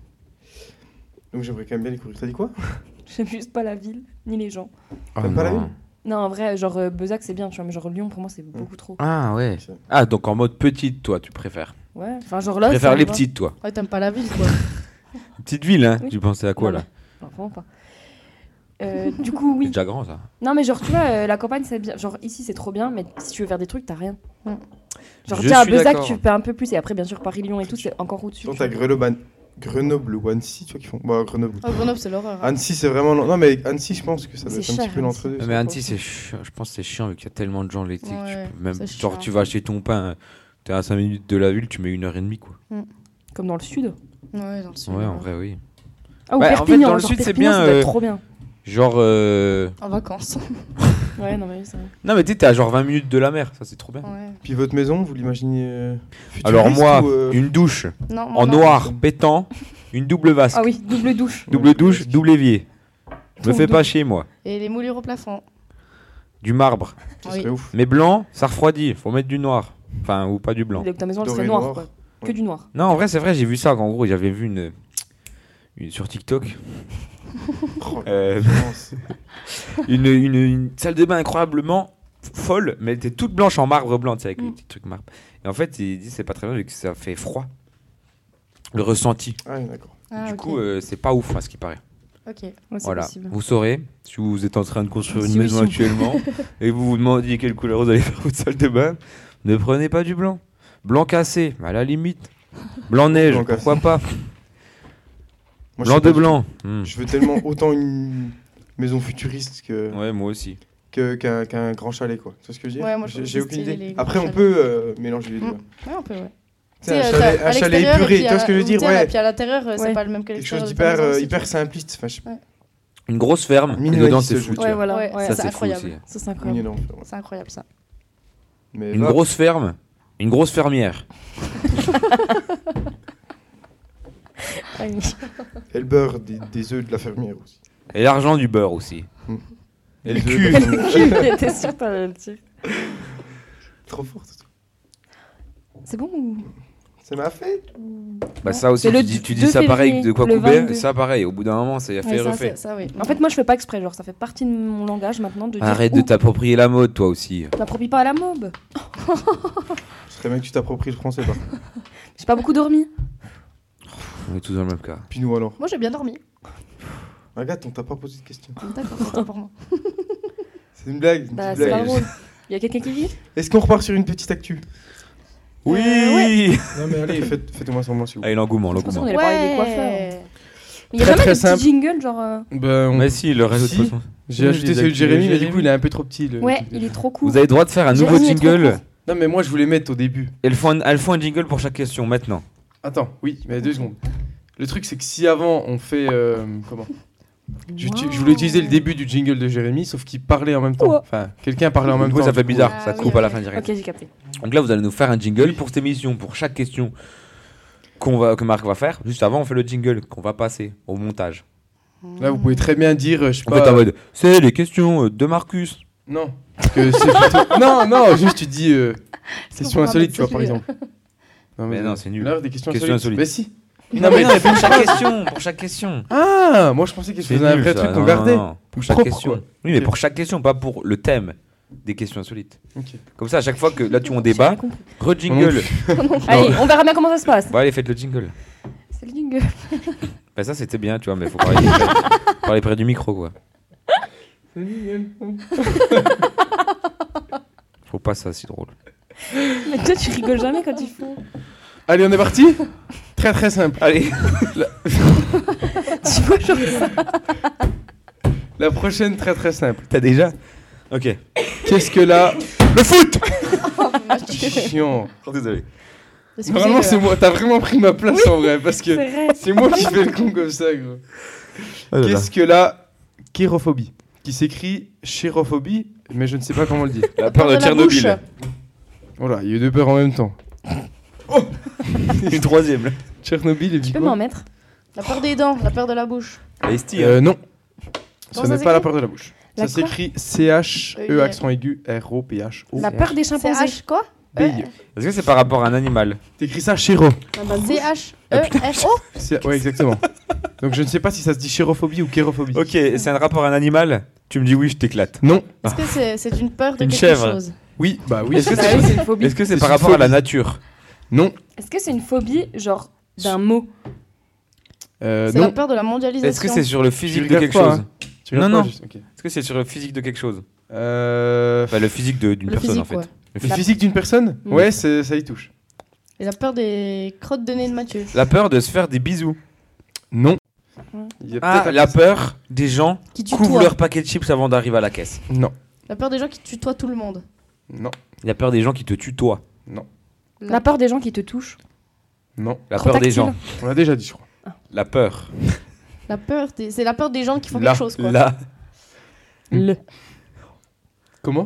Donc j'aimerais quand même bien découvrir. T'as dit quoi? J'aime juste pas la ville, ni les gens. Ah, T'aimes pas la non. ville? Non, en vrai, genre euh, Bezac, c'est bien, tu vois, mais genre Lyon, pour moi, c'est beaucoup trop. Ah ouais. Ok. Ah, donc en mode petite, toi, tu préfères. Ouais, enfin, genre Tu là. préfères ça les va. petites, toi. Ouais, t'aimes pas la ville, quoi. Petite ville, hein. Oui. Tu pensais à quoi Non, là Non, vraiment pas. Euh, du coup, C'est oui. déjà grand ça. Non, mais genre, tu vois, euh, la campagne, c'est bien. Genre, ici, c'est trop bien, mais si tu veux faire des trucs, t'as rien. Mm. Genre, Je tiens, à suis Bezac, d'accord. tu paies un peu plus, et après, bien sûr, Paris, Lyon et tout, c'est encore au-dessus. Sinon tu t'as vois. Grenoble, An- Grenoble ou Annecy, tu vois, qui font. Bah, Grenoble. Ah, Grenoble, c'est l'horreur. hein. Annecy, c'est vraiment. Non, mais Annecy, je pense que ça doit C'est être un petit cher, peu l'entre-deux. Annecy. ça Mais va Annecy, pas. c'est chiant. Je pense que c'est chiant vu qu'il y a tellement de gens l'été. que tu Ouais, peux même... c'est Genre, chiant. tu vas acheter ton pain, t'es à cinq minutes de la ville, tu mets une heure et demie quoi. Comme dans le sud. Ouais, dans le sud. Ouais, en vrai, oui. Ah, ou Ouais, en fait, Perpignan, dans le genre sud, c'est Perpignan, bien, ça doit être euh, trop bien. Genre. euh, En vacances. Ouais, non, mais oui, c'est vrai. Non, mais tu sais, t'es à genre vingt minutes de la mer, ça c'est trop bien. Ouais. Puis votre maison, vous l'imaginez. euh, Alors, futuriste moi, ou, euh, une douche Non, moi, en non. noir, pétant, une double vasque. Ah oui, double douche. Double Ouais, douche, classique. double évier. Je me Double fais pas douche. chier, moi. Et les moulures au plafond. Du marbre. Ça Oui. serait ouf. Mais blanc, ça refroidit. Faut mettre du noir. Enfin, ou pas du blanc. Donc ta maison, elle Doré serait noire, noir. quoi. Que Ouais. du noir. Non, en vrai, c'est vrai, j'ai vu ça. En gros, j'avais vu une, une sur TikTok. Oh, Euh, la violence. une, une, une salle de bain incroyablement folle, mais elle était toute blanche en marbre blanc, tu sais, avec Mm. les petits trucs marbre. Et en fait, il dit c'est pas très bien vu que ça fait froid. Le ressenti. Ah, oui, d'accord. Ah, du ok. coup, euh, c'est pas ouf, à ce qui paraît. Ok. Ouais, c'est Voilà. possible. Vous saurez, si vous êtes en train de construire une Si oui, maison si vous- actuellement et vous vous demandiez quelle couleur vous allez faire votre salle de bain, ne prenez pas du blanc. Blanc cassé, à la limite. Blanc neige, Blanc pourquoi pas. Moi, je Blanc sais de pas du blanc. tout. Hmm. Je veux tellement autant une maison futuriste que Ouais, moi aussi. que- qu'un qu'un grand chalet, quoi. Tu vois ce que je veux dire? Ouais, moi, je J'ai trouve j'ai que aucune stylé, idée. les grands Après, on chalets. peut euh, mélanger les deux. Mm. Ouais, on peut, ouais. Tu sais, un Tu sais, chalet, t'as- à un chalet l'extérieur, et épuré, puis tu à vois ce que je veux la- dire? ou t'sais, Ouais. Et puis à l'intérieur, euh, c'est Ouais. pas le même que Quelque l'extérieur. chose de ta d'hyper maison euh, aussi, hyper tu simpliste. Enfin, je sais pas. Une grosse ferme, et Minimaliste, dedans c'est je fou. veux tu Ouais, vois. voilà. Ouais, Ouais, Ça, c'est c'est fou incroyable. aussi. Ça, c'est incroyable. Mignon, ouais. C'est incroyable, ça. Mais Une va- grosse ferme, une grosse fermière. Ah oui. Et le beurre des, des œufs de la fermière aussi. Et l'argent du beurre aussi. Et le Les œufs cul. de la fermière. Il était sûr que t'allais le dire. Trop fort. c'est tout. C'est bon ou... C'est ma fête. Bah ça aussi, C'est tu le dis, tu dis deux ça pareil février, de quoi le couper, vingt-deux. ça pareil, au bout d'un moment, c'est fait Ouais, ça, refait. c'est- ça, oui. En fait, moi, je fais pas exprès. Genre, ça fait partie de mon langage maintenant de dire. Arrête de Ouh, t'approprier la mode, toi aussi. t'appropries pas à la mob. Ce serait bien que tu t'appropries le français, par contre. J'ai pas beaucoup dormi. On est tous dans le même cas. Puis nous alors. Moi, j'ai bien dormi. Regarde, on t'a pas posé de question. D'accord, autant pour moi. C'est une blague. Une Bah, petite c'est pas blague. drôle. Il y a quelqu'un qui rit. Est-ce qu'on repart sur une petite actu? Oui ouais. Non mais allez, faites- faites-moi semblant s'il vous plaît. Allez, l'engouement, De toute façon, on l'engouement. allait parler des coiffeurs. Il y a Très, jamais très des simple. petits jingles, genre. euh, Ben, on- Mais si, le reste de Si. toute façon. J'ai ajouté celui de Jérémy, mais du coup il est un peu trop petit. le- Ouais, le- il est trop cool. Vous avez le droit de faire un nouveau Jérémy est trop jingle. court. Non mais moi je voulais mettre au début. Elles font, un, elles font un jingle pour chaque question, maintenant. Attends, oui, mais deux secondes. Le truc c'est que si avant on fait euh, comment je, je voulais utiliser le début du jingle de Jérémy, sauf qu'il parlait en même temps. Ouais. Enfin, quelqu'un parlait en même Du coup, temps. ça fait du coup, bizarre, Ah ça oui, coupe oui, à la oui. fin direct. Ok, j'ai capté. Donc là, vous allez nous faire un jingle pour cette émission, pour chaque question qu'on va, que Marc va faire. Juste avant, on fait le jingle qu'on va passer au montage. Là, vous pouvez très bien dire, euh, je sais En pas. fait, en mode, c'est les questions euh, de Marcus. Non. Parce que c'est plutôt... non, non, juste tu dis euh, questions qu'on pourra insolites, tu vois, mettre par celui-là. exemple. Non, Mais non, c'est nul. L'heure des questions, Questions insolites. insolites. Mais si. Non, mais, non, mais pour chaque question. Pour chaque question. Ah, moi je pensais qu'il C'est faisait un nul, vrai ça. truc qu'on Non, gardait. non, non. Pour chaque Propre, question. quoi. Oui, mais Ok. pour chaque question, pas pour le thème des questions insolites. Ok. Comme ça, à chaque fois que là, tu on débat, compris. re-jingle. Allez, on verra bien comment ça se passe. Bon, allez, faites le jingle. C'est le jingle. Bah, ça, c'était bien, tu vois, mais faut parler près, parler près du micro, quoi. Faut pas ça, c'est drôle. Mais toi, tu rigoles jamais quand il faut. Allez, on est parti. Très très simple. Allez. Tu vois, genre ça. La prochaine, très très simple. T'as déjà Ok. Qu'est-ce que là Le foot. Chiant. Oh, désolé. Excusez, Normalement, euh, c'est moi. T'as vraiment pris ma place en vrai. Parce que C'est vrai. c'est moi qui fais le con comme ça, gros. Oh là là. Qu'est-ce que la chérophobie qui s'écrit chérophobie, mais je ne sais pas comment le dire. La peur de la Tchernobyl. bouche. Voilà, il y a eu deux peurs en même temps. Une troisième, là. Tchernobyl et Tu puis peux quoi m'en mettre? La peur des dents, la peur de la bouche. Ice-T, Euh, non. Ce Comment ça n'est pas la s'écrit peur de la bouche. La Ça quoi s'écrit C H E I E R. accent aigu R O P H O. La peur des C chimpanzés. H quoi B I. Est-ce que c'est par rapport à un animal T'écris ça chéro. Ah bah, C H E R O C'est- Ouais, exactement. Donc je ne sais pas si ça se dit chérophobie ou chérophobie. Ok, c'est un rapport à un animal Tu me dis oui, je t'éclate. Non. Est-ce que c'est c'est une peur de Une quelque chèvre. chose? Oui, bah oui. Est-ce que Bah c'est oui, c'est une phobie. est-ce que c'est C'est par une rapport à la phobie. nature Non. Est-ce que c'est une phobie, genre, d'un mot? Euh, C'est la non. peur de la mondialisation. Est-ce que c'est sur le physique Tu de regardes quelque pas, chose hein. Tu regardes Non, pas, non. juste, ok. Est-ce que c'est sur le physique de quelque chose Euh... Enfin, le physique de- d'une le personne physique, en fait. ouais. Le Le physique. physique d'une personne Mm. Ouais, c'est- ça y touche. Et la peur des crottes de nez de Mathieu. La peur de se faire des bisous. Non. Ouais. Il y a Ah, peut-être la un- peur des gens Qui couvrent tutoient. leur paquet de chips avant d'arriver à la caisse. Non. La peur des gens qui tutoient tout le monde. Non. La peur des gens qui te tutoient. La peur des gens qui te touchent. Non. La Trop peur des tactile. gens. On l'a déjà dit, je crois. La peur. La peur des... C'est la peur des gens qui font La- quelque chose, quoi. La. Le. Comment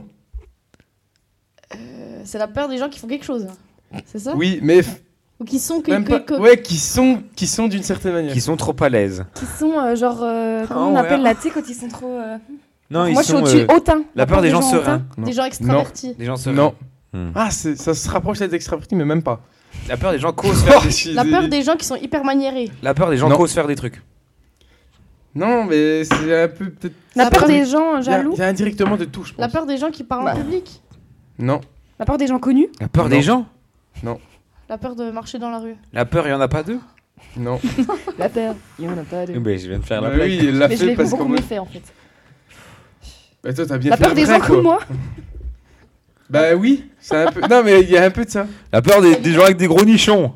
Euh, C'est la peur des gens qui font quelque chose. C'est ça Oui, mais f- Ou qui sont... Que, même que- pas. que- Ouais, qui sont, qui sont d'une certaine manière. Qui sont trop à l'aise. Qui sont, euh, genre, euh, comment Oh, on ouais. appelle là, tu sais, quand ils sont trop. euh, Non, ils Moi, je suis sont. au-dessus, euh, hautain. La peur des gens hautains. sereins. Non. Des gens extravertis. Des gens sereins. Non. Hmm. Ah, c'est- ça se rapproche d'être extraverti, mais même pas. La peur des gens qui osent faire. Oh, je suis La peur désolé. des gens qui sont hyper maniérés. La peur des gens Non. qui osent faire des trucs. Non, mais c'est un peu peut-être. La La peur peur des gens Il y a- jaloux. il y a indirectement de tout, je pense. La peur des gens qui parlent Bah. en public. Non. La peur des gens connus. La peur Non. des gens La peur de marcher dans la rue. La peur, il y en a pas deux Non. La peur. Il y en a pas de. Eh ben, je viens de faire la Bah blague. oui, il l'a Mais je fait l'ai parce beaucoup qu'on mieux veut. fait en fait. Bah toi, t'as bien La fait peur le des vrai, gens quoi. comme moi. Bah oui, c'est un peu. Non, mais il y a un peu de ça. La peur des, des gens avec des gros nichons.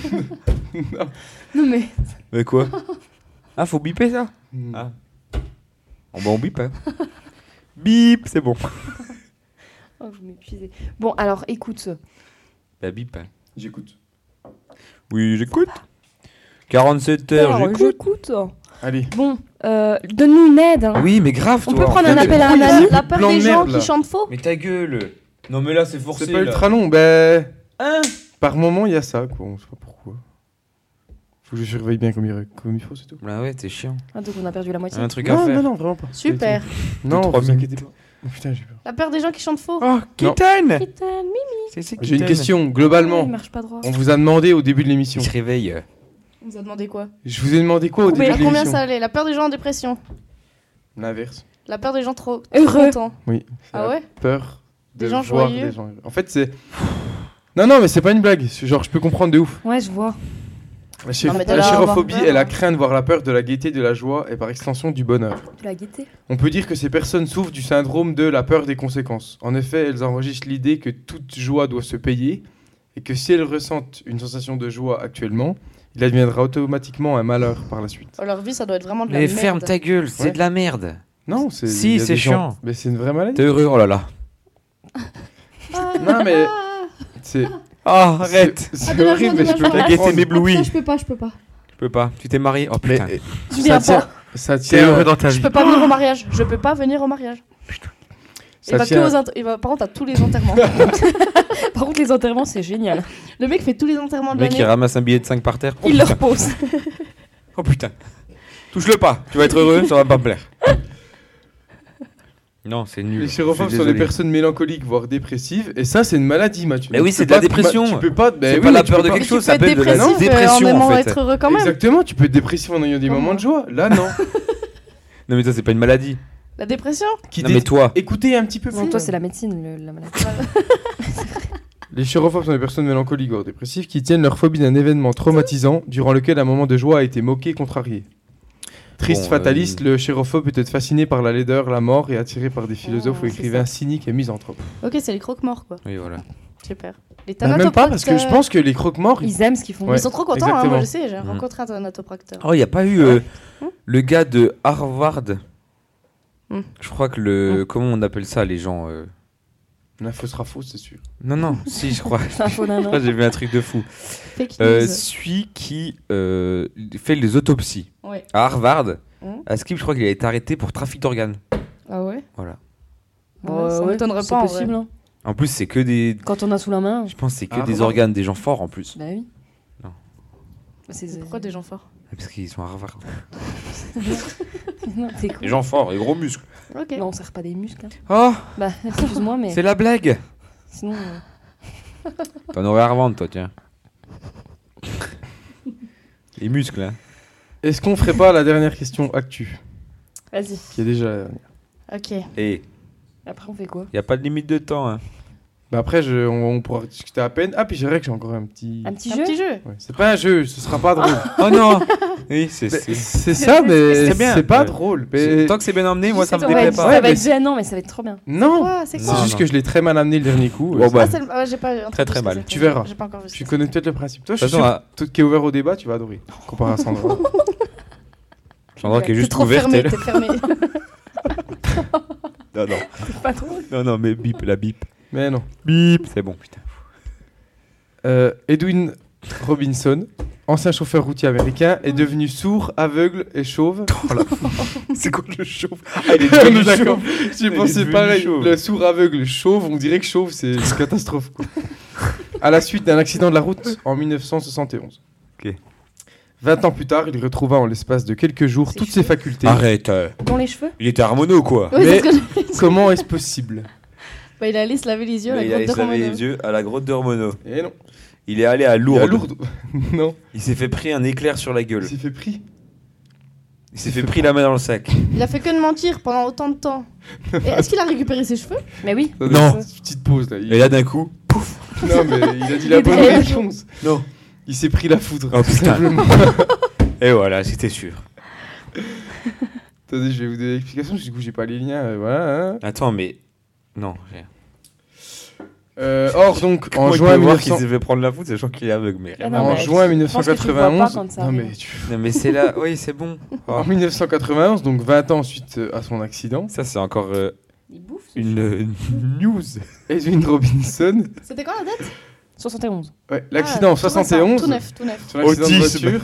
Non mais. Mais quoi Ah, faut biper ça Hmm. Ah. Bon, bah, on bip, hein. Bip, c'est bon. Oh, vous m'épuisez. Bon, alors écoute. Bah, bip. hein. J'écoute. Oui, j'écoute. quarante-sept heures, Alors, j'écoute. j'écoute. Allez. Bon, euh, donne-nous une aide. hein. Oui, mais grave, On toi. peut prendre Il y un a des appel à un brouilles, ami. là. La peur Plan de des gens merde, là. qui chantent faux. Mais ta gueule. Non, mais là, c'est forcé. C'est pas là. ultra long, bah. Hein Par moment, il y a ça, quoi. On sait pas pourquoi. Faut que je surveille bien comme il, comme il faut, c'est tout. Bah ouais, t'es chiant. Ah, donc on a perdu la moitié. Un truc à Non, faire. non, non, vraiment pas. Super. Non, trois vous inquiétez minutes. pas. Oh, putain, j'ai peur. La peur des gens qui chantent faux. Oh, Non. Kitten Putain, Mimi. C'est c'est J'ai une Kitten. question. Il Globalement, marche pas droit. on vous a demandé au début de l'émission. Il se réveille. On vous a demandé quoi? Je vous ai demandé quoi au Combien- début À de combien l'émission ça allait? La peur des gens en dépression. L'inverse. La peur des gens trop, trop Heureux. contents. Oui. c'est Ah la ouais? Peur de Des gens voir joyeux. des gens. En fait, c'est. Non, non, mais c'est pas une blague. C'est Genre, je peux comprendre de ouf. Ouais, je vois. La, chér- Non, mais la t'as l'air d'avoir chérophobie peur, est la hein. crainte, voire la peur de la gaieté, de la joie et par extension du bonheur. Tu l'as guetté. On peut dire que ces personnes souffrent du syndrome de la peur des conséquences. En effet, elles enregistrent l'idée que toute joie doit se payer et que si elles ressentent une sensation de joie actuellement, il adviendra automatiquement un malheur par la suite. Oh, leur vie, ça doit être vraiment de la Mais merde. ferme ta gueule, c'est Ouais. de la merde. Non, c'est. Si, il y a c'est des gens- chiant. Mais c'est une vraie maladie. T'es heureux, oh là là. Non, mais. C'est. Ah, arrête. C'est c'est Ah, de la horrible, joie, mais de la je peux joie. La gaieté comprendre. m'éblouit. Ah, putain, je peux pas, je peux pas. Je peux pas. Tu t'es marié Oh Mais putain. euh, Tu ça viens tient. pas. Ça T'es tient. heureux dans ta Je vie. peux pas venir au mariage. Je peux pas venir au mariage. Il Ça va que tient. aux int- il va... Par contre, à tous les enterrements. Par contre, les enterrements, c'est génial. Le mec fait tous les enterrements Le de mec, il l'année. ramasse un billet de cinq par terre. Oh, Il le putain. repose. Oh putain. Touche-le pas, tu vas être heureux, ça va pas me plaire. Non, c'est nul. Les je chérophobes suis sont des désolé. personnes mélancoliques, voire dépressives, et ça, c'est une maladie, Mathieu. Mais Donc, oui, tu c'est peux de la pas te- dépression. Tu peux pas. ben C'est oui, pas mais la tu peur peux de pas- quelque Mais chose, tu ça peux être s'appelle de la dépressif euh, en dépression même en temps fait. être heureux quand même. Exactement, tu peux être dépressif en ayant des Comment moments de joie. Là, non. Non, mais ça, c'est pas une maladie. La dépression. Qui Non, dé- mais toi. Écoutez un petit peu Non, plus. toi, c'est la médecine, le- la maladie. Les chérophobes sont des personnes mélancoliques, voire dépressives, qui tiennent leur phobie d'un événement traumatisant durant lequel un moment de joie a été moqué, contrarié. Triste, Bon, euh, fataliste, le chérophobe peut être fasciné par la laideur, la mort et attiré par des philosophes Ah, ou c'est écrivains ça. cyniques et misanthropes. Ok, c'est les croque-morts quoi. Oui, voilà. Super. Les Bah, même pas, parce que je thanatopracteurs. pense que les croque-morts, ils- Ils aiment ce qu'ils font. Ouais. Ils sont trop contents, hein, exactement. moi je sais, j'ai Mhm. rencontré un thanatopracteur. Oh, il y a pas eu euh, Hein le gars de Harvard. Hmm. Je crois que le. Comment on appelle ça, les gens euh, l'info sera fausse, c'est sûr. Non, non, si, je crois. C'est un faux nanan. Je crois que j'ai vu un truc de fou. Fake news. Euh, celui qui euh, fait les autopsies Ouais. à Harvard, Mhm. à Skip, je crois qu'il a été arrêté pour trafic d'organes. Ah ouais. Voilà. Ouais, ça ouais, m'étonnerait c'est pas, en possible. vrai. Hein. En plus, c'est que des. Quand on a sous la main. Je pense que c'est que Ah, des Harvard. organes des gens forts en plus. Bah oui. Non. C'est Pourquoi des gens forts? Parce qu'ils sont à Harvard. Non, t'es con. Les gens forts, les gros muscles. Ok. Non, on serre pas des muscles. hein. Oh, Bah, excuse-moi, mais c'est la blague. sinon. euh, T'en aurais à revendre, toi, tiens. Les muscles, hein. Est-ce qu'on ferait pas la dernière question actu, Vas-y. qui est déjà la dernière. Ok. Et Après, on fait quoi? y a pas de limite de temps, hein. Bah après, je, on, on pourra discuter à peine. Ah, puis c'est vrai que j'ai encore un petit. Un petit Un jeu? petit jeu. Ouais, c'est pas un jeu, ce sera pas drôle. Oh non. Oui, c'est. Mais c'est- c'est ça, mais C'est c'est bien. pas Ouais. drôle. Mais... Tant que c'est bien emmené, moi ça me Ça déplaît va être, pas. ça Ouais, va mais être c'est- gênant, mais ça va être trop bien. Non, Quoi? C'est c'est quoi? Non, juste non. que je l'ai très mal amené le dernier coup. Bon, euh, bah, Ah, c'est le- ah, j'ai pas entendu Très, très ce que mal. c'était. Tu verras. J'ai pas encore vu Tu ça. connais peut-être le principe. Toi, je De suis toute sûr, façon, toi qui est ouvert au débat, tu vas adorer. Comparé à Sandra. Sandra qui est T'es juste trop ouverte, fermé, elle. t'es fermé. Non, non. Pas drôle. Non, non, mais bip, la bip. Mais non. Bip, c'est bon, putain. Euh, Edwin Robinson, ancien chauffeur routier américain, est devenu sourd, aveugle et chauve. C'est quoi le chauve? Ah, il est devenu d'accord. J'ai Il est pensé devenu pareil. chauve. Le sourd, aveugle, chauve, on dirait que chauve, c'est une catastrophe. Quoi. À la suite d'un accident de la route en mille neuf cent soixante et onze. Ok. vingt ans plus tard, il retrouva en l'espace de quelques jours C'est toutes chaud. ses facultés. Arrête. euh, Dans les cheveux? Il était harmono, quoi. Oui, Mais- c'est ce que j'ai dit. Comment est-ce possible? Bah, il est allé se laver les yeux à la Mais il a grotte de se laver Romano. les yeux à la grotte de Romano. Eh non. Il est allé à Il Lourdes. a Lourdes. Non, Il s'est fait pris un éclair sur la il gueule. s'est fait pris. Il s'est fait pris la main dans le sac. Il a fait que de mentir pendant autant de temps. Et est-ce qu'il a récupéré ses cheveux? Mais oui. Non. Petite pause là. Il- Et là, d'un coup. Non, mais il a dit la Il bonne est réponse. Non. Il s'est pris la foudre. Oh, tout putain. simplement. Et voilà, c'était sûr. Attendez, je vais vous donner l'explication, parce que du coup, j'ai pas les liens. euh, voilà. hein. Attends, mais. Non, rien. Euh, or, donc, Comment en il juin peut voir qu'il mille neuf cents. s'est fait prendre la foudre, sachant qu'il est aveugle, mais rien Ah à non, En voir. mais juin je pense que tu le vois pas mille neuf cent quatre-vingt-onze. quand ça Non, arrive. mais tu- Non, mais c'est là. Oui, c'est bon. Oh. En mille neuf cent quatre-vingt-onze, donc vingt ans suite euh, à son accident, Ça, c'est encore euh, Il bouffe. ce une, euh, une news. Edwin Robinson. C'était quand la date? soixante et onze. Ouais, l'accident en Ah, tout récent, soixante et onze. Tout neuf, tout neuf. Son accident de Autisme. voiture.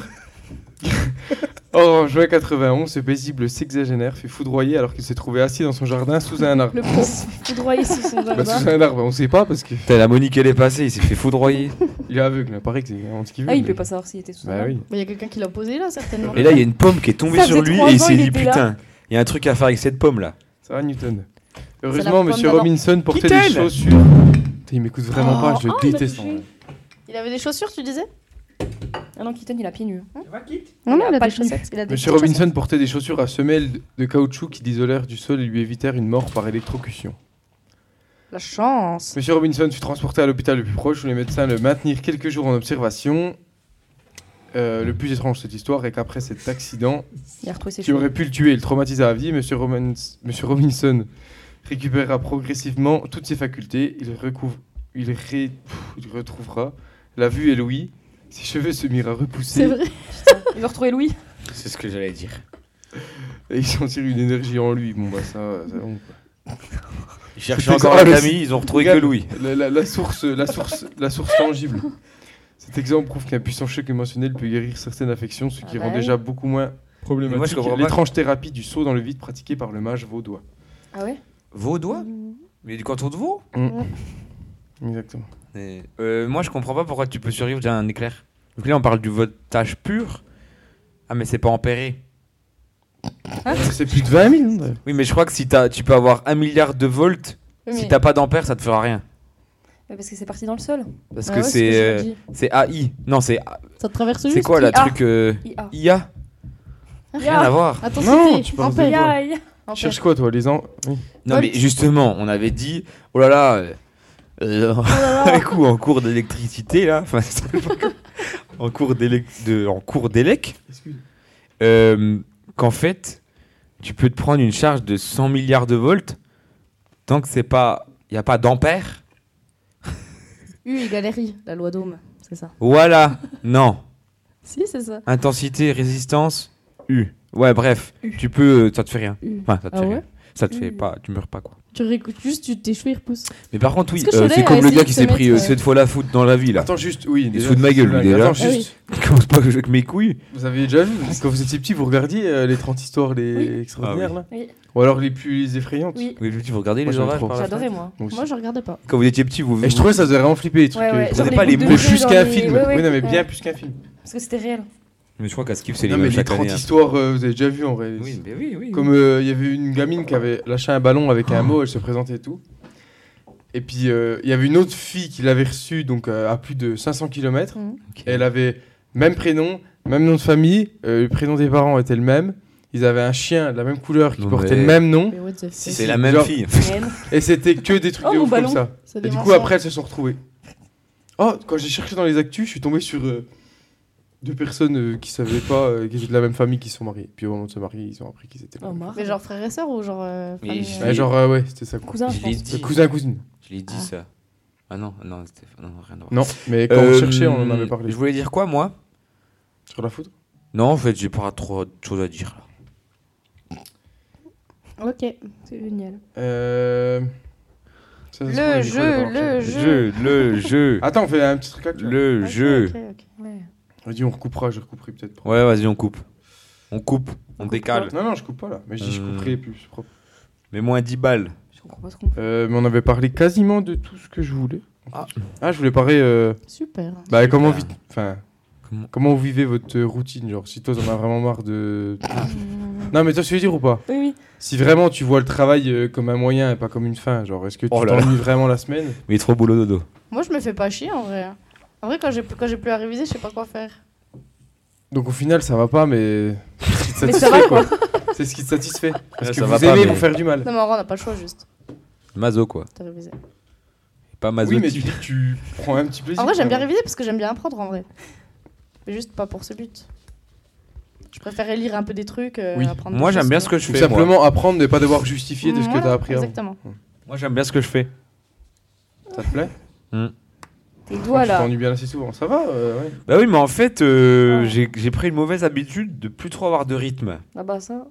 Or, en juin quatre-vingt-onze, ce paisible sexagénaire fut foudroyé alors qu'il s'est trouvé assis dans son jardin sous un arbre. Le pauvre. Foudroyé sous son Bah, jardin. sous un arbre, on sait pas parce qu'il Putain, la Monique, elle est passée, il s'est fait foudroyer. est aveugle. Il paraît que c'est vraiment ce qu'il veut. Ah, il mais- peut pas savoir s'il était sous son Bah arbre. oui. Il y a quelqu'un qui l'a posé là, certainement. Et là, il y a une pomme qui est tombée Ça sur faisait lui trois et il ans, s'est il dit était là. putain, il y a un truc à faire avec cette pomme là. Ça va, Newton. la Heureusement, pomme Monsieur d'Adam. Robinson portait Quitte-elle. des chaussures. Putain, il m'écoute vraiment pas, je le Oh, il m'a déteste. touché. en vrai. Il avait des chaussures, tu disais? Ah non, Keaton, il a pieds nus. Non, Il non, a il a pas des de tenue. chaussettes. Il a des Monsieur petites Robinson portait des chaussures à semelles de caoutchouc qui l'isolèrent du sol et lui évitèrent une mort par électrocution. chaussettes. La chance. Monsieur Robinson fut transporté à l'hôpital le plus proche où les médecins le maintenirent quelques jours en observation. Euh, le plus étrange de cette histoire est qu'après cet accident, Il a retrouvé ses qui cheveux. aurait pu le tuer et le traumatiser à vie, Monsieur, Romans- Monsieur Robinson récupérera progressivement toutes ses facultés. Il, recouvre... il, ré... Pff, il retrouvera la vue et l'ouïe. Ses cheveux se mirent à repousser. C'est vrai. Il va retrouver Louis. C'est ce que j'allais dire. Et il sentir une énergie en lui. Bon, bah ça, ça bon, quoi. Ils cherchaient C'était encore quoi, un le- ami, ils ont retrouvé que Regarde, Louis. La, la- la source, la, source, la source tangible. Cet exemple prouve qu'un puissant choc émotionnel peut guérir certaines affections, ce qui Ah rend bah déjà beaucoup moins Mais moi, je problématique comprends pas. l'étrange thérapie du saut dans le vide pratiquée par le mage vaudois. Ah ouais? Vos doigts Mais du canton de Vaud Exactement. Et, euh, Moi, je comprends pas pourquoi tu peux survivre d'un éclair. Donc là, on parle du voltage pur. Ah, mais c'est pas ampéré. C'est plus de vingt mille. Non Oui, mais je crois que si t'as, tu peux avoir un milliard de volts, Oui, si mais- t'as pas d'ampères, ça te fera rien. Mais parce que c'est parti dans le sol. Parce Ah que ouais, c'est, c'est ce que euh, j'ai dit. c'est A I. Non, c'est, Ça te traverse c'est juste. quoi la I A. truc euh, I A. I A Rien à voir. Attends, Non, c'était tu parles de ampère. quoi Aïe, aïe. Tu cherches quoi, toi, les ans oui. Non, Volt. mais justement, on avait dit, oh là là, euh, euh, un coup en cours d'électricité là, enfin, ça s'appelle pas comme- en cours d'élec, de, en cours d'élec, euh, qu'en fait, tu peux te prendre une charge de cent milliards de volts tant que c'est pas, il y a pas d'ampères. U égale R I, la loi d'Ohm, c'est ça. Voilà, non, Si, c'est ça. intensité, résistance, U. Ouais, bref, tu peux, ça te fait rien. U. Enfin, ça te Ah fait ouais rien. Ça te fait U. pas, tu meurs pas quoi. Tu réécoutes juste, tu, tes cheveux ils repoussent. Mais par contre, oui, Est-ce que euh, Cholet c'est a comme le essayé gars de qui se s'est pris euh, mettre, euh, cette fois la foot dans la vie là. Attends, juste, oui. Il se déjà, fout de ma c'est gueule, dingue. lui, déjà. Attends, Ah juste, Commence pas avec mes couilles. vous avez déjà vu, quand vous étiez petit, vous regardiez euh, les trente histoires les Oui. extraordinaires, Ah là Oui. Ou alors les plus effrayantes Oui. Oui, je vous dis, vous regardez Moi, les j'aime orages trop. par la J'adorais, fenêtre moi. Moi aussi. Moi, je regardais pas. Quand vous étiez petit, vous. Et je trouvais ça faisait vraiment flipper les trucs. Ouais, ouais. euh, Genre avez les pas les boules de mais feu plus dans qu'un les- film. ouais, ouais. Oui, non, mais bien Ouais. plus qu'un film. Parce que c'était réel. Mais je crois qu'à Skip, c'est les Non, mêmes mais les chaque trente année. hein. histoires, euh, vous avez déjà vu en vrai. Oui, mais oui, oui. Comme euh, il y avait une gamine qui avait lâché un ballon avec un mot, elle se présentait et tout. Et puis euh, il y avait une autre fille qui l'avait reçue donc euh, à plus de cinq cents kilomètres. Mhm. Ok. Elle avait même prénom, même nom de famille, euh, le prénom des parents était le même. Ils avaient un chien de la même couleur qui Non, portait mais- le même nom. Mais what the Si, fuck. C'est si, la même genre- fille. Réel. Et c'était que des trucs Oh, de mon ouf comme ballon. ça. C'est Et des du coup mensonges. après elles se sont retrouvées. Oh, quand j'ai cherché dans les actus, je suis tombé sur euh, deux personnes euh, qui savaient pas, euh, qui étaient de la même famille, qui se sont mariées. Puis au moment de se marier, ils ont appris qu'ils étaient là. Oh, marre. Mais genre frère et sœur ou genre. euh, Mais famille, je- euh, Ouais, genre euh, ouais, c'était ça. Quoi. Cousin, je Je l'ai pense. dit. Cousin, cousine. Je l'ai dit Ah. ça. Ah non, non, c'était non, rien à voir. Non, mais quand Euh, on cherchait, on en avait parlé. Je voulais dire quoi, moi Sur la foudre. Non, en fait, j'ai pas trop de choses à dire là. Ok. C'est génial. Euh... ça, ça se Le trouve, Nico, il a jeu, pas le marqué. jeu. Jeu, le jeu, Attends, on fait un petit truc actuel. le Ok, jeu. ok, ok. Ouais. Vas-y, on recoupera, je recouperai peut-être. Ouais, vas-y, on coupe. On coupe, on, coupe décale. Non, non, je coupe pas là. Mais je dis, je Euh. couperai plus propre. Mais moins dix balles. Je comprends pas trop. Euh, mais on avait parlé quasiment de tout ce que je voulais. Ah. Ah, je voulais parler. Euh... Super. Bah, comment, Super. vi- enfin, Comment- comment vous vivez votre euh, routine, genre si toi t'en as vraiment marre de. Mmh. Non, mais toi, tu veux dire ou pas? Oui, oui. Si vraiment tu vois le travail euh, comme un moyen et pas comme une fin, genre est-ce que tu Oh là là. t'ennuies vraiment la semaine? Mais trop boulot dodo. Moi, je me fais pas chier en vrai. En vrai, quand j'ai quand j'ai plus à réviser, je sais pas quoi faire. Donc au final, ça va pas, mais. C'est ce qui te Mais ça satisfait, va, quoi. C'est ce qui te satisfait. Parce Ouais, que ça vous va pas, aimez mais- vous faire du mal. Non, mais en vrai, on n'a pas le choix juste Mazo, quoi. de réviser. Pas mazo. Oui, mais tu dis que tu prends un petit plaisir. En vrai, j'aime bien quand même. réviser parce que j'aime bien apprendre en vrai. Mais juste pas pour ce but. Je préférais lire un peu des trucs, euh, Oui. apprendre Moi, des j'aime choses, bien quoi. ce que je Tout fais. simplement apprendre, ne pas devoir justifier de ce que Voilà, t'as appris avant. Exactement. Moi, moi j'aime bien ce que je fais. Ça te plaît? Tes doigts Tu là. t'ennuies bien assez souvent. Ça va euh, ouais. Bah oui, mais en fait, euh, Ouais. j'ai j'ai pris une mauvaise habitude de plus trop avoir de rythme. Ah bah ça.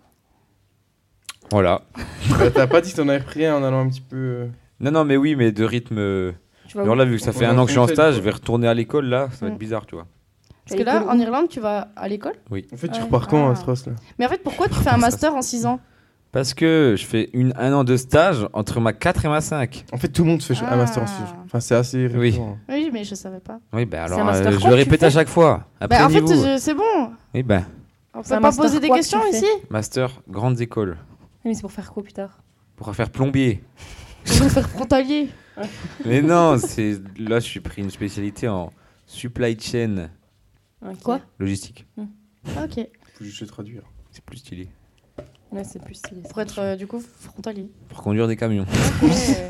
Voilà. Bah, t'as pas dit que t'en avais pris un en allant un petit peu. euh, Non, non, mais oui, mais de rythme. euh, Tu vas Alors où là, vu que ça On fait va un an que je suis en foncer, stage, quoi. je vais retourner à l'école là, ça va Mm. être bizarre, tu vois. Parce que là, en Irlande, tu vas à l'école. En fait, tu Ouais. repars quand Ah. à Stras là? Mais en fait, pourquoi tu fais un master en six ans? Parce que je fais une, un an de stage entre ma quatre et ma cinq. En fait, tout le monde fait Ah. un master en Suisse. Enfin, c'est assez Oui. récurrent. Oui, mais je savais pas. Oui, ben C'est alors, un master euh, je quoi le que tu répète à fais chaque fois. Après Bah, en fait, niveau. je- c'est bon. Oui, ben, On C'est peut un pas master poser des quoi que questions tu fais ici. master, grandes écoles. Oui, mais c'est pour faire quoi plus tard? Pour faire plombier. Je vais faire frontalier. Mais non, c'est là, je suis pris une spécialité en supply chain Ok. Quoi? logistique. Ok. Faut juste le traduire. C'est plus stylé. Ouais, c'est plus stylé. Pour être euh, du coup frontalier. Pour conduire des camions. Ouais.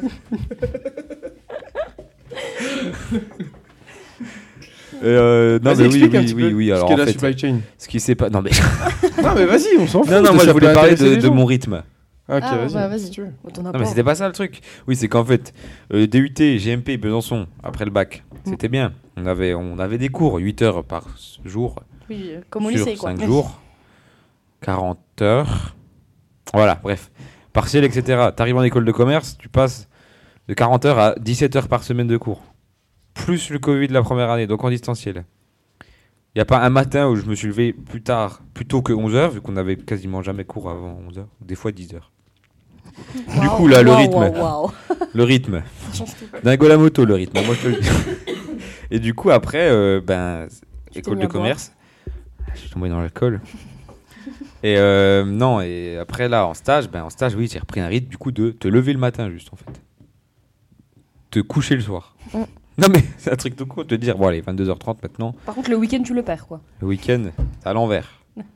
Euh, non, Vas-y, mais oui, explique un oui, petit oui, peu oui. ce Alors qu'est en la fait, supply chain. ce qui s'est pas. Non, mais. Non, mais vas-y, on s'en fout. non, non, moi ça je voulais peut parler intéresser de, les de gens. mon rythme. Ok, Ah, vas-y. bah, vas-y. si tu veux. Oh, t'en as Non, pas. mais c'était pas ça le truc. Oui, c'est qu'en fait, euh, D U T, G M P, Besançon, après le bac, Mm. c'était bien. On avait, on avait des cours, huit heures par jour. Oui, euh, comme au sur lycée, quoi. cinq jours, quarante heures. Voilà, bref. Partiel, et cetera. T'arrives en école de commerce, tu passes de quarante heures à dix-sept heures par semaine de cours. Plus le Covid de la première année, donc en distanciel. Il n'y a pas un matin où je me suis levé plus tard, plus tôt que onze heures, vu qu'on avait quasiment jamais cours avant onze heures, des fois dix heures. Du coup, là, le Waouh, rythme. waouh, waouh. Le rythme. Ça change tout. Dingo la moto, le rythme. Moi, je te le dis. Et du coup, après, euh, ben, t'es école mis de à boire. commerce. Je suis tombé dans l'alcool. Et euh, non, et après là, en stage, ben, en stage, oui, j'ai repris un rythme du coup de te lever le matin, juste en fait. Te coucher le soir. Mm. Non, mais c'est un truc tout court, te dire, bon, allez, vingt-deux heures trente maintenant. Par contre, le week-end, tu le perds, quoi. Le week-end, c'est à l'envers.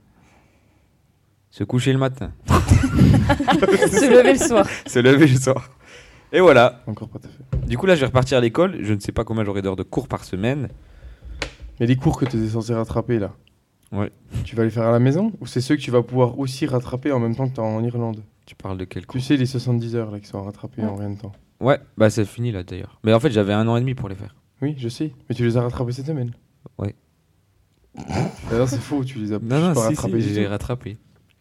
Se coucher le matin. Se lever le soir. Se lever le soir. Et voilà. Encore pas tout à fait. Du coup, là, je vais repartir à l'école. Je ne sais pas combien j'aurai d'heures de cours par semaine. Mais les cours que tu étais censé rattraper là, Ouais. tu vas les faire à la maison ou c'est ceux que tu vas pouvoir aussi rattraper en même temps que tu es en Irlande? Tu parles de quel Tu cours? sais, les soixante-dix heures là qui sont rattrapées Ouais. en rien de temps. Ouais, bah c'est fini là d'ailleurs. Mais en fait, j'avais un an et demi pour les faire. Oui, je sais, mais tu les as rattrapés cette semaine. Ouais. Ah non, c'est faux, tu les as Non, non, pas si, rattrapés. si, du je l'ai tout. rattrapé.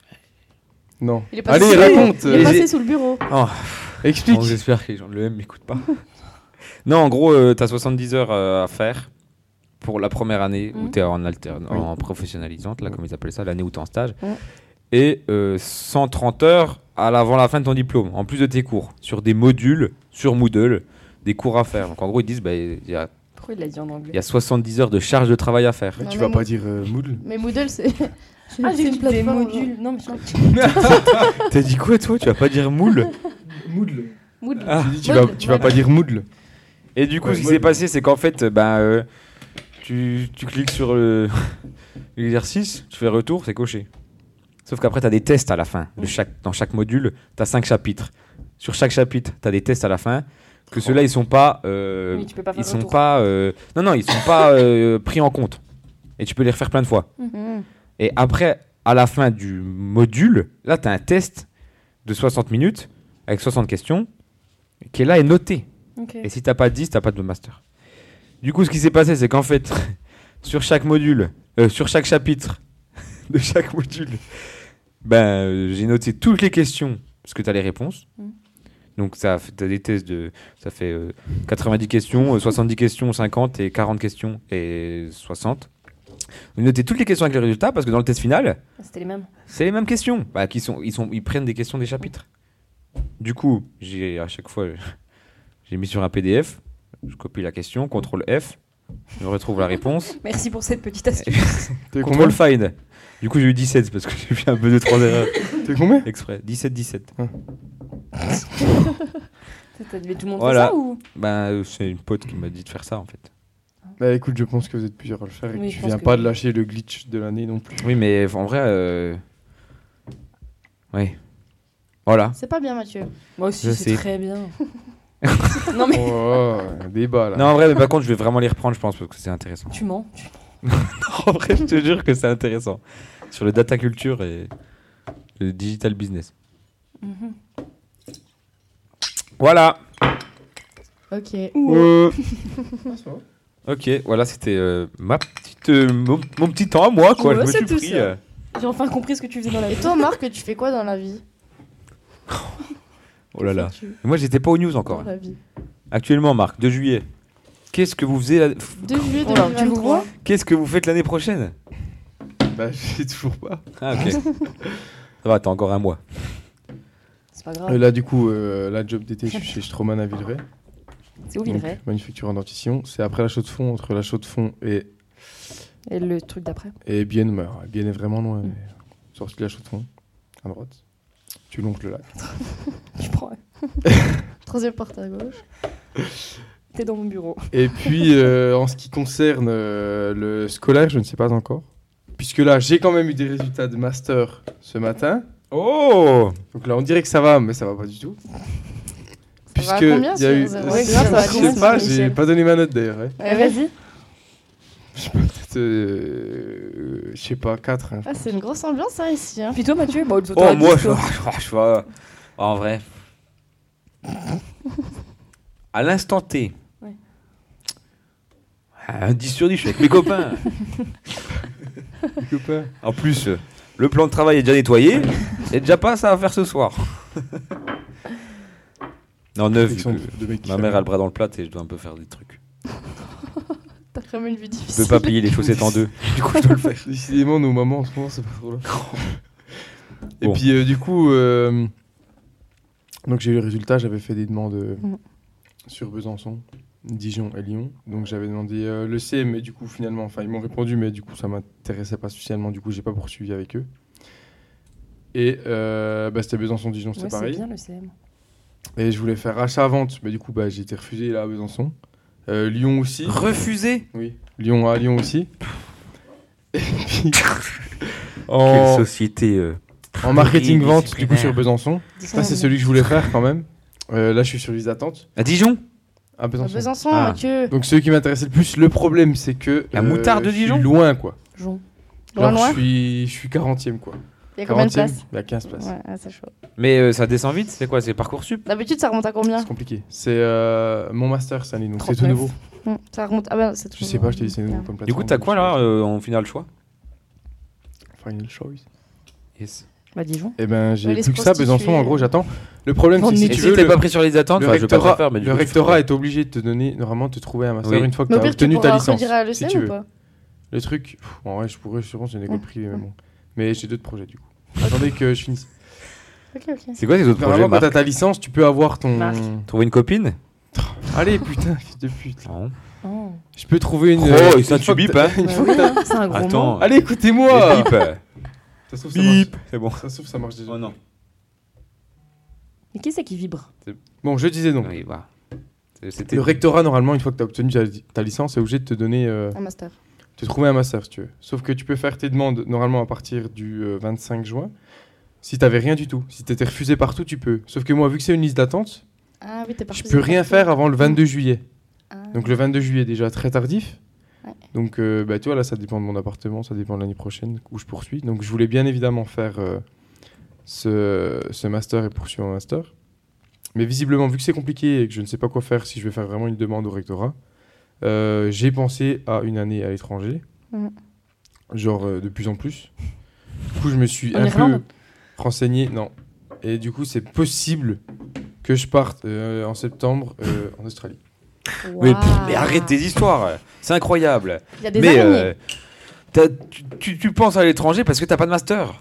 Non. Il est pas Allez, sous- raconte. Il est Les- passé sous le bureau. Oh, Explique. bon, j'espère que les gens de l'E M m'écoutent pas. Non, en gros, euh, t'as soixante-dix heures euh, à faire pour la première année où Mhm. t'es en alterne, Oui. en professionnalisante, là, Mhm. comme ils appellent ça, l'année où t'es en stage. Mhm. Et euh, cent trente heures à l'avant la fin de ton diplôme, en plus de tes cours, sur des modules, sur Moodle, des cours à faire. Donc en gros, ils disent, bah, il y, a- Pourquoi il l'a dit en anglais il y a soixante-dix heures de charge de travail à faire. Mais Non, tu mais vas moi- pas dire euh, Moodle. Mais Moodle, c'est. Ah, c'est j'ai une dit des plateforme, modules. genre. Non, mais je crois que T'as dit quoi, toi? Tu vas pas dire moule? Moodle. Moodle. Ah. Tu dis, tu vas, Moodle, tu vas voilà. pas dire Moodle. Et du coup, Ouais, ce qui moi, s'est je- passé, c'est qu'en fait, ben, euh, tu, tu cliques sur le- l'exercice, tu fais retour, c'est coché. Sauf qu'après, tu as des tests à la fin. De chaque, dans chaque module, tu as cinq chapitres. Sur chaque chapitre, tu as des tests à la fin. Que ceux-là, ils sont pas. euh, Oui, tu peux pas faire ils sont retour. pas. euh, non, non, ils sont pas euh, pris en compte. Et tu peux les refaire plein de fois. Mhm. Et après, à la fin du module, là, tu as un test de soixante minutes avec soixante questions qui est là et noté. Ok. Et si t'as pas dix, t'as pas de master. Du coup, ce qui s'est passé, c'est qu'en fait, sur chaque module, euh, sur chaque chapitre de chaque module, ben, euh, j'ai noté toutes les questions parce que t'as les réponses. Mm. Donc, ça fait- t'as des tests de. Ça fait euh, quatre-vingt-dix questions, euh, soixante-dix questions, cinquante et quarante questions et soixante. J'ai noté toutes les questions avec les résultats parce que dans le test final, C'était les mêmes. c'est les mêmes questions. Bah, qui sont, ils, sont, ils prennent des questions des chapitres. Du coup, j'ai à chaque fois, j'ai mis sur un P D F, je copie la question, contrôle F, je retrouve la réponse, Merci pour cette petite astuce. T'es contrôle combien find. Du coup, j'ai eu dix-sept parce que j'ai fait un peu de trois erreurs T'es combien exprès. dix-sept dix-sept. T'as devait tout le monde Voilà. faire ça ou Ben, euh, c'est une pote qui m'a dit de faire ça en fait. Bah écoute, je pense que vous êtes plusieurs à le faire et Oui, que je tu pense viens que pas oui. de lâcher le glitch de l'année non plus. Oui, mais en vrai, euh... oui. Voilà. C'est pas bien, Mathieu. Moi aussi, Je c'est sais. très bien. Non mais Oh, un débat là. Non, en vrai, mais par contre, je vais vraiment les reprendre, je pense, parce que c'est intéressant. tu mens. tu- En vrai, je te jure que c'est intéressant. Sur le data culture et le digital business. Mhm. Voilà. Ok. Euh, Ok, voilà, c'était euh, ma petite, euh, mon, mon petit temps à moi, quoi. Ouais, je me c'est suis tout pris. ça. euh, J'ai enfin compris ce que tu faisais dans la Et vie. toi, Marc, tu fais quoi dans la vie? Oh là là. Que fais-tu Moi, j'étais pas aux news encore. Dans la vie. Actuellement, Marc, deux juillet. Qu'est-ce que vous faisiez la- deux juillet Oh là, tu vous deux mille vingt-trois. vois Qu'est-ce que vous faites l'année prochaine? Bah, je sais toujours pas. Ah, ok. Ça va, t'as encore un mois. C'est pas grave. Euh, là, du coup, euh, la job d'été, je suis chez Stroman à Villeray. C'est où Donc, Villeray manufacture en dentition. C'est après la chaux de fond, entre la chaux de fond et, Et le truc d'après. et Bienne. Bah, Bienne est vraiment loin. Mais... Sortie de la chaux de fond, à droite. Tu longes le lac. Tu prends. Troisième porte à gauche. T'es dans mon bureau. Et puis, euh, en ce qui concerne euh, le scolaire, je ne sais pas encore. Puisque là, j'ai quand même eu des résultats de master ce matin. Oh! Donc là, on dirait que ça va, mais ça va pas du tout. Ça va à combien il y a eu... sur zéro? Ouais, je ça va à combien, sais pas, sur j'ai Michel pas donné ma note d'ailleurs. ouais. Ouais, vas-y. Je sais pas, peut-être, euh, je sais pas, quatre. Hein. Ah, c'est une grosse ambiance, hein, ici. Hein. Puis toi, Mathieu bah, Oh, t'aurais moi, dit je, toi. je, je vois. En vrai. À l'instant T. Ouais. Un dix sur dix, je suis avec mes copains. Copain. En plus, euh, le plan de travail est déjà nettoyé. Et déjà pas ça à faire ce soir. Non, neuf. Réflexion vu de- que de mec qui Ma fait mère a rien. le bras dans le plat et je dois un peu faire des trucs. T'as vraiment une vie Je difficile. peux pas plier les chaussettes en deux. Du coup, je dois le faire. Décidément, nos mamans en ce moment, c'est pas trop là. Et Bon. puis, euh, du coup, euh, donc j'ai eu le résultat, j'avais fait des demandes euh, Mhm. sur Besançon, Dijon et Lyon. Donc j'avais demandé euh, le C, mais du coup, finalement, enfin, ils m'ont répondu, mais du coup, ça m'intéressait pas spécialement. Du coup, j'ai pas poursuivi avec eux. Et euh, bah, c'était Besançon-Dijon, c'était Ouais, c'est pareil. bien le C M. Et je voulais faire achat-vente, mais du coup, bah, j'ai été refusé là à Besançon. Euh, Lyon aussi. Refusé. Oui. Lyon à Lyon aussi. Et puis, Quelle en, société. euh, en marketing-vente, du coup, pluridisciplinaire. sur Besançon. Ça, c'est celui que je voulais faire quand même. Euh, là, je suis sur liste d'attente. À Dijon. À À Besançon. Besançon, Ah. que. Donc, celui qui m'intéressait le plus, le problème, c'est que. La moutarde de je suis Dijon loin, quoi. Jon. Loin, Genre, loin. je suis, je suis quarantième, quoi. Il y a combien de quarantième, places? il y a quinze places. Ouais, ah, c'est chaud. Mais euh, ça descend vite. C'est quoi? C'est Parcoursup. D'habitude, ça remonte à combien? C'est compliqué. C'est euh, mon master cette année, donc c'est tout trente-neuf. nouveau. Hum, Ça remonte. Ah bah, c'est tout. Je sais pas, je t'ai dit c'est nouveau Bien. comme Du plateforme. coup, t'as quoi là euh, en final choix? Final choice. Yes. Bah, Dijon. Eh ben, j'ai Ouais, les plus que ça, prostituées. Besançon, en gros, j'attends. Le problème, c'est que Et si Et tu si veux, t'es le, pas pris sur les attentes, le enfin, je veux pas te rectorat, faire, mais du le coup, tu rectorat feras. est obligé de te donner, normalement, te trouver un master Oui. une fois que Mais au t'as pire, tu obtenu ta pourras licence. redire à si l'E C tu M ou veux. pas? Le truc, pff, en vrai, je pourrais, je pense, c'est une école Ouais. privée, mais bon. Mais j'ai d'autres projets, du coup. Attendez que je finisse. Ok, ok. C'est quoi tes autres projets, Normalement, quand Marc? t'as ta licence, tu peux avoir ton. Marc. Trouver une copine? Allez, putain, fils de pute. Non. Oh. Je peux trouver une. Oh, euh, et ça, une tu fois que bipes, t'as- hein. une Bah fois oui, que t'as- hein, c'est un gros Attends. mot. Allez, écoutez-moi. Les bip. Ça se trouve, ça marche. Bip. C'est bon. Ça se trouve, ça marche déjà. Oh non. Mais qui c'est qui vibre? Bon, je disais donc. Oui, bah. C'est- C'était. Le rectorat, normalement, une fois que tu as obtenu ta, ta licence, est obligé de te donner, euh, Un master. te trouver un master si tu veux. Sauf que tu peux faire tes demandes normalement à partir du euh, vingt-cinq juin. Si t'avais rien du tout, si t'étais refusé partout, tu peux. Sauf que moi, vu que c'est une liste d'attente, Ah oui, t'es je parti. peux rien faire avant le vingt-deux juillet. Ah. Donc le vingt-deux juillet, déjà très tardif. Ouais. Donc euh, bah, tu vois, là, ça dépend de mon appartement, ça dépend de l'année prochaine où je poursuis. Donc je voulais bien évidemment faire euh, ce, ce master et poursuivre un master. Mais visiblement, vu que c'est compliqué et que je ne sais pas quoi faire si je vais faire vraiment une demande au rectorat, euh, j'ai pensé à une année à l'étranger. Mhm. Genre euh, de plus en plus. Du coup, je me suis En un Irlande peu renseigné. Non. Et du coup, c'est possible que je parte euh, en septembre euh, en Australie. Mais, Waouh. mais arrête tes histoires. C'est incroyable. Il y a des Mais araignées. euh, t'as- tu, tu- tu penses à l'étranger parce que t'as pas de master.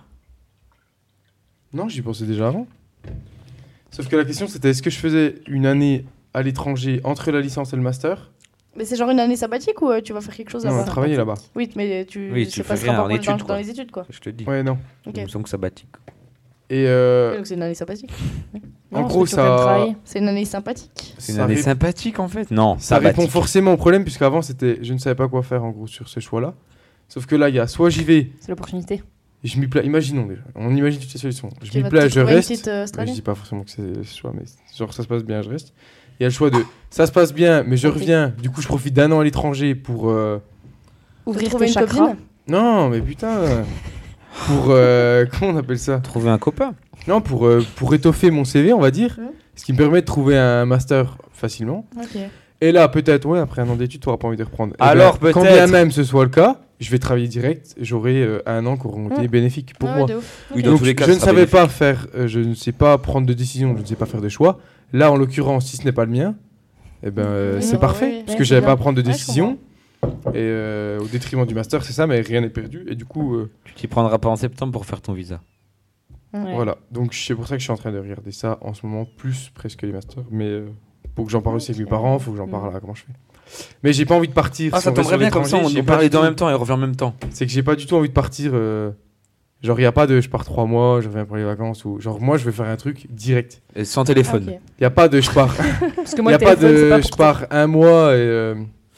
Non, j'y pensais déjà avant. Sauf que la question, c'était est-ce que je faisais une année à l'étranger entre la licence et le master? Mais c'est genre une année sabbatique ou euh, tu vas faire quelque chose Non, là-bas? on va travailler là-bas. Oui, mais tu. Oui, tu c'est fais pas rien sera en pas études, dans, quoi. dans les études, quoi. Je te le dis. Ouais, non. Ok. Il me semble que sabbatique. Et euh, Donc c'est une année sabbatique. en Non, gros, parce que tu vas quand même ça, travailler. C'est une année sympathique. C'est une ça année ré- sympathique en fait. Non, ça sabbatique. répond forcément au problème, puisqu'avant, c'était, je ne savais pas quoi faire en gros sur ce choix-là. Sauf que là, il y a soit j'y vais, C'est l'opportunité. et je m'y plais. Imaginons déjà, on imagine toutes les solutions. Je Tu m'y vas plais, te je trouver une reste. petite, euh, Mais Australie. je dis pas forcément que c'est ce choix, mais genre ça se passe bien, je reste. Il y a le choix de ça se passe bien, mais je Ok. reviens. Du coup, je profite d'un an à l'étranger pour. euh, Ouvrir trouver tes une chakras. copine. Non, mais putain. Pour. euh, Comment on appelle ça? Trouver un copain. Non, pour, euh, pour étoffer mon C V, on va dire. Mhm. Ce qui me permet de trouver un master facilement. Ok. Et là, peut-être, ouais, après un an d'études, tu n'auras pas envie de reprendre. Eh Alors, ben, Quand peut-être. bien même ce soit le cas, je vais travailler direct. J'aurai euh, un an qui auront été Ouais. bénéfiques pour Ah moi. ouais, de ouf. Oui, Ok. dans Donc, tous les cas, je ce ne sera savais bénéfique. pas faire, euh, je ne sais pas prendre de décision, je ne sais pas faire de choix. Là, en l'occurrence, si ce n'est pas le mien, eh ben, euh, Oui, c'est ouais, parfait, ouais, parce ouais, que c'est j'avais bien. pas à prendre de Ouais, je décision. Et euh, au détriment du master, c'est ça, mais rien n'est perdu. Et du coup, euh, Tu t'y prendras pas en septembre pour faire ton visa. Ouais. voilà. Donc, c'est pour ça que je suis en train de regarder ça en ce moment, plus presque les masters. Mais euh, pour que j'en parle aussi avec mes Ok. parents, faut que j'en parle là, comment je fais. Mais j'ai pas envie de partir. Ah, si ça on va tomberait sur bien comme ça, l'étranger, on, j'ai on pas parle les du deux en tout- même temps et on revient en même temps. C'est que j'ai pas du tout envie de partir. euh, Genre, il n'y a pas de je pars trois mois, je reviens pour les vacances. Ou genre, moi, je vais faire un truc direct. Et sans téléphone. Ok. Il n'y a pas de je pars. Parce que Il moi, n'y a le pas téléphone, c'est de pas je pour toi. pars un mois et, euh,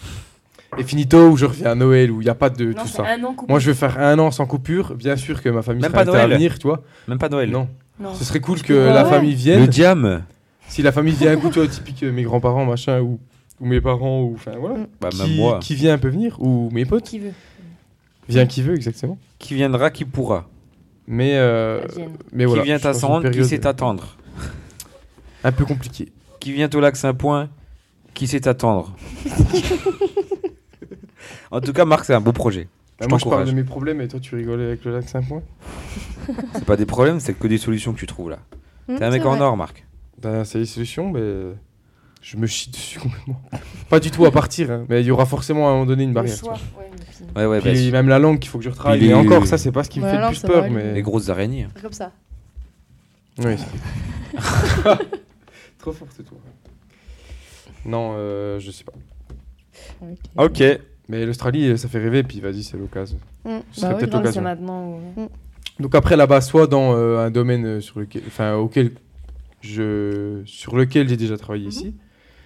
et finito ou je reviens à Noël. Ou il n'y a pas de Non, tout c'est ça. un an coupé. Moi, je vais faire un an sans coupure. Bien sûr que ma famille Même sera pas invitée à Noël. venir, tu vois. Même pas Noël. Non. Non. Ce serait cool que peux pas, la ouais. famille Le vienne. diam. Si la famille vient, un coup, tu vois, typique euh, mes grands-parents, machin, ou, ou mes parents, ou enfin voilà. Bah, même Qui, moi. qui vient peut venir, ou mes potes. Qui veut Vient qui veut, exactement. Qui viendra, qui pourra. Mais, euh, Advienne. mais voilà. qui vient je suis dans une t'attendre, qui période sait t'attendre. Un peu compliqué. Qui vient au lac Saint-Point, qui sait t'attendre. En tout cas, Marc, c'est un beau projet. Bah, Je moi, je parle t'encourage. de mes problèmes et toi, tu rigolais avec le lac Saint-Point. C'est pas des problèmes, c'est que des solutions que tu trouves là. Hmm, T'es un mec c'est en vrai. or, Marc. Bah, c'est les solutions, mais je me chie dessus complètement. Pas du tout à partir, hein, mais il y aura forcément à un moment donné une Le barrière. choix. tu vois. Ouais, mais puis- Ouais, ouais, Puis bah, même la langue qu'il faut que je retravaille. Puis Et les- encore, ça, c'est pas ce qui me Ouais, fait le non, plus ça peur. va, Mais... les grosses araignées. Faire comme ça. Oui. Trop fort, c'est tout. Non, euh, je sais pas. Ok. Ok. Mais l'Australie, ça fait rêver, puis vas-y, c'est l'occasion. Hmm. Ce serait Bah ouais, peut-être grave, Non, mais c'est l'occasion. maintenant. ou- Donc après là-bas, soit dans euh, un domaine euh, sur lequel, enfin auquel je, sur lequel j'ai déjà travaillé Mhm. ici.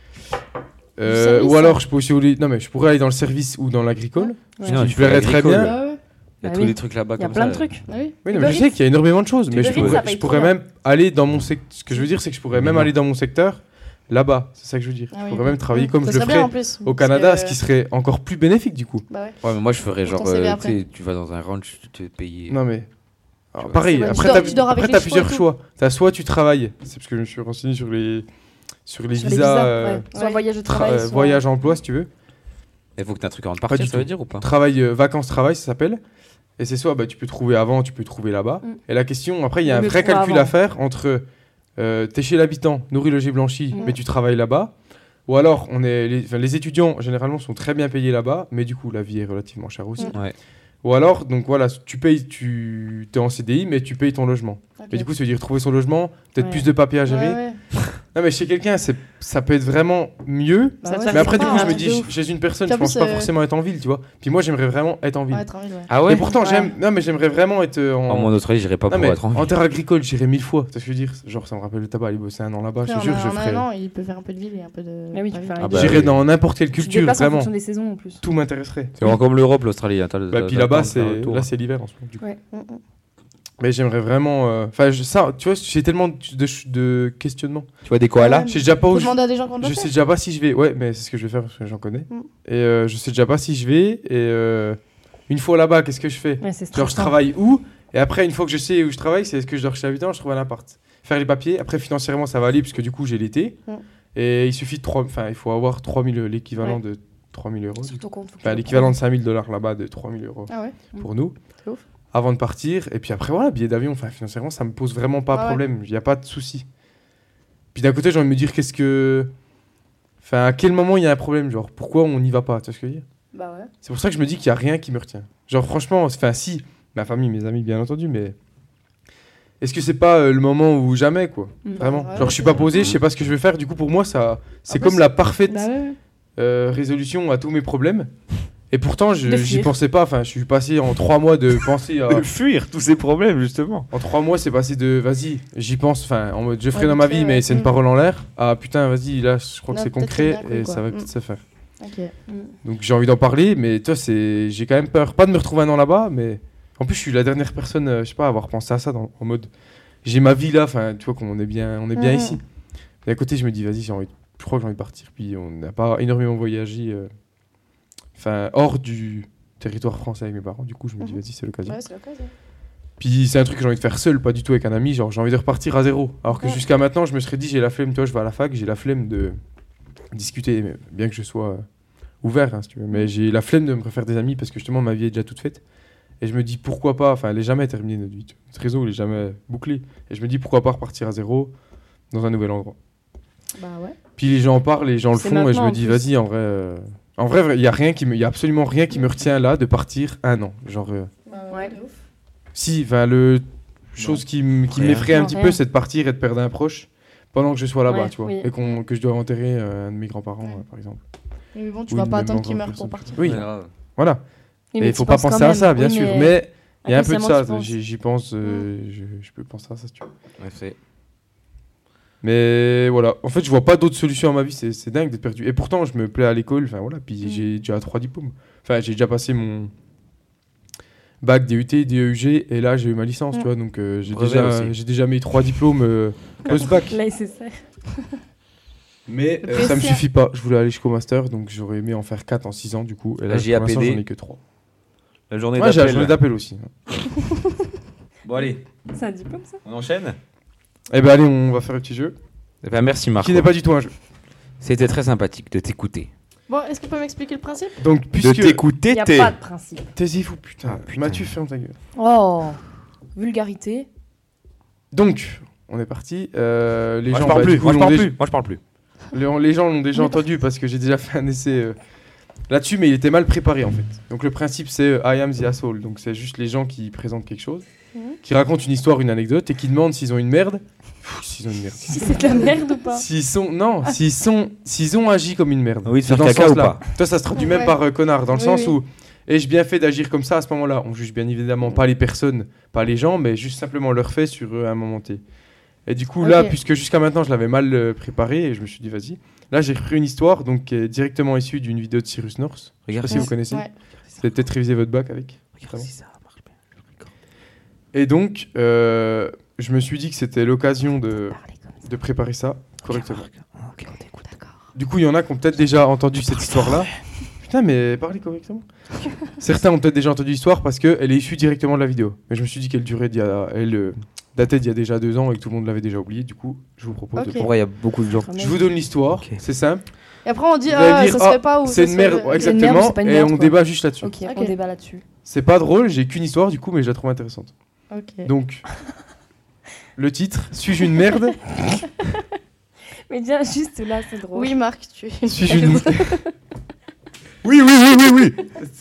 Euh, service, ou alors hein. je peux aussi aller, non mais je pourrais aller dans le service ou dans l'agricole. Ouais. Sinon, qui tu me plairait fais très agricole. bien. Ouais, ouais. Il y a Ah tous oui. les trucs là-bas Il y a comme plein ça. de trucs. Ah oui. Oui, non, Uber mais je sais Eats. qu'il y a énormément de choses, mais je Uber Eats, pourrais, ça paye je pourrais trop bien. même aller dans mon secteur. Ce que je veux dire, c'est que je pourrais même Mais aller non. dans mon secteur là-bas. C'est ça que je veux dire. Ah je oui. pourrais même travailler Mmh. comme Ça je le serait bien, ferais en plus, au parce Canada, que- ce qui serait encore plus bénéfique du coup. Bah ouais. Ouais, mais moi je ferais Pour genre, ton C V euh, tu après. sais, tu vas dans un ranch, tu te payes. Non mais alors, vois, pareil. c'est bon. Après, Tu t'as dors- tu dors avec après, les t'as chevaux et plusieurs tout. choix. T'as soit tu travailles, c'est parce que je me suis renseigné sur les sur les Sur les visas, visas, euh, ouais. Soit Ouais. voyage de tra- travail, euh, soit- voyage emploi si tu veux. Il faut que tu aies un truc avant de Pas partir, du ça veut tout. dire ou pas? Travail, euh, vacances, travail, ça s'appelle. Et c'est soit bah, tu peux trouver avant, tu peux trouver là-bas. Mm. Et la question, après, il y a Vaut un mieux vrai trouver calcul avant. à faire entre euh, t'es chez l'habitant, nourri, logé, blanchi, Mm. mais tu travailles là-bas. Ou alors, on est, les, enfin, les étudiants, généralement, sont très bien payés là-bas, mais du coup, la vie est relativement chère aussi. Mm. Ouais. Ou alors, donc voilà, tu payes, tu es en C D I, mais tu payes ton logement. Ok. Mais du coup, ça veut dire trouver son logement, peut-être Ouais. plus de papiers à Ouais, gérer. ouais. Non, mais chez quelqu'un, c'est- ça peut être vraiment mieux. Bah Ça te ouais, fait Mais après, du sympa, coup, je hein. me De dis, ouf. chez une personne, Puis je en pense plus, pas euh, forcément être en ville, tu vois. Puis moi, j'aimerais vraiment être en ville. Ouais, tranquille, ouais. Ah ouais? Et pourtant, Ouais. j'aime. Non, mais j'aimerais vraiment être euh, en. En mon autre j'irais pas Non, pour mais être en en ville. terre agricole, j'irais mille fois. Tu sais ce que je veux dire? Genre, ça me rappelle le tabac, aller bosser un an là-bas. Je Après, te en jure, je un- en un ferais. an, il peut faire un peu de ville et un peu de. Mais oui, tu pas peux ville. faire Ah bah, J'irais oui. dans n'importe quelle Tu te culture, déplaces en vraiment. fonction des saisons en plus. Tout m'intéresserait. C'est vraiment comme l'Europe, l'Australie. hein, t'as le- Bah, t'as- puis t'as là-bas, le temps de faire c'est le tour. là, c'est l'hiver en ce moment. Du coup. Ouais. Mm, mm. Mais j'aimerais vraiment. euh, Enfin, je- ça, tu vois, j'ai tellement de, de, de questionnements. Tu vois des koalas? Ouais. Je sais déjà pas Faut où. Je, demander à des gens qu'on doit je faire. sais déjà pas si je vais. Ouais, mais c'est ce que je vais faire parce que j'en connais. Mm. Et euh, je sais déjà pas si je vais. Et euh, une fois là-bas, qu'est-ce que je fais? Ouais, c'est Genre, je stressant. travaille où? Et après, une fois que je sais où je travaille, c'est est-ce que je dors chez l'habitant, je trouve un appart. Faire les papiers. Après, financièrement, ça va aller puisque du coup, j'ai l'été. Mm. Et il suffit de trois. Enfin, il faut avoir trois mille, l'équivalent Ouais. de trois mille euros. Sur ton compte. faut que tu Enfin, le l'équivalent de prennes. cinq mille dollars là-bas, de trois mille euros Ah ouais. pour nous. C'est ouf. Avant de partir. Et puis après, voilà, billet d'avion. Enfin, financièrement, ça me pose vraiment pas de Ah ouais. problème. Il n'y a pas de souci. Puis d'un côté, j'ai envie de me dire, qu'est-ce que. Enfin, à quel moment il y a un problème? Genre, pourquoi on n'y va pas? Tu vois ce que je veux dire? Bah ouais. C'est pour ça que je me dis qu'il n'y a rien qui me retient. Genre, franchement, enfin, si, ma famille, mes amis, bien entendu, mais. Est-ce que c'est pas euh, le moment où jamais, quoi? Mm. Vraiment. ouais, Genre, je suis c'est pas ça. posé, je sais pas ce que je vais faire. Du coup, pour moi, ça, c'est Après, comme la parfaite Bah ouais, ouais. euh, résolution à tous mes problèmes. Et pourtant, je De j'y fuir. pensais pas. Enfin, je suis passé en trois mois de penser à. De fuir tous ces problèmes, justement. En trois mois, c'est passé de vas-y, j'y pense, enfin, en mode je ferai Ouais, dans ma vite vie, fait, mais ouais. c'est une Mm. parole en l'air. Ah putain, vas-y, là, je crois que Là, c'est peut-être concret c'est bien cool, et quoi. ça va Mm. peut-être se faire. Ok. Mm. Donc j'ai envie d'en parler, mais toi, c'est, j'ai quand même peur, pas de me retrouver un an là-bas, mais en plus, je suis la dernière personne, euh, je sais pas, à avoir pensé à ça dans, en mode j'ai ma vie là, enfin, tu vois qu'on est bien, on est bien Mhm. ici. Et à côté, je me dis vas-y, j'ai envie, de- je crois que j'ai envie de partir. Puis on n'a pas énormément voyagé, euh, enfin, hors du territoire français avec mes parents. Du coup, je me dis Mhm. vas-y, c'est l'occasion. Ouais, c'est l'occasion. Puis c'est un truc que j'ai envie de faire seul, pas du tout avec un ami. Genre, j'ai envie de repartir à zéro. Alors que Ouais. jusqu'à maintenant, je me serais dit, j'ai la flemme, toi, je vais à la fac, j'ai la flemme de discuter, mais bien que je sois euh, ouvert, hein, si tu veux. Mais j'ai la flemme de me refaire des amis parce que justement, ma vie est déjà toute faite. Et je me dis, pourquoi pas, enfin, elle est jamais terminée, notre vie. Notre réseau, il est jamais bouclé. Et je me dis, pourquoi pas repartir à zéro dans un nouvel endroit. Bah ouais. Puis les gens en parlent, les gens le C'est font, et je maintenant, me en dis, plus. vas-y, en vrai. euh, En vrai, il y a rien qui me, y a absolument rien qui me retient là de partir un an. Genre. euh, Ouais. de ouf. Si, enfin, le chose qui, m- qui Rien. m'effraie un Non, petit rien. peu, c'est de partir et de perdre un proche pendant que je sois là-bas, Ouais, tu vois. oui. Et qu'on, que je dois enterrer euh, un de mes grands-parents, Ouais. euh, par exemple. Mais bon, tu Ou vas une pas même attendre qu'il grande meure pour personne. partir. Oui, Ouais, grave. voilà. Oui, Et mais il tu faut pas penses quand penser à même. ça, bien Oui, sûr. mais Mais il y a un peu de inconsciemment, ça. tu penses. J'y, j'y pense, euh, je, je peux penser à ça, si tu veux. Ouais, c'est- Mais voilà, en fait, je vois pas d'autre solution à ma vie. C'est, c'est dingue d'être perdu. Et pourtant, je me plais à l'école. Enfin voilà, puis Mm. j'ai déjà trois diplômes. Enfin, j'ai déjà passé mon bac, D U T, D E U G, et là j'ai eu ma licence, Mm. tu vois. Donc euh, j'ai Brevet déjà, aussi. j'ai déjà mes trois diplômes euh, post-bac. Là, c'est ça. Mais Le euh, ça me P C A. suffit pas. Je voulais aller jusqu'au master, donc j'aurais aimé en faire quatre en six ans du coup. Et là, La J A P D. pour l'instant, j'en ai que trois. La journée Ouais, j'ai la d'appel. journée d'appel aussi. Bon, allez, C'est un diplôme, ça? on enchaîne. Eh ben allez, on va faire un petit jeu Eh ben, merci Marco. qui n'est pas du tout un jeu. C'était très sympathique de t'écouter. Bon, est-ce que tu peux m'expliquer le principe? Donc De puisque t'écouter, Il n'y a t'es. pas de principe. taisez-vous putain. Ah, putain. Mathieu, ferme ta gueule. Oh, vulgarité. Donc on est parti. Euh, les Moi, gens, je parle bah, plus. du coup, Moi, je l'ont parle déjà- plus. Moi, je parle plus. Les, les gens l'ont déjà entendu parce que j'ai déjà fait un essai euh, là-dessus, mais il était mal préparé en fait. Donc le principe c'est euh, I am the asshole. Donc c'est juste les gens qui présentent quelque chose, Mhm. qui racontent une histoire, une anecdote et qui demandent s'ils ont une merde. Pff, s'ils ont une merde. Si c'est de la merde ou pas? S'ils sont non, s'ils sont s'ils ont agi comme une merde. Oui, de C'est faire dans ce caca ou sens-là. pas. Toi ça se traduit même Ouais. par euh, connard dans le Oui, sens oui. où Ai-je bien fait d'agir comme ça à ce moment-là? On juge bien évidemment pas les personnes, pas les gens, mais juste simplement leur fait sur eux à un moment T. Et du coup, là, Ok. puisque jusqu'à maintenant je l'avais mal euh, préparé, et je me suis dit vas-y. Là, j'ai repris une histoire donc, qui est directement issue d'une vidéo de Cyrus North. Je sais pas si vous connaissez. Ouais. Vous avez peut-être révisé votre bac avec. Regarde si ça marche bien. Et donc, euh, je me suis dit que c'était l'occasion de, de préparer ça correctement. Ok, on t'écoute. Du coup, il y en a qui ont peut-être déjà entendu cette histoire-là. Putain, mais parlez correctement. Certains ont peut-être déjà entendu l'histoire parce qu'elle est issue directement de la vidéo. Mais je me suis dit qu'elle durait, d'il y a, elle euh, datait d'il y a déjà deux ans et que tout le monde l'avait déjà oublié. Du coup, je vous propose Ok. de. En vrai, il y a beaucoup de gens. Je vous donne l'histoire, Ok. c'est simple. Et après, on dit, Vous allez ah, dire, ça se ah, fait pas ou c'est ça une se fait- merde, ouais, C'est une merde ou exactement. c'est pas une Et merde, on quoi. débat juste là-dessus. Ok, Ok. on débat là-dessus. C'est pas drôle, j'ai qu'une histoire du coup, mais je la trouve intéressante. Ok. Donc, le titre, suis-je une merde? Mais déjà, juste là, c'est drôle. Oui, Marc, tu es. Suis-je une. Oui, oui, oui, oui, oui.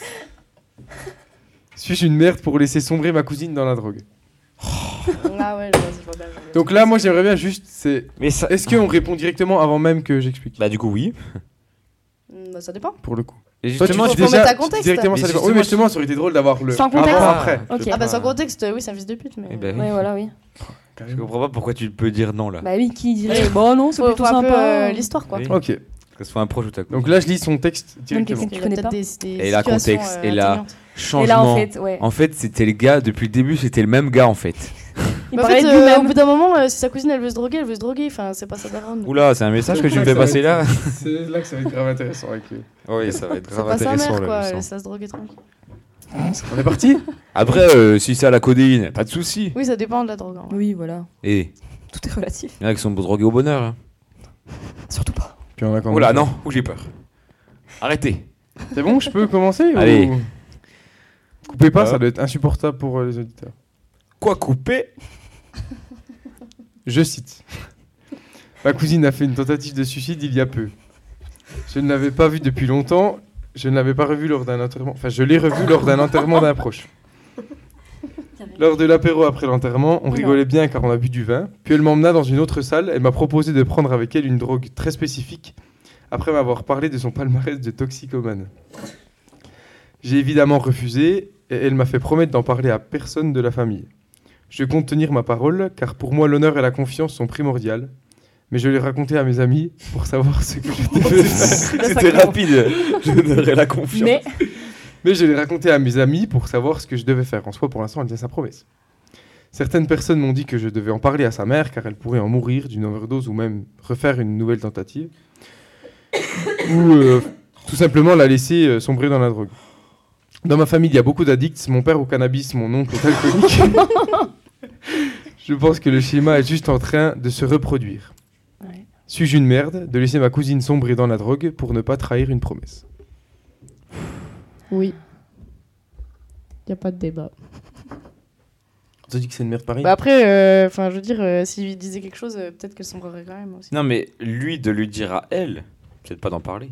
Suis-je une merde pour laisser sombrer ma cousine dans la drogue? Ah ouais, je vois, je vois bien, je vois bien. Donc là, moi, j'aimerais bien juste, c'est. Mais ça. Est-ce qu'on répond directement avant même que j'explique? Bah, du coup, oui. Mm, bah, ça dépend. Pour le coup. Et Toi, tu justement, dis faut tu mettre déjà à contexte. directement, Mais ça dépend. justement, Oui, mais justement, ça aurait été drôle d'avoir le Sans contexte. avant, Ah, après. Ok. Ah bah sans Enfin, contexte, oui, c'est un fils de pute, mais... Eh ben, Ouais, voilà, oui. Je comprends pas pourquoi tu peux dire non là. Bah oui, qui dirait bon non, c'est Faut, plutôt faut un peu sympa. euh, l'histoire, quoi. Oui. Ok. Que ce soit un proche ou ta cousine. Donc là, je lis son texte Même directement. quelqu'un Il que y tu a connais peut-être pas. des, des Et la situations, contexte, euh, et la- atténuantes. Changement. Et là, en fait, ouais. En fait, c'était le gars, depuis le début, c'était le même gars en fait. Il Mais en parlait fait, de euh, au lui-même. bout d'un moment, euh, si sa cousine elle veut se droguer, elle veut se droguer. Enfin, c'est pas sa daronne. Oula, c'est un message que tu me Ouais, fais ça va passer être- là. C'est là que ça va être grave intéressant avec lui. Oui, ça va être C'est grave pas sa intéressant mère, là. quoi. je Elle sens. se laisse droguer tranquille. On est parti? Après, euh, si c'est à la codéine, pas de soucis. Oui, ça dépend de la drogue. hein. Oui, voilà. Et Tout est relatif. il y en a qui sont drogués au bonheur. Hein. Surtout pas. Puis on a quand Oula, même- non, où j'ai peur. Arrêtez. C'est bon, je peux commencer? Allez. Ou... Coupez pas, Ah. ça doit être insupportable pour euh, les auditeurs. Quoi couper? Je cite. Ma cousine a fait une tentative de suicide il y a peu. Je ne l'avais pas vue depuis longtemps. Je ne l'avais pas revue lors d'un enterrement. Enfin, je l'ai revue lors d'un enterrement d'un proche. Lors de l'apéro après l'enterrement, on rigolait bien car on a bu du vin. Puis elle m'emmena dans une autre salle. Elle m'a proposé de prendre avec elle une drogue très spécifique après m'avoir parlé de son palmarès de toxicomane. J'ai évidemment refusé et elle m'a fait promettre d'en parler à personne de la famille. Je compte tenir ma parole car pour moi l'honneur et la confiance sont primordiales. Mais je l'ai raconté à mes amis pour savoir ce que je devais faire. C'était rapide. Je donnerai la confiance. Mais Mais je l'ai raconté à mes amis pour savoir ce que je devais faire. En soi, pour l'instant, elle tient sa promesse. Certaines personnes m'ont dit que je devais en parler à sa mère car elle pourrait en mourir d'une overdose ou même refaire une nouvelle tentative. ou euh, tout simplement la laisser euh, sombrer dans la drogue. Dans ma famille, il y a beaucoup d'addicts. Mon père au cannabis, mon oncle est alcoolique. Je pense que le schéma est juste en train de se reproduire. Ouais. Suis-je une merde de laisser ma cousine sombrer dans la drogue pour ne pas trahir une promesse? Oui. Y a pas de débat. On te dit que c'est une merde pareil? Bah après, enfin, je veux dire, euh, s'il disait quelque chose, euh, peut-être qu'elle sombrerait quand même aussi. Non, mais lui, de lui dire à elle, peut-être pas d'en parler.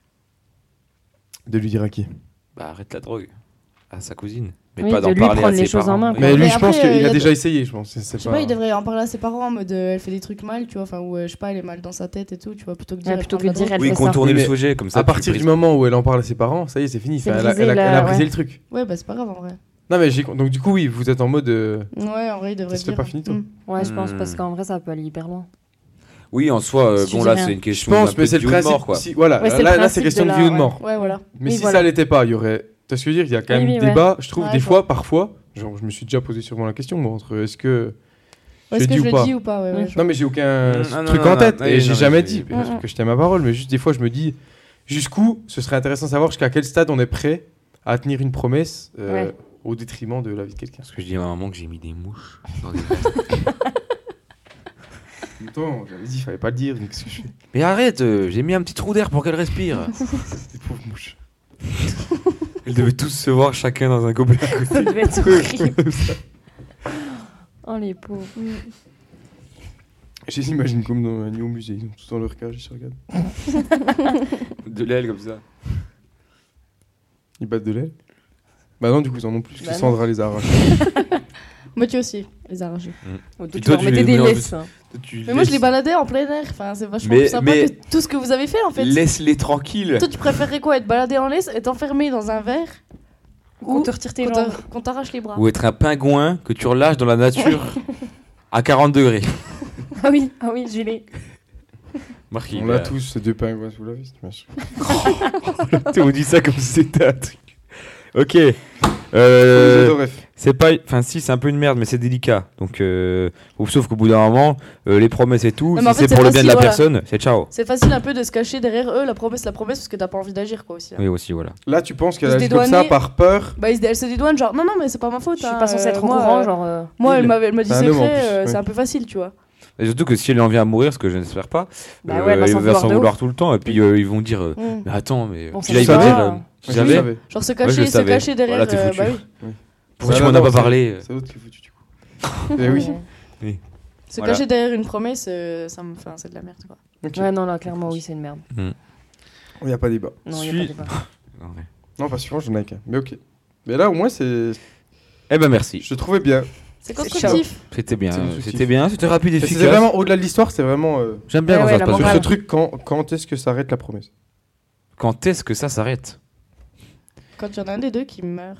De lui dire à qui? Bah, arrête la drogue. À sa cousine. Mais Oui, pas de d'en lui parler à prendre ses les choses en parents. main, Oui. Mais lui, Mais je pense après, euh, qu'il y a a déjà de- essayé, je pense. C'est- c'est Je sais pas, il devrait en parler à ses parents en mode euh, elle fait des trucs mal, tu vois, enfin, ou euh, je sais pas, elle est mal dans sa tête et tout, tu vois, plutôt que de dire. Ouais, elle plutôt prend que de de la dire, drogue. elle Oui, fait ça. contourner Mais le sujet comme ça. À tu partir brises- du moment où elle en parle à ses parents, ça y est, c'est fini. C'est Enfin, elle, a, brisé elle a- la- elle a brisé ouais. le truc. Ouais, bah c'est pas grave en vrai. Non, mais j'ai... Donc, du coup, oui, vous êtes en mode. euh, Ouais, en vrai, il devrait C'était dire. pas fini, toi Mm. Ouais, je pense, Hmm. parce qu'en vrai, ça peut aller hyper loin. Oui, en soi, euh, Si tu bon dis là, rien. c'est une Je question d'un pense, peu mais c'est de le vie ou de principe. mort, quoi. Si, voilà, Ouais, c'est le là, là, principe c'est question de de la- vie ou de ouais. mort. Ouais, voilà. Mais Oui, si voilà. ça l'était pas, il y aurait. Tu vois ce que je veux dire? Il y a quand Oui, même oui, ouais. débat. Je trouve Ouais, des je fois, parfois, genre, je me suis déjà posé sûrement la question, moi, entre est-ce que. Est-ce je que dis je ou le pas dis ou pas? Ouais, ouais, Mm. je- Non, mais j'ai aucun Mm, non, truc non, en non, tête non, et oui, j'ai non, jamais mais dit j'ai- parce Mm, que je tiens ma parole, mais juste des fois je me dis jusqu'où ce serait intéressant de savoir jusqu'à quel stade on est prêt à tenir une promesse euh, Ouais. au détriment de la vie de quelqu'un. Parce que je dis à ma maman que j'ai mis des mouches dans des verres. En même temps, j'avais dit, il fallait pas le dire, donc qu'est-ce que je fais? Mais arrête, euh, j'ai mis un petit trou d'air pour qu'elle respire. Des pauvres mouches. Ils devaient tous se voir chacun dans un gobelet à côté. Ça devait être horrible. Oh, les pauvres. Je les imagine comme dans un au musée, ils ont tous dans leur cage, ils se regardent. De l'aile comme ça. Ils battent de l'aile. Bah non, du coup, ils en ont plus Bah que non. Sandra les a arrachés. Moi, tu aussi, les arrachés. Oh, Et toi, tu toi, leur tu mettais les des mélanges- laisses. hein. Mais moi, je les baladais en plein air. Enfin, c'est vachement Mais- plus sympa mais- que tout ce que vous avez fait en fait. Laisse-les tranquilles. Toi, tu préférerais quoi? Être baladé en laisse, être enfermé dans un verre Qu'on te retire tes qu'on jambes. t'a- qu'on t'arrache les bras. Ou être un pingouin que tu relâches dans la nature à quarante degrés. Ah oui, ah oui, je l'ai. Marc, On il l'a a- tous, ces deux pingouins sous la veste. machin. On dit ça comme si c'était un truc. Ok. Les Euh, autoréfs. c'est pas. Enfin, si, c'est un peu une merde, mais c'est délicat. Donc, euh, sauf qu'au bout d'un moment, euh, les promesses et tout, Non, si mais en c'est fait, c'est pour le bien de la facile, voilà. personne, c'est ciao. C'est facile un peu de se cacher derrière eux, la promesse, la promesse, parce que t'as pas envie d'agir quoi aussi. hein. Oui, aussi, voilà. Là, tu penses qu'elle Se a dit comme ça dédouaner. par peur. Bah, ils se- elle se dédouane, genre non, non, mais c'est pas ma faute. Je suis hein, pas censée euh, être au moi, courant, euh, genre. euh, Moi, Il- elle m'avait- elle m'a dit Bah, un homme, en secret, plus, euh, oui. c'est un peu facile, tu vois. Et surtout que si elle en vient à mourir, ce que je n'espère pas, Bah ouais, elle va il s'en va vouloir s'en de vouloir ouf. tout le temps. Et puis euh, ils vont dire euh, Mm. mais attends, mais. Bon, Puis ça là, il se va savait. dire euh, tu Moi, je savais savais. Genre se Ouais, je cacher, le se savais. cacher derrière. Voilà, t'es euh, foutu. bah oui. Pourquoi Ça, tu m'en là, as pas non, c'est- parlé C'est l'autre qui est foutu du coup. Eh oui. Se Voilà. cacher derrière une promesse, euh, ça me, enfin, c'est de la merde quoi. Ok. Ouais, non, là, clairement, oui, c'est une merde. Il n'y a pas débat. Non, il y a Suis- pas de débat. Non, ouais. Non, pas suivant, j'en ai qu'un. Mais ok. Mais là, au moins, c'est. Eh ben merci. Je trouvais bien. C'est C'est constructif. C'était bien, C'est constructif. c'était bien, c'était rapide et Et efficace. C'était vraiment au-delà de l'histoire, c'est vraiment. euh, J'aime bien Ouais, quand ouais, ça se la passe. Sur morale. ce truc, quand, quand est-ce que s'arrête la promesse? Quand est-ce que ça s'arrête? Quand il y en a un des deux qui meurt.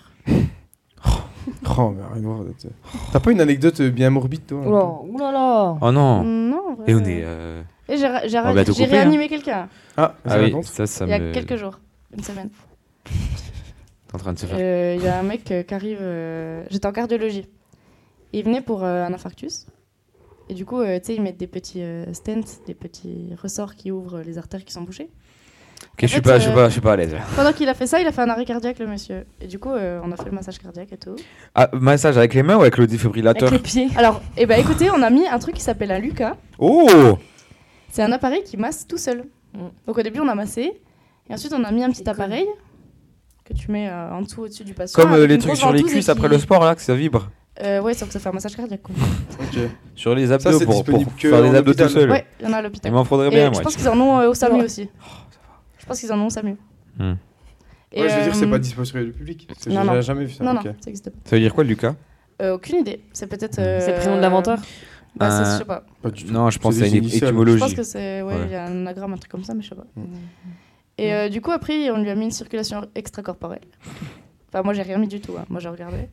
Oh, mais rien à voir. t'as- T'as pas une anecdote euh, bien morbide, toi? un peu Oula, oulala. Oh non. Non, en vrai. Et on est. euh, Et j'ai ra- j'ai On ra- va te j'ai couper, réanimé quelqu'un Ah, Ah ça oui, raconte. ça, ça il y a me. quelques jours, une semaine. T'es en train de se faire. Euh, Il y a un mec euh, qui arrive. euh, J'étais en cardiologie. Il venait pour euh, un infarctus. Et du coup, euh, tu sais, ils mettent des petits euh, stents, des petits ressorts qui ouvrent les artères qui sont bouchées. Ok, je suis fait, pas, je suis euh, pas, je suis pas à l'aise. Pendant qu'il a fait ça, il a fait un arrêt cardiaque, le monsieur. Et du coup, euh, on a fait le massage cardiaque et tout. Ah, massage avec les mains ou avec le Avec défibrillateur? les pieds. Alors, eh ben, écoutez, on a mis un truc qui s'appelle un Lucas. Oh! C'est un appareil qui masse tout seul. Mm. Donc au début, on a massé. Et ensuite, on a mis un petit C'est con. appareil que tu mets euh, en dessous, au-dessus du patient. Comme euh, avec les une trucs grosse sur les ventouse et cuisses qui- après le sport là, que ça vibre. Euh, ouais, sauf que ça fait un massage cardiaque. Quoi. Ok. Sur les Ça, abdos c'est pour, pour disponible que faire les en abdos tout hôpital. seul. Ouais, il y en a à Il l'hôpital. m'en faudrait Et bien, je moi. pense qu'ils en ont euh, au SAMU Ouais. aussi. Je pense qu'ils en ont au SAMU. Hmm. Et, Ouais, je veux dire, c'est euh, pas disponible sur le public. Parce que non, J'ai non. jamais vu ça. Non, ok. non, ça existe pas. Ça veut dire quoi, Lucas? Euh, aucune idée. C'est peut-être. euh, C'est le prénom de l'inventeur. Bah, c'est- Euh, je sais pas. Pas du tout. Non, je pense C'est que c'est des une initiales. Je étymologie. pense que c'est. Ouais, il Ouais. y a un anagramme, un truc comme ça, mais je sais pas. Mm. Et euh, du coup, après, on lui a mis une circulation extracorporelle. Enfin, moi, j'ai rien mis du tout. hein. Moi, j'ai regardé.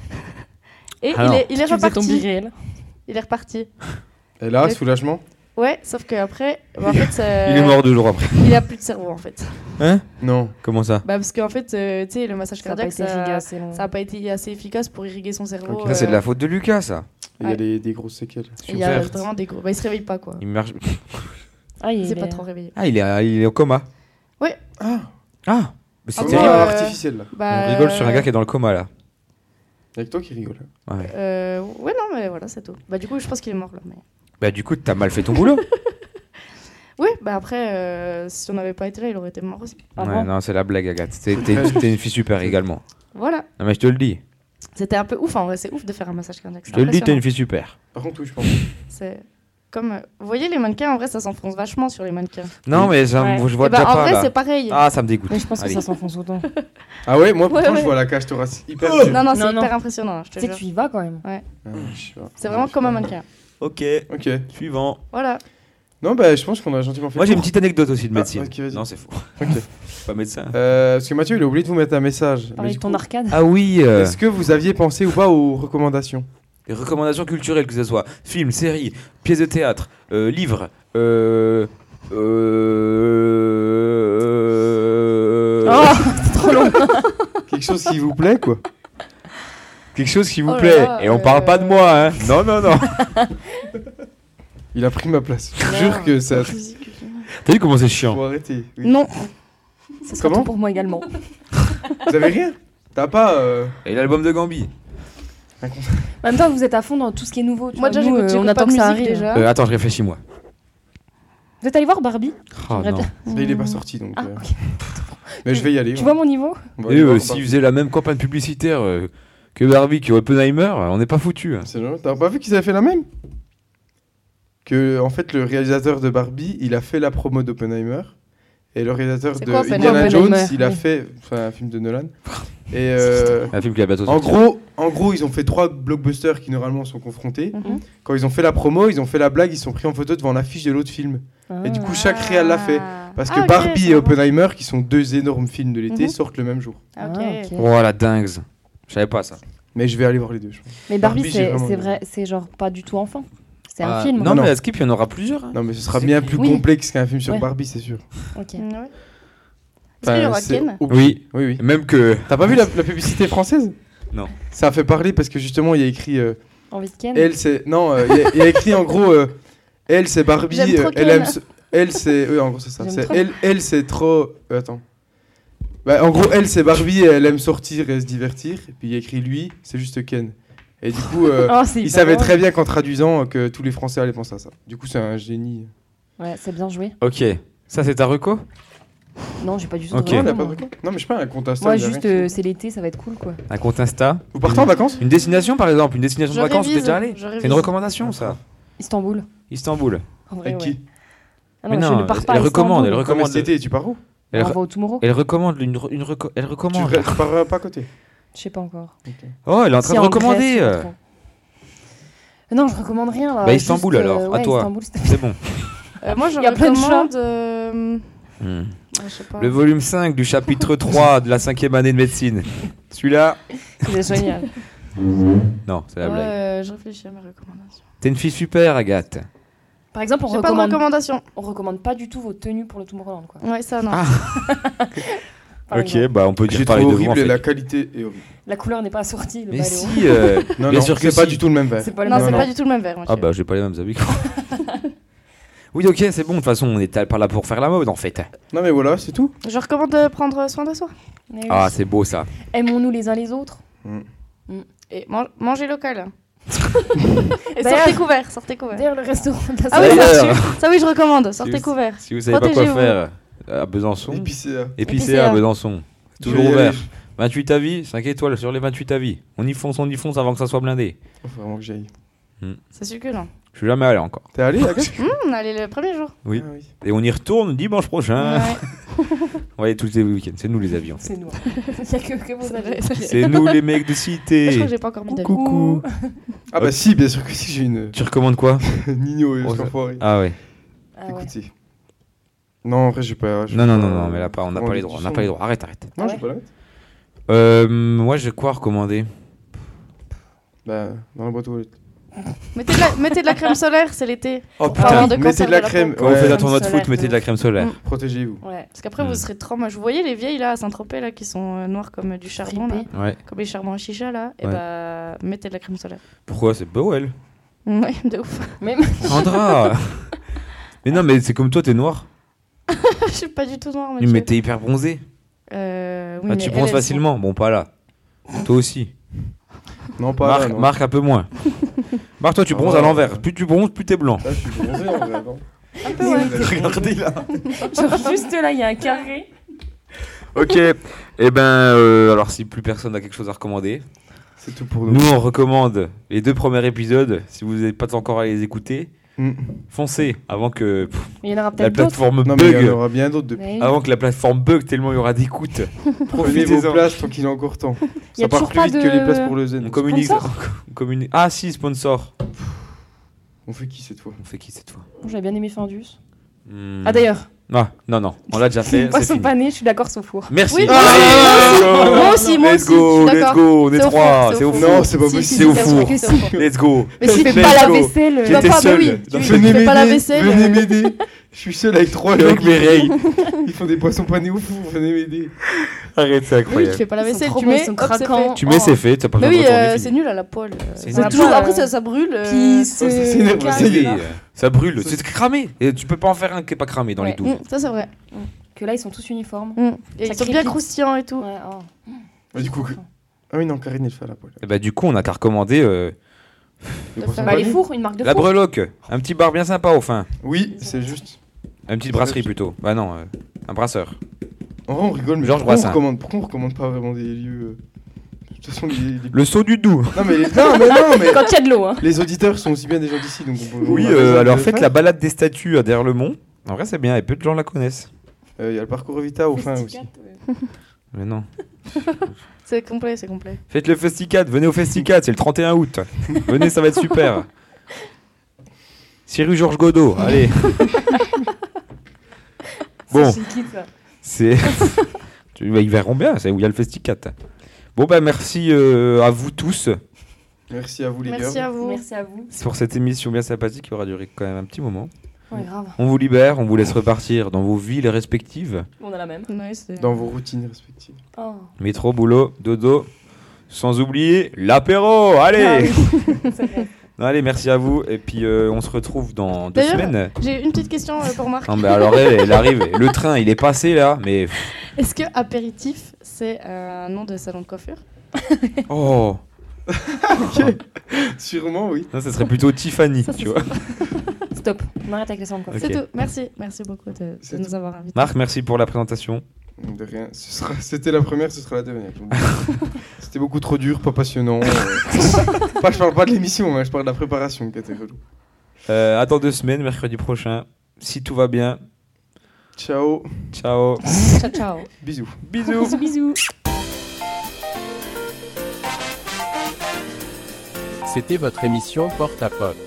Et Alors, il est, il est Tu faisais ton reparti. biréel. Il est reparti. Et là, Le- soulagement. Ouais, sauf qu'après, bah, en fait, ça- Il est mort deux jours après. il a plus de cerveau en fait. Hein? Non. Comment ça? Bah, parce qu'en fait, euh, tu sais, le massage Ça a pas cardiaque, été ça, efficace, c'est long. ça a pas été assez efficace pour irriguer son cerveau. Ok. Ça, c'est de euh, la faute de Lucas, ça. Il y a Ouais. des, des grosses séquelles. Il y a Verte. vraiment des gros. Bah, il se réveille pas quoi. Il marche. Ah, il Il s'est est- pas trop réveillé. Ah, il est, il est au coma. Ah, Ah! Mais c'est Ah, c'est moi, terrible. euh, artificiel là. Bah, On rigole sur un gars qui est dans le coma là. Avec toi qui rigole. hein. Ouais. Euh, ouais, non, mais voilà, c'est tout. Bah, du coup, je pense qu'il est mort là. Mais... Bah, du coup, t'as mal fait ton boulot. Oui, bah après, euh, si on n'avait pas été là, il aurait été mort aussi. Ah Ouais, bon non, c'est la blague, Agathe. T'es t'es- t'es une fille super également. Voilà. Non, mais je te le dis. C'était un peu ouf en vrai, c'est ouf de faire un massage cardiaque. Je c'est te le dis, t'es impressionnant. une fille super. Par contre, oui, je pense. C'est comme. euh, Vous voyez les mannequins, en vrai, ça s'enfonce vachement sur les mannequins. Non, mais ça, Ouais. je vois Et bah, déjà en pas vrai, là. c'est pareil. Ah, ça me dégoûte. Mais je pense que Allez. ça s'enfonce autant. Ah ouais, moi pourtant Ouais, ouais. je vois la cage thoracique hyper Non, dure. non, c'est Non, non. hyper impressionnant, je te Tu sais que jure. tu y vas quand même. Ah, je sais pas. C'est vraiment comme un mannequin. Ok, Ok. suivant. Voilà. Non, bah je pense qu'on a gentiment fait. Moi, le j'ai une tour. petite anecdote aussi de Ah, médecine. ok, vas-y. Non, c'est faux. Ok. Je suis pas médecin. Euh, parce que Mathieu, il a oublié de vous mettre un message. Mais Pareil du de ton coup, arcade. Ah oui, euh, Est-ce que vous aviez pensé ou pas aux recommandations? les recommandations culturelles, que ce soit films, séries, pièces de théâtre, euh, livres, euh. Euh. Oh, c'est trop long. Quelque chose qui vous plaît, quoi. Quelque chose qui vous Oh là plaît. là, Et on euh, parle pas de moi, hein. Non, non, non. Il a pris ma place. Je jure que ça. T'as vu comment c'est chiant? Faut arrêter. oui. Non. Ça sera Comment tout pour moi également. Vous avez rien? T'as pas. euh, Et l'album de Gambi. En même temps, vous êtes à fond dans tout ce qui est nouveau. tu Moi, vois. déjà, Nous, j'écoute euh, j'écoute on pas attend de que ça musique arrive. déjà. Euh, attends, je réfléchis moi. Vous êtes allé voir Barbie? Oh J'aimerais non. bien. Là, il est pas sorti donc. Ah, euh, ok. Mais je vais y aller. Tu on- vois mon niveau? on va Et aller euh, voir, s'il Barbie. faisait la même campagne publicitaire euh, que Barbie, que Oppenheimer, on n'est pas foutu. C'est vrai. T'as pas vu qu'ils avaient fait la même? Que en fait le réalisateur de Barbie, il a fait la promo d'Oppenheimer et le réalisateur C'est de quoi, Oppenheimer Indiana Jones, Oppenheimer, il a oui. fait enfin un film de Nolan. Et euh, Un film qui a bientôt en sorti. gros, en gros, ils ont fait trois blockbusters qui normalement sont confrontés. Mhm. Quand ils ont fait la promo, ils ont fait la blague, ils sont pris en photo devant l'affiche de l'autre film. Et du coup, chaque réal l'a fait. Parce que Ah, ok, Barbie c'est et marrant. Oppenheimer, qui sont deux énormes films de l'été, Mhm. sortent le même jour. Ah, ok. Ah, ok. Oh la dingue. Je savais pas ça. Mais je vais aller voir les deux. Je pense. Mais Barbie, Barbie, j'ai c'est vraiment c'est aimé. vrai, c'est genre pas du tout enfant. C'est un Ah, film. Non, Non. mais à Skip, il y en aura plusieurs. hein. Non, mais ce sera C'est- bien plus Oui. complexe qu'un film sur Ouais. Barbie, c'est sûr. Ok. Ouais. Est-ce qu'il y aura c'est- Ken Oh, Oui. Oui, oui. Même que. T'as pas vu la, la publicité française? Non. Ça a fait parler parce que justement, il y a écrit. euh, Envie de Ken. elle, c'est. Non, euh, il y a- il y, a écrit en gros. euh, elle, c'est Barbie. J'aime trop euh, elle Ken. aime. ce- Elle, c'est. Oui, en gros, c'est ça. J'aime C'est- trop. Elle, elle c'est trop. euh, attends. Bah, en gros, elle, c'est Barbie et elle aime sortir et se divertir. Et puis il y a écrit lui, c'est juste Ken. Et du coup, euh, Oh, c'est il hyper savait drôle. très bien qu'en traduisant euh, que tous les Français allaient penser à ça. Du coup, c'est un génie. Ouais, c'est bien joué. Ok. Ça, c'est ta reco? Non, j'ai pas du tout Ok. de Non, regret, on a pas moi. de reco Non, mais je sais pas, un compte Insta. Moi, il y a juste, rien euh, qui- c'est l'été, ça va être cool, quoi. Un compte Insta? Vous partez en vacances? Une destination, par exemple? Une destination Je de vacances, t'es révise, déjà allé? je C'est révise. une recommandation, ça. Istanbul. Istanbul. En vrai, Avec ouais. qui? Ah Mais non, non, je ne pars elle pas à recommande, Istanbul. elle Non, mais recommande. cet été, tu pars où? Elle, On re- va au Tomorrow. elle recommande une, re- une reco- elle tu, recommande. re- tu pars euh, pas à côté? Je sais pas encore. Oh, elle est en train Si, de en recommander. Grèce, je sais euh. pas trop. Euh, Non, je recommande rien là. Bah, Istanbul, Juste, alors, à ouais, toi. Istanbul, c'était- C'est bon. Euh, Moi, je Il y a plein de recommande. euh, Hmm. ah, je sais pas. Le volume cinq du chapitre trois de la cinquième année de médecine. Celui-là. C'est génial. Non, c'est la Ouais, blague. euh, je réfléchis à mes recommandations. T'es une fille super, Agathe. Par exemple, on J'ai pas de recommande, recommandation. on recommande pas du tout vos tenues pour le Tomorrowland, quoi. Ouais, ça, non. Ah. Par Ok, exemple. bah on peut dire J'ai parler trouvé de vous. En horrible et fait. la qualité est horrible. La couleur n'est pas assortie. Le Mais bas est si. haut. euh, Non, Bien non, sûr que c'est pas si. du tout le même verre. C'est pas le Non, même. c'est non. pas du tout le même verre. mon Ah chéri. bah j'ai pas les mêmes habits. Oui, ok, c'est bon. De toute façon, on est pas là pour faire la mode en fait. Non, mais voilà, c'est tout. Je recommande de prendre soin de soi. Mais oui. Ah, c'est beau ça. Aimons-nous les uns les autres. Et man- manger local. Et D'ailleurs- sortez couverts, sortez couverts. D'ailleurs, le restaurant de la Ah oui, semaine. D'ailleurs. Ça oui, je recommande, sortez vous- couverts. Si vous savez pas quoi Protégez-vous. faire à Besançon, Épicéa. épicéa à Épicéa. Besançon. Je Toujours vais y ouvert. aller. vingt-huit avis, cinq étoiles sur les vingt-huit avis. On y fonce, on y fonce avant que ça soit blindé. Faut vraiment que j'aille. C'est succulent. Je suis jamais allé encore. T'es allé, Agathe? Hum, on allait le premier jour. Oui. Ah oui. Et on y retourne dimanche prochain. Ouais. On va aller tous les week-ends. C'est nous les avions. C'est nous. Il y a que, que vos C'est avis. vrai, c'est vrai. C'est nous les mecs de Je cité. crois que j'ai pas encore mis d'avis. Coucou. Ah bah si, bien sûr que si, j'ai une Tu recommandes quoi? Nino et Oh, je ça- l'enfoiré. Ah ouais. Ah ouais. Écoutez. Non, en vrai, j'ai pas. j'ai Non, non, pas- non, non, mais là, pas, on n'a comment pas les dire, droits. tu On n'a sens- pas les droits. Arrête, arrête. Non, Ah je ouais. peux la mettre. Euh, moi, j'ai quoi recommander? Bah, dans la boîte aux lettres. Mettez de, la, mettez de la crème solaire, c'est l'été. Oh Pour avoir de mettez cancer de la de la crème. peau. Quand vous ouais, faites un tournoi de solaire, foot, mettez de de la crème solaire. Mm. Protégez-vous. Ouais. Parce qu'après, Hmm. vous serez trop moche. Vous voyez les vieilles là à Saint-Tropez là qui sont euh, noires comme euh, du charbon là, Fripées. Ouais. comme les charbons à chicha là, et Ouais. bah mettez de la crème solaire. Pourquoi? C'est beau, elle. Ouais, de ouf. Même. Sandra. Mais non, mais c'est comme toi, t'es noir. Je suis pas du tout noire, Mais monsieur. t'es hyper bronzé. Euh, oui, Ah, mais tu elles, bronzes elles facilement. Bon, pas là. Toi aussi. Non, pas Marc, là, non. Marc un peu moins. Marc, toi, tu Ah, bronzes à ouais. l'envers. Plus tu bronzes, plus t'es blanc. Là, je suis bronzé en vrai, non? sont- Un peu, ouais. Regardez là. Genre, juste là, il y a un carré. Ok. Eh ben, euh, alors si plus personne n'a quelque chose à recommander, C'est tout pour nous. nous on recommande les deux premiers épisodes. Si vous n'êtes pas encore allé les écouter, Mm. foncez avant que pff, Il y en aura la peut-être d'autres. plateforme Non, mais il y en bug. aura bien d'autres depuis. Mais oui. Avant que la plateforme bug tellement il y aura d'écoute. Prenez vos Profitez-en. places tant qu'il est encore temps. Il y a Ça part toujours plus pas vite de- que les places pour le Zen. On communique. Sponsor on communique. Ah si, sponsor. On fait qui cette fois? On fait qui cette fois? J'avais bien aimé Findus. Hmm. Ah d'ailleurs, Ah, non, non, on l'a déjà c'est fait. une C'est poisson fini. panée, je suis d'accord, sauf four. Merci. Oui, Allez, moi aussi, moi let's aussi, go, je suis let's d'accord. go, on est C'est au trois, four, c'est c'est au au four. Non, c'est pas Si, possible. si, C'est au si, four. c'est au four. Let's go. Mais tu fais Let's pas la go. vaisselle. Tu vas J'étais pas, bah seul. oui, Non, tu mais- Venez fais pas la m'aider, vaisselle. venez euh, m'aider. Je suis seul avec trois Avec gens. Mireille. Ils font des poissons panés au four, venez m'aider. Arrête, c'est Oui, tu incroyable. fais pas la Ils sont vaisselle, trop tu bons, mets, ils sont hop, c'est craquants. fait. Tu mets, c'est fait, t'as pas Mais besoin oui, de retourner. euh, fini. c'est nul à la poêle. euh, C'est ça a nul. toujours- Après, ça, ça brûle. euh, Qui se ça s'énerve, casse, ça y est. là. Ça brûle, c'est cramé. Et tu peux pas en faire un qui est pas cramé dans les Ouais. douves. mm, Ça, c'est vrai. Que là, ils sont tous uniformes. Mm. Et Ça ils sont bien crépite. croustillants et tout. Ouais, oh. Ah, du coup. Ah oui, non, Karine, elle fait à la poêle. Et bah, du coup, on a qu'à recommander euh, Les De poissons faire- Bah, les panés fours, une marque de la four. breloque. Un petit bar bien sympa au fin. Oui, c'est juste. Une petite brasserie plutôt. Bah non, euh, un brasseur. En vrai, on rigole, mais Georges pourquoi on, Brassens. recommande, pourquoi on recommande pas vraiment des lieux. euh, De toute façon, les. les- Le saut du doux. Non, mais les... non, mais non, mais. Quand il y a de l'eau, hein. Les auditeurs sont aussi bien des gens d'ici, donc on peut. Oui, on a euh, raison de alors le faites faire. la balade des statues à Derlemont. En vrai, c'est bien, et peu de gens la connaissent. Euh, Il y a le parcours Vita au fin aussi. Mais non. C'est complet, c'est complet. Faites le Festicat, venez au Festicat, c'est le trente et un août. Venez, ça va être super. six rue Georges Godot, allez. Bon, C'est chez qui, ça c'est. Tu- bah, ils verront bien, c'est où il y a le Festicat. Bon, bah, merci euh, à vous tous Merci à vous les Merci gars. à vous. Merci à vous. pour cette émission bien sympathique qui aura duré quand même un petit moment. Ouais, grave. On vous libère, on vous laisse repartir dans vos villes respectives. On a la même. Ouais, c'est- Dans vos routines respectives. Oh. Métro, boulot, dodo. Sans oublier l'apéro. Allez Ah oui. C'est vrai. Allez, merci à vous. Et puis, euh, on se retrouve dans deux D'ailleurs, semaines. J'ai une petite question euh, pour Marc. Non, mais alors, elle, elle arrive. Le train, il est passé là, mais. Est-ce que apéritif, c'est euh, un nom de salon de coiffure? Oh Sûrement, oui. Non, ça serait plutôt Tiffany, Ça, tu c'est vois. Stop. On arrête avec les sons, quoi. Ok. C'est tout. Merci. Merci beaucoup de, de C'est nous tout. avoir invités. Marc, merci pour la présentation. De rien. Ce sera... C'était la première, ce sera la dernière. C'était beaucoup trop dur, pas passionnant. euh. Pas, je parle pas de l'émission, hein, je parle de la préparation qui était relou. Euh, attends deux semaines, mercredi prochain. Si tout va bien. Ciao. Ciao. Ciao, ciao. Bisous. Bisous. Bisous, bisous. C'était votre émission Porte à Pote.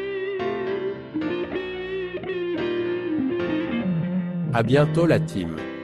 À bientôt la team.